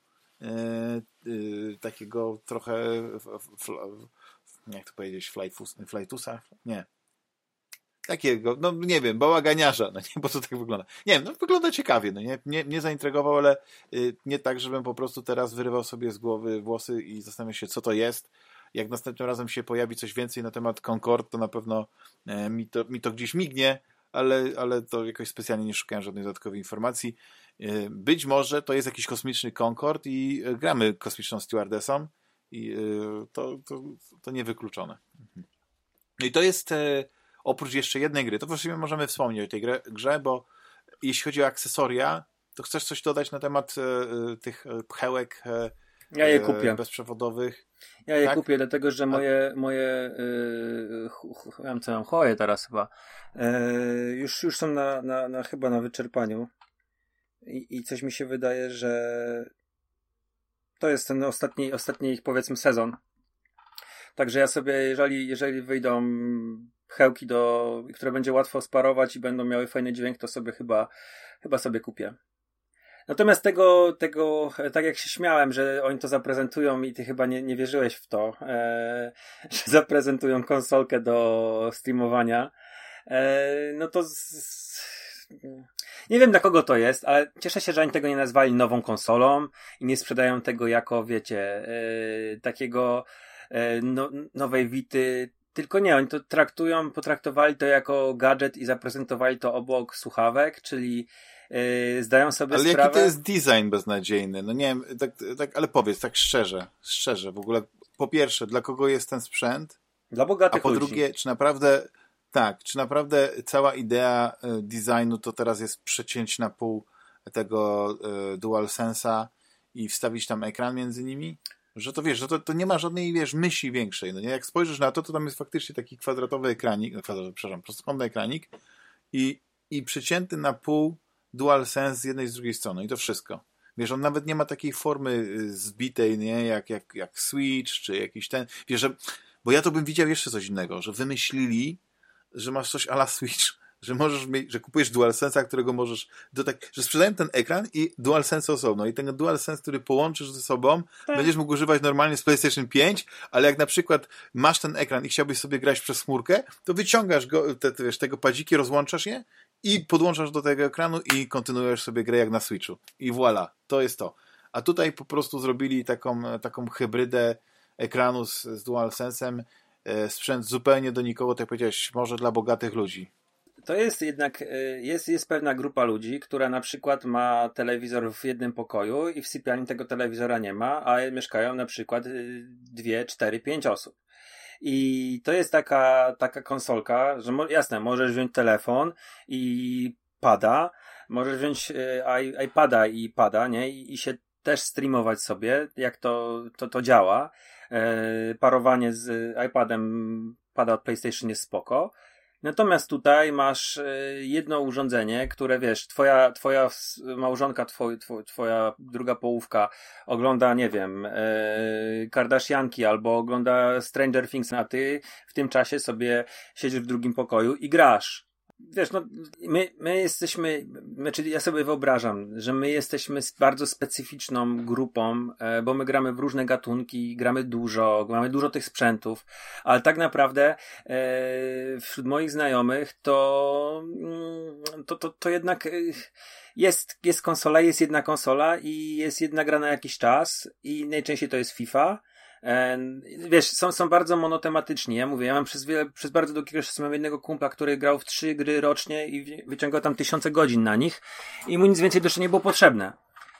takiego trochę jak to powiedzieć, flightusa? Nie. Takiego, no nie wiem, bałaganiarza, no nie, bo to tak wygląda. Nie wiem, no wygląda ciekawie, no nie, mnie zaintrygował, ale nie tak, żebym po prostu teraz wyrywał sobie z głowy włosy i zastanawiał się, co to jest. Jak następnym razem się pojawi coś więcej na temat Concord, to na pewno mi to gdzieś mignie, ale to jakoś specjalnie nie szukałem żadnej dodatkowej informacji. Być może to jest jakiś kosmiczny Concord i gramy kosmiczną stewardessą i to niewykluczone. I to jest oprócz jeszcze jednej gry, to właściwie możemy wspomnieć o tej grze, bo jeśli chodzi o akcesoria, to chcesz coś dodać na temat tych pchełek ja je kupię. Bezprzewodowych? Ja je kupię, dlatego że moje mam Huawei teraz chyba, już są chyba na wyczerpaniu i coś mi się wydaje, że to jest ten ostatni ich, powiedzmy, sezon. Także ja sobie, jeżeli wyjdą pchełki, które będzie łatwo sparować i będą miały fajny dźwięk, to sobie chyba sobie kupię. Natomiast tego, tak jak się śmiałem, że oni to zaprezentują i ty chyba nie wierzyłeś w to, że zaprezentują konsolkę do streamowania, no to nie wiem, dla kogo to jest, ale cieszę się, że oni tego nie nazwali nową konsolą i nie sprzedają tego jako, wiecie, takiego nowej Vity, tylko nie, oni to potraktowali to jako gadżet i zaprezentowali to obok słuchawek, czyli zdają sobie ale sprawę... Ale jaki to jest design beznadziejny? No nie wiem, tak, ale powiedz, tak szczerze, w ogóle po pierwsze, dla kogo jest ten sprzęt? Dla bogatych ludzi. A po drugie, czy naprawdę cała idea designu to teraz jest przecięć na pół tego DualSense'a i wstawić tam ekran między nimi? Że to wiesz, że to nie ma żadnej, myśli większej. No nie? Jak spojrzysz na to tam jest faktycznie taki kwadratowy ekranik, prostokątny ekranik i przecięty na pół DualSense z jednej i z drugiej strony i to wszystko. Wiesz, on nawet nie ma takiej formy zbitej, nie? Jak Switch, czy jakiś ten... Wiesz, bo ja to bym widział jeszcze coś innego, że wymyślili, że masz coś a la Switch, że możesz mieć, że kupujesz DualSense'a, którego możesz że sprzedają ten ekran i DualSense osobno. I ten DualSense, który połączysz ze sobą, będziesz mógł używać normalnie z PlayStation 5, ale jak na przykład masz ten ekran i chciałbyś sobie grać przez chmurkę, to wyciągasz go, tego padziki, rozłączasz je i podłączasz do tego ekranu i kontynuujesz sobie grę jak na Switchu. I voilà, to jest to. A tutaj po prostu zrobili taką hybrydę ekranu z DualSense'em, sprzęt zupełnie do nikogo, tak powiedziałeś, może dla bogatych ludzi. To jest jednak, jest pewna grupa ludzi, która na przykład ma telewizor w jednym pokoju i w sypialni tego telewizora nie ma, a mieszkają na przykład 2, 4, 5 osób. I to jest taka konsolka, że jasne, możesz wziąć telefon i pada, możesz wziąć iPada i pada, nie? I się też streamować sobie, jak to działa. Parowanie z iPadem pada od PlayStation jest spoko. Natomiast tutaj masz jedno urządzenie, które wiesz, twoja małżonka, twoja druga połówka ogląda, nie wiem, Kardashianki albo ogląda Stranger Things, a ty w tym czasie sobie siedzisz w drugim pokoju i grasz. Wiesz, no, my jesteśmy, czyli ja sobie wyobrażam, że my jesteśmy bardzo specyficzną grupą, bo my gramy w różne gatunki, gramy dużo, mamy dużo tych sprzętów, ale tak naprawdę wśród moich znajomych to jednak jest konsola, jest jedna konsola i jest jedna gra na jakiś czas i najczęściej to jest FIFA. Wiesz, są bardzo monotematyczni. Ja mówię, ja mam przez bardzo długi czas mam jednego kumpla, który grał w 3 gry rocznie i wyciągał tam 1000 godzin na nich i mu nic więcej jeszcze nie było potrzebne.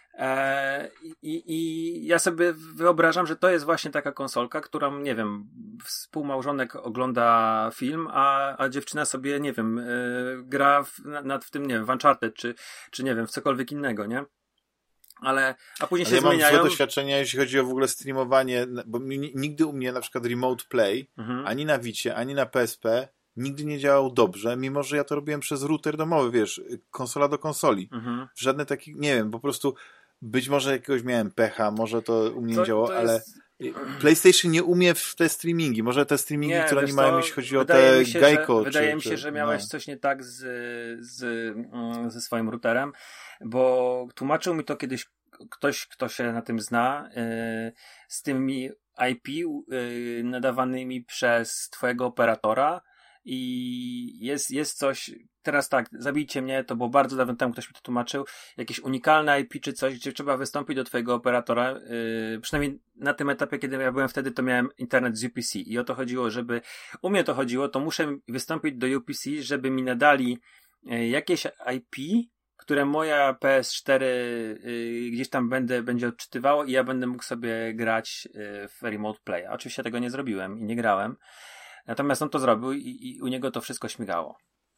I ja sobie wyobrażam, że to jest właśnie taka konsolka, którą, nie wiem, współmałżonek ogląda film, a dziewczyna sobie, nie wiem, gra w tym, nie wiem, w Uncharted, czy nie wiem, w cokolwiek innego, nie? A później się zmieniają. Ja mam złe doświadczenia, jeśli chodzi o w ogóle streamowanie, bo nigdy u mnie na przykład Remote Play, ani na Vicie, ani na PSP nigdy nie działał dobrze, mimo że ja to robiłem przez router domowy, wiesz, konsola do konsoli. Żadne takich, nie wiem, po prostu być może jakiegoś miałem pecha, może to u mnie nie działało, ale PlayStation nie umie w te streamingi. Może te streamingi, które oni mają, jeśli chodzi o te Geico. Wydaje mi się, że miałeś coś nie tak ze swoim routerem, bo tłumaczył mi to kiedyś ktoś, kto się na tym zna, z tymi IP nadawanymi przez twojego operatora i jest coś, teraz tak, zabijcie mnie, to było bardzo dawno temu, ktoś mi to tłumaczył, jakieś unikalne IP czy coś, gdzie trzeba wystąpić do twojego operatora, przynajmniej na tym etapie, kiedy ja byłem wtedy, to miałem internet z UPC i o to chodziło, u mnie to chodziło, to muszę wystąpić do UPC, żeby mi nadali jakieś IP, które moja PS4 gdzieś tam będzie odczytywało i ja będę mógł sobie grać w Remote Play. Oczywiście tego nie zrobiłem i nie grałem. Natomiast on to zrobił i u niego to wszystko śmigało.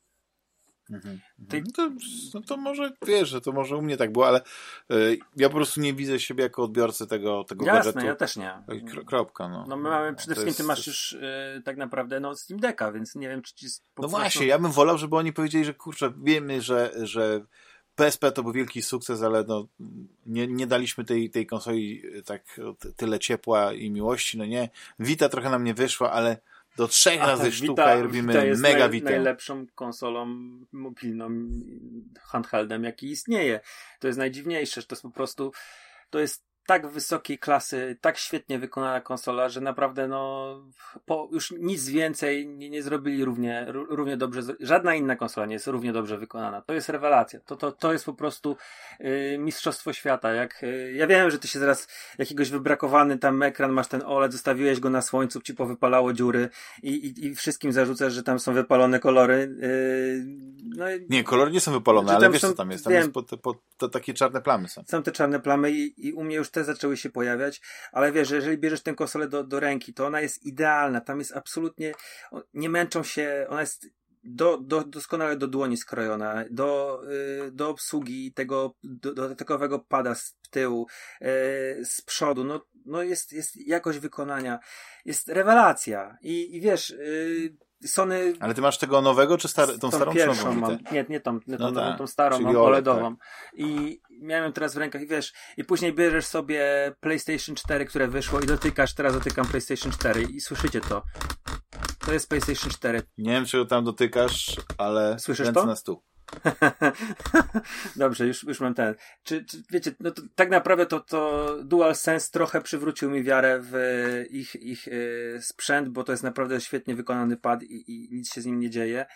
To może, wiesz, że to może u mnie tak było, ale ja po prostu nie widzę siebie jako odbiorcy tego Jasne, gadżetu. Jasne, ja też nie. Kropka, no. My mamy, przede wszystkim ty masz już tak naprawdę Steam Decka, więc nie wiem, czy ci... Właśnie, ja bym wolał, żeby oni powiedzieli, że kurczę, wiemy, że PSP to był wielki sukces, ale nie daliśmy tej konsoli tak tyle ciepła i miłości, no nie. Vita trochę nam nie wyszła, ale do 3 razy sztuka i robimy Vita jest mega Vita. Najlepszą konsolą mobilną, handheldem, jaki istnieje. To jest najdziwniejsze, że to jest po prostu, to jest tak wysokiej klasy, tak świetnie wykonana konsola, że naprawdę już nic więcej nie zrobili równie dobrze. Żadna inna konsola nie jest równie dobrze wykonana. To jest rewelacja. To jest po prostu mistrzostwo świata. Ja wiem, że ty się zaraz jakiegoś wybrakowany tam ekran, masz ten OLED, zostawiłeś go na słońcu, ci powypalało dziury i wszystkim zarzucasz, że tam są wypalone kolory. Nie, kolory nie są wypalone, ale wiesz co tam jest. Tam jest to takie czarne plamy są. Są te czarne plamy i u mnie już te zaczęły się pojawiać, ale wiesz, że jeżeli bierzesz tę konsolę do ręki, to ona jest idealna. Tam jest absolutnie, nie męczą się, ona jest doskonale do dłoni skrojona, do obsługi tego dodatkowego pada z tyłu, z przodu, no jest jakość wykonania, jest rewelacja i wiesz, Sony... Ale ty masz tego nowego, czy tą starą pierwszą mam. Nie tą starą, mam OLED-ową. Tak. I miałem teraz w rękach i wiesz, i później bierzesz sobie PlayStation 4, które wyszło i teraz dotykam PlayStation 4 i słyszycie to. To jest PlayStation 4. Nie wiem, czego tam dotykasz, ale słyszysz to? Na stół. Dobrze, już mam ten. Czy wiecie, no to tak naprawdę to DualSense trochę przywrócił mi wiarę w ich sprzęt, bo to jest naprawdę świetnie wykonany pad i nic się z nim nie dzieje.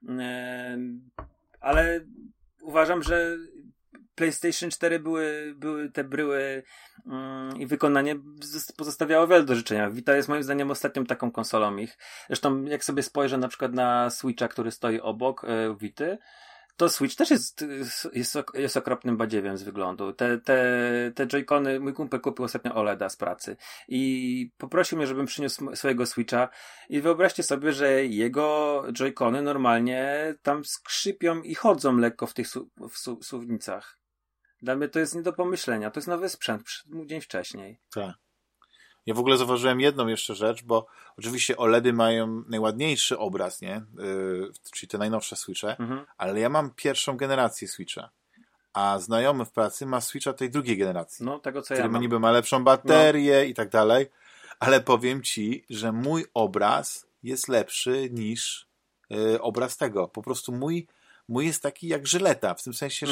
Ale uważam, że PlayStation 4 były te bryły i wykonanie pozostawiało wiele do życzenia. Vita jest moim zdaniem ostatnią taką konsolą ich. Zresztą jak sobie spojrzę na przykład na Switcha, który stoi obok Vity, to Switch też jest okropnym badziewiem z wyglądu. Te Joy-Cony, mój kumpel kupił ostatnio OLEDa z pracy i poprosił mnie, żebym przyniósł swojego Switcha i wyobraźcie sobie, że jego Joy-Cony normalnie tam skrzypią i chodzą lekko w tych suwnicach. Dla mnie to jest nie do pomyślenia. To jest nowy sprzęt, dzień wcześniej. Tak. Ja w ogóle zauważyłem jedną jeszcze rzecz, bo oczywiście OLEDy mają najładniejszy obraz, nie? Czyli te najnowsze Switche, ale ja mam pierwszą generację Switcha, a znajomy w pracy ma Switcha tej drugiej generacji. No, tego co ja mam. Niby ma lepszą baterię i tak dalej, ale powiem ci, że mój obraz jest lepszy niż obraz tego. Po prostu mój jest taki jak żyleta, w tym sensie,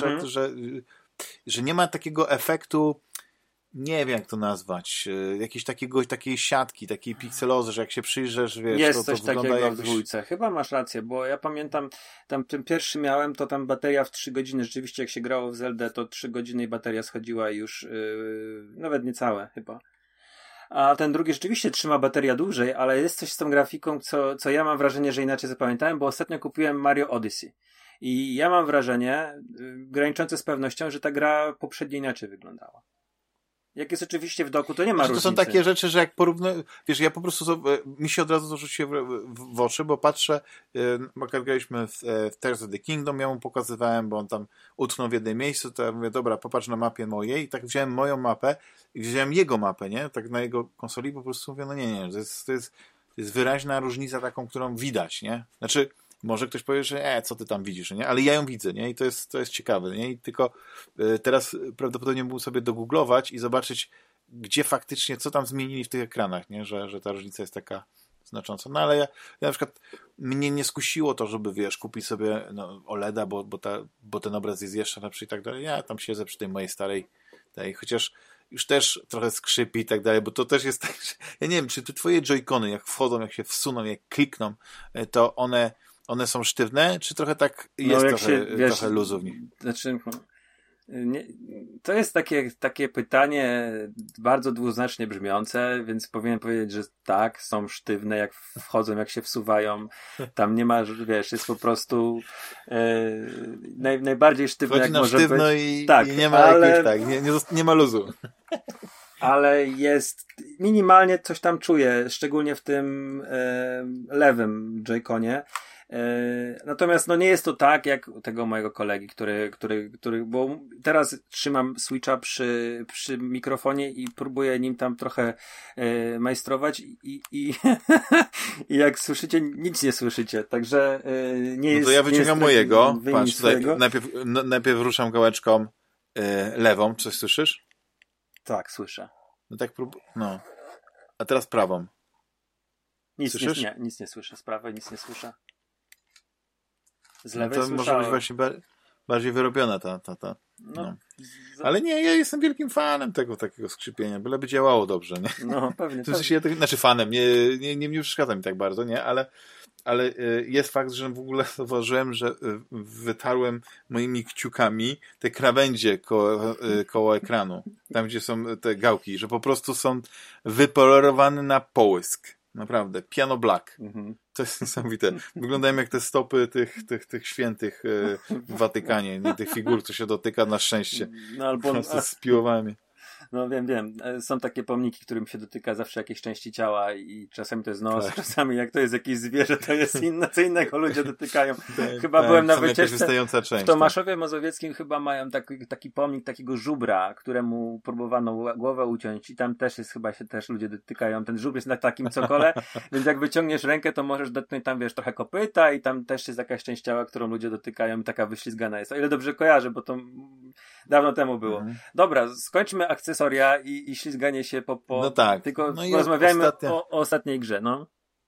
że nie ma takiego efektu, nie wiem jak to nazwać, jakiejś takiej siatki, takiej pikselozy, że jak się przyjrzesz, wiesz, jest to coś wygląda takiego jak w dwójce. Chyba masz rację, bo ja pamiętam, tam ten pierwszy miałem, to tam bateria w 3 godziny, rzeczywiście jak się grało w Zeldę, to 3 godziny i bateria schodziła już nawet niecałe chyba. A ten drugi rzeczywiście trzyma bateria dłużej, ale jest coś z tą grafiką, co ja mam wrażenie, że inaczej zapamiętałem, bo ostatnio kupiłem Mario Odyssey. I ja mam wrażenie, graniczące z pewnością, że ta gra poprzednio inaczej wyglądała. Jak jest oczywiście w doku, to nie ma różnicy. To są takie rzeczy, że jak porównuję, wiesz, ja po prostu, mi się od razu to rzuciło w oczy, bo patrzę, jak graliśmy w Tears of the Kingdom, ja mu pokazywałem, bo on tam utknął w jednym miejscu, to ja mówię, dobra, popatrz na mapie mojej, i tak wziąłem moją mapę i wziąłem jego mapę, nie? Tak na jego konsoli, po prostu mówię, no nie, to jest wyraźna różnica taką, którą widać, nie? Znaczy, może ktoś powie, że co ty tam widzisz, nie? Ale ja ją widzę, nie? I to jest ciekawe, nie? I tylko teraz prawdopodobnie mógł sobie dogooglować i zobaczyć, gdzie faktycznie, co tam zmienili w tych ekranach, nie? Że ta różnica jest taka znacząca. No ale ja na przykład mnie nie skusiło to, żeby, wiesz, kupić sobie OLEDa, bo ten obraz jest jeszcze lepszy i tak dalej. Ja tam siedzę przy tej mojej starej, chociaż już też trochę skrzypi i tak dalej, bo to też jest tak, że ja nie wiem, czy te twoje Joy-Cony, jak wchodzą, jak się wsuną, jak klikną, to one są sztywne, czy trochę tak jest trochę luzu w nich? Znaczy, to jest takie pytanie bardzo dwuznacznie brzmiące, więc powinien powiedzieć, że tak, są sztywne, jak wchodzą, jak się wsuwają. Tam nie ma, wiesz, jest po prostu najbardziej sztywne, jak może być. I, tak, i nie ma nie ma luzu. Ale jest minimalnie coś tam czuję, szczególnie w tym lewym Joy-Conie. Natomiast nie jest to tak jak u tego mojego kolegi, który bo teraz trzymam Switcha przy mikrofonie i próbuję nim tam trochę majstrować i i jak słyszycie, nic nie słyszycie, także nie jest. No to ja wyciągam mojego, patrz, tutaj najpierw ruszam gałeczką lewą, coś słyszysz? Tak, słyszę. No tak a teraz prawą. Nic nie słyszę, z prawej nic nie słyszę. Z lewej to słyszałem. może być właśnie bardziej wyrobiona ta. Ale nie, ja jestem wielkim fanem tego takiego skrzypienia, byleby działało dobrze, nie? No, pewnie. Znaczy fanem, nie przeszkadza mi tak bardzo, nie? Ale jest fakt, że w ogóle zauważyłem, że wytarłem moimi kciukami te krawędzie koło ekranu, tam gdzie są te gałki, że po prostu są wypolerowane na połysk. Naprawdę. Piano Black. To jest niesamowite. Wyglądają jak te stopy tych świętych w Watykanie. Nie tych figur, co się dotyka na szczęście. No, albo po prostu z piłowami. No wiem. Są takie pomniki, którym się dotyka zawsze jakieś części ciała i czasami to jest nos, tak. Czasami jak to jest jakieś zwierzę, to jest co innego ludzie dotykają. Chyba byłem na wycieczce w Tomaszowie Mazowieckim, chyba mają taki pomnik takiego żubra, któremu próbowano głowę uciąć i tam też jest, chyba się też ludzie dotykają. Ten żubr jest na takim cokole, więc jak wyciągniesz rękę, to możesz dotknąć tam, wiesz, trochę kopyta i tam też jest jakaś część ciała, którą ludzie dotykają i taka wyślizgana jest. O ile dobrze kojarzę, bo to dawno temu było. Dobra, skończmy akcesoria i ślizganie się po no tak. Tylko rozmawiajmy o ostatniej grze, no.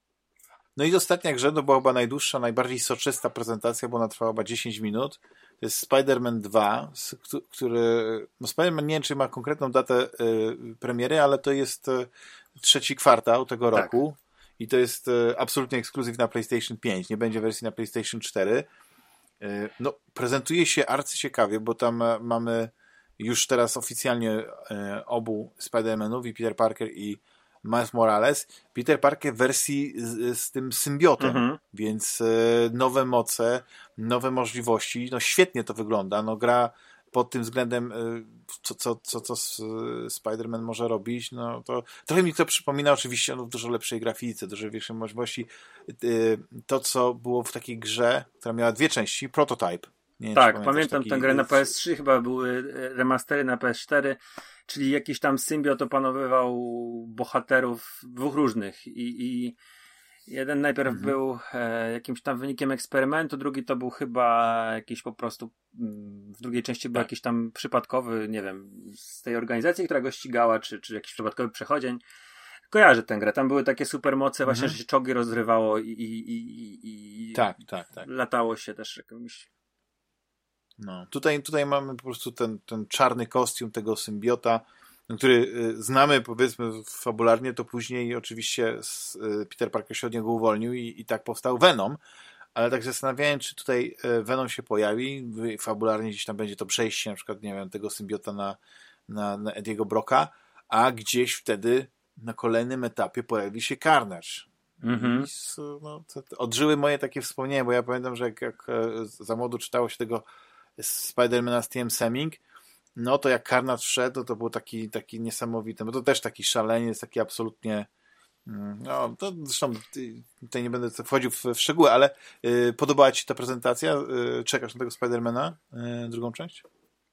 No i ostatnia grze to była chyba najdłuższa, najbardziej soczysta prezentacja, bo ona trwała chyba 10 minut. To jest Spider-Man 2, który... No Spider-Man nie wiem, czy ma konkretną datę premiery, ale to jest trzeci kwartał tego roku i to jest absolutnie ekskluzyw na PlayStation 5. Nie będzie wersji na PlayStation 4. No, prezentuje się arcyciekawie, bo tam mamy już teraz oficjalnie obu Spider-Manów, i Peter Parker i Miles Morales. Peter Parker w wersji z tym symbiotem, więc nowe moce, nowe możliwości. No świetnie to wygląda. No gra pod tym względem, co Spider-Man może robić, no to trochę mi to przypomina oczywiście w dużo lepszej grafice, dużo większej możliwości. To, co było w takiej grze, która miała dwie części, Prototype. Nie, tak, pamiętam tę grę na PS3, chyba były remastery na PS4, czyli jakiś tam symbiot opanowywał bohaterów dwóch różnych i jeden najpierw był jakimś tam wynikiem eksperymentu, drugi to był chyba jakiś po prostu w drugiej części był jakiś tam przypadkowy, nie wiem, z tej organizacji, która go ścigała, czy jakiś przypadkowy przechodzień. Kojarzę tę grę. Tam były takie supermoce, właśnie, że się czołgi rozrywało i tak. latało się też jakimś. No, tutaj mamy po prostu ten czarny kostium tego symbiota, który znamy, powiedzmy, fabularnie, to później oczywiście Peter Parker się od niego uwolnił i tak powstał Venom, ale tak zastanawiałem, czy tutaj Venom się pojawi, fabularnie gdzieś tam będzie to przejście, na przykład, nie wiem, tego symbiota na Ediego Brocka, a gdzieś wtedy na kolejnym etapie pojawi się Carnage. I odżyły moje takie wspomnienia, bo ja pamiętam, że jak za młodu czytało się tego Spider-Mana z T.M. Seming, no to jak Carnage wszedł, to był taki niesamowity, bo to też taki szaleniec, taki absolutnie no, to zresztą tutaj nie będę wchodził w szczegóły, ale podobała Ci ta prezentacja? Czekasz na tego Spider-Mana? Drugą część?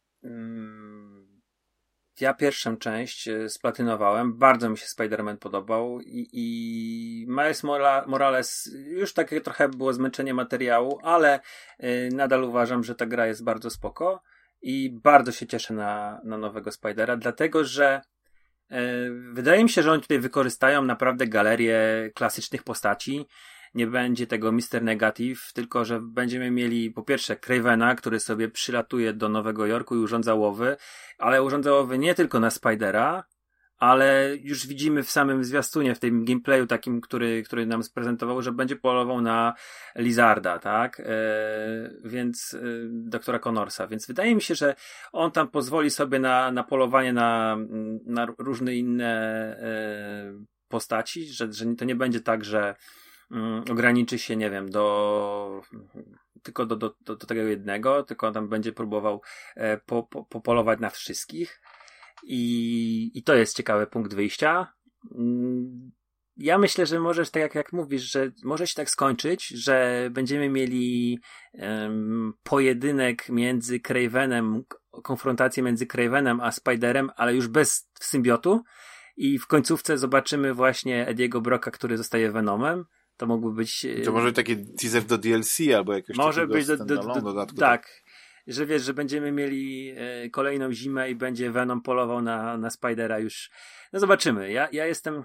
Ja pierwszą część splatynowałem. Bardzo mi się Spider-Man podobał i Miles Morales już takie trochę było zmęczenie materiału, ale nadal uważam, że ta gra jest bardzo spoko i bardzo się cieszę na nowego Spidera, dlatego że wydaje mi się, że oni tutaj wykorzystają naprawdę galerię klasycznych postaci. Nie będzie tego Mr. Negative, tylko że będziemy mieli po pierwsze Cravena, który sobie przylatuje do Nowego Jorku i urządza łowy, ale urządza łowy nie tylko na Spidera, ale już widzimy w samym zwiastunie, w tym gameplayu takim, który nam sprezentował, że będzie polował na Lizarda, tak? Więc doktora Connorsa. Więc wydaje mi się, że on tam pozwoli sobie na polowanie na różne inne postaci, że to nie będzie tak, że ograniczy się, nie wiem, tylko do tego jednego, tylko tam będzie próbował popolować na wszystkich. I to jest ciekawy punkt wyjścia. Ja myślę, że możesz, tak jak mówisz, że może się tak skończyć, że będziemy mieli pojedynek między Cravenem, konfrontację między Cravenem a Spiderem, ale już bez symbiotu i w końcówce zobaczymy właśnie Ediego Brocka, który zostaje Venomem. To mógłby być... To może taki teaser do DLC albo jakiegoś może być dodatku. Tak, że wiesz, że będziemy mieli kolejną zimę i będzie Venom polował na Spidera już. No zobaczymy. Ja jestem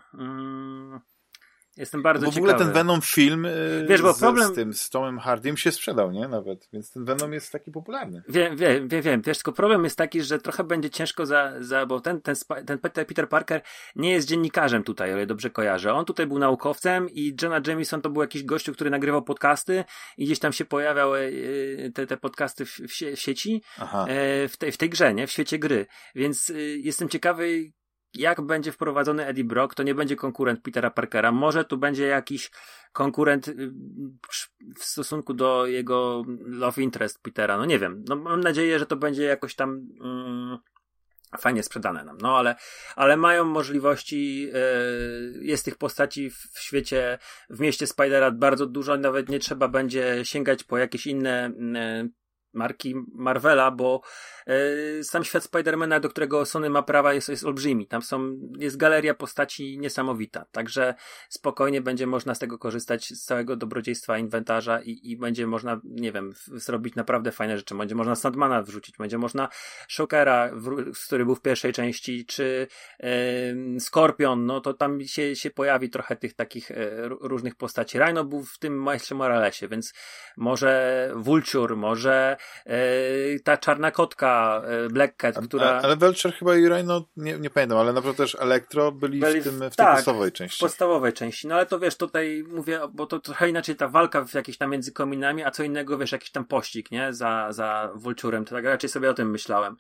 bardzo ciekawy. W ogóle ten Venom film wiesz, bo problem... z Tomem Hardym się sprzedał, nie? Nawet. Więc ten Venom jest taki popularny. Wiem. Wiesz, tylko problem jest taki, że trochę będzie ciężko bo ten Peter Parker nie jest dziennikarzem tutaj, o ile dobrze kojarzę. On tutaj był naukowcem i Jonah Jameson to był jakiś gościu, który nagrywał podcasty i gdzieś tam się pojawiały te podcasty w sieci, w tej grze, nie? W świecie gry. Więc jestem ciekawy, jak będzie wprowadzony Eddie Brock, to nie będzie konkurent Petera Parkera. Może tu będzie jakiś konkurent w stosunku do jego love interest Petera. No nie wiem. No mam nadzieję, że to będzie jakoś tam fajnie sprzedane nam. No ale mają możliwości, jest tych postaci w świecie, w mieście Spidera bardzo dużo, nawet nie trzeba będzie sięgać po jakieś inne marki Marvela, bo sam świat Spidermana, do którego Sony ma prawa, jest olbrzymi. Tam jest galeria postaci niesamowita. Także spokojnie będzie można z tego korzystać, z całego dobrodziejstwa inwentarza i będzie można, nie wiem, zrobić naprawdę fajne rzeczy. Będzie można Sandmana wrzucić, będzie można Shockera, który był w pierwszej części, czy Skorpion, no to tam się pojawi trochę tych takich różnych postaci. Rhino był w tym Milesie Moralesie, więc może Vulture, może ta czarna kotka Black Cat, która... Ale Vulture chyba i Rhino, nie pamiętam, ale na przykład też Electro byli w tej podstawowej części. W podstawowej części. No ale to wiesz, tutaj mówię, bo to trochę inaczej ta walka jakieś tam między kominami, a co innego, wiesz, jakiś tam pościg, nie? Za Vulturem. To tak raczej sobie o tym myślałem.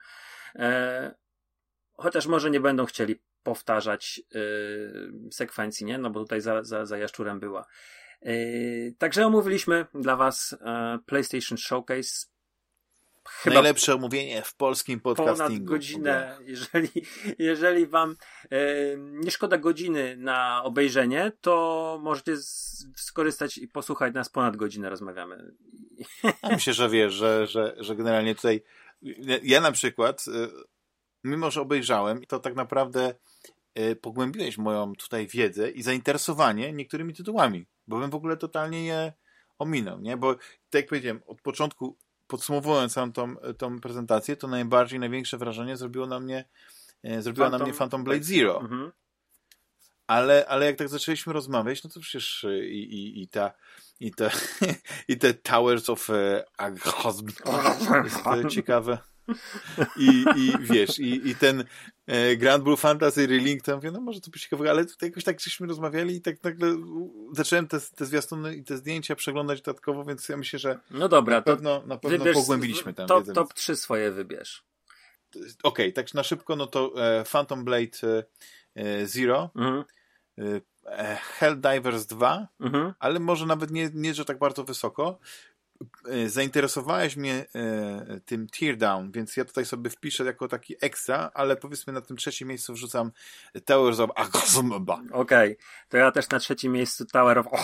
Chociaż może nie będą chcieli powtarzać sekwencji, nie? No bo tutaj za Jaszczurem była. Także omówiliśmy dla was PlayStation Showcase. Chyba najlepsze omówienie w polskim podcastingu. Ponad godzinę. Jeżeli wam nie szkoda godziny na obejrzenie, to możecie skorzystać i posłuchać nas ponad godzinę. Rozmawiamy. Ja myślę, że wiesz, że generalnie tutaj ja na przykład, mimo że obejrzałem, to tak naprawdę pogłębiłeś moją tutaj wiedzę i zainteresowanie niektórymi tytułami, bo bym w ogóle totalnie je ominął, nie? Bo tak jak powiedziałem, od początku podsumowując całą tą prezentację, to największe wrażenie zrobiła na mnie Phantom Blade Zero. Mhm. Ale jak tak zaczęliśmy rozmawiać, no to przecież i te Towers of Aghasm jest ciekawe. I wiesz, i ten Grand Blue Fantasy Relink, to mówię, no może to być ciekawe, ale tutaj jakoś tak żeśmy rozmawiali i tak nagle zacząłem te zwiastuny i te zdjęcia przeglądać dodatkowo, więc ja myślę, że no dobra, na pewno pogłębiliśmy tam wiedzę. Top 3 swoje wybierz. Okej, tak na szybko, no to Phantom Blade Zero, Helldivers 2, ale może nawet nie, że tak bardzo wysoko. Zainteresowałeś mnie tym Teardown, więc ja tutaj sobie wpiszę jako taki ekstra, ale powiedzmy na tym trzecim miejscu wrzucam Towers of Aghasm. Okej, to ja też na trzecim miejscu Tower of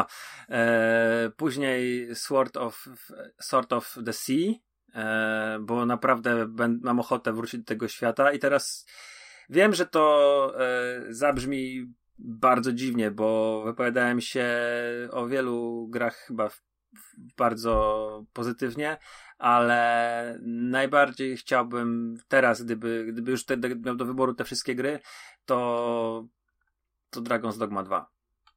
później Sword of the Sea, bo naprawdę mam ochotę wrócić do tego świata i teraz wiem, że to zabrzmi bardzo dziwnie, bo wypowiadałem się o wielu grach chyba bardzo pozytywnie, ale najbardziej chciałbym teraz, gdyby już miał do wyboru te wszystkie gry, to Dragon's Dogma 2.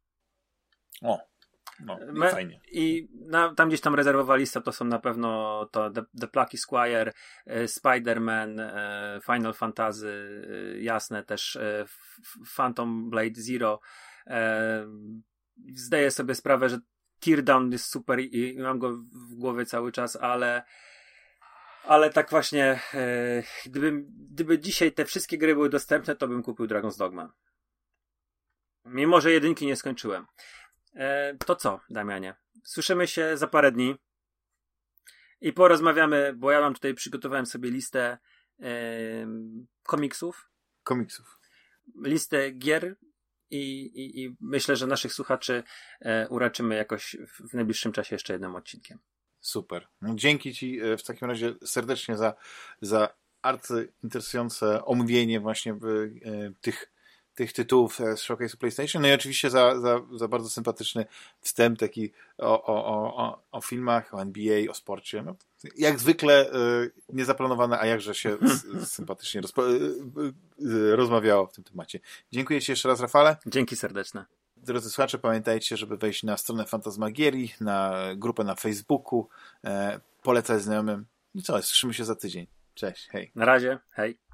Fajnie. I tam gdzieś tam rezerwowa lista to są na pewno to The Plucky Squire, Spider-Man, Final Fantasy, jasne też Phantom Blade Zero. Zdaję sobie sprawę, że Teardown jest super i mam go w głowie cały czas, ale tak właśnie gdyby dzisiaj te wszystkie gry były dostępne, to bym kupił Dragon's Dogma. Mimo, że jedynki nie skończyłem. To co, Damianie? Słyszymy się za parę dni i porozmawiamy, bo ja przygotowałem sobie listę komiksów. Listę gier i myślę, że naszych słuchaczy uraczymy jakoś w najbliższym czasie jeszcze jednym odcinkiem. Super. No, dzięki ci w takim razie serdecznie za interesujące omówienie właśnie tych tytułów z Showcase'u PlayStation. No i oczywiście za bardzo sympatyczny wstęp taki o filmach, o NBA, o sporcie. No, jak zwykle niezaplanowane, a jakże się sympatycznie rozmawiało w tym temacie. Dziękuję ci jeszcze raz, Rafale. Dzięki serdeczne. Drodzy słuchacze, pamiętajcie, żeby wejść na stronę Fantasmagierii, na grupę na Facebooku, polecać znajomym. I co, słyszymy się za tydzień. Cześć, hej. Na razie, hej.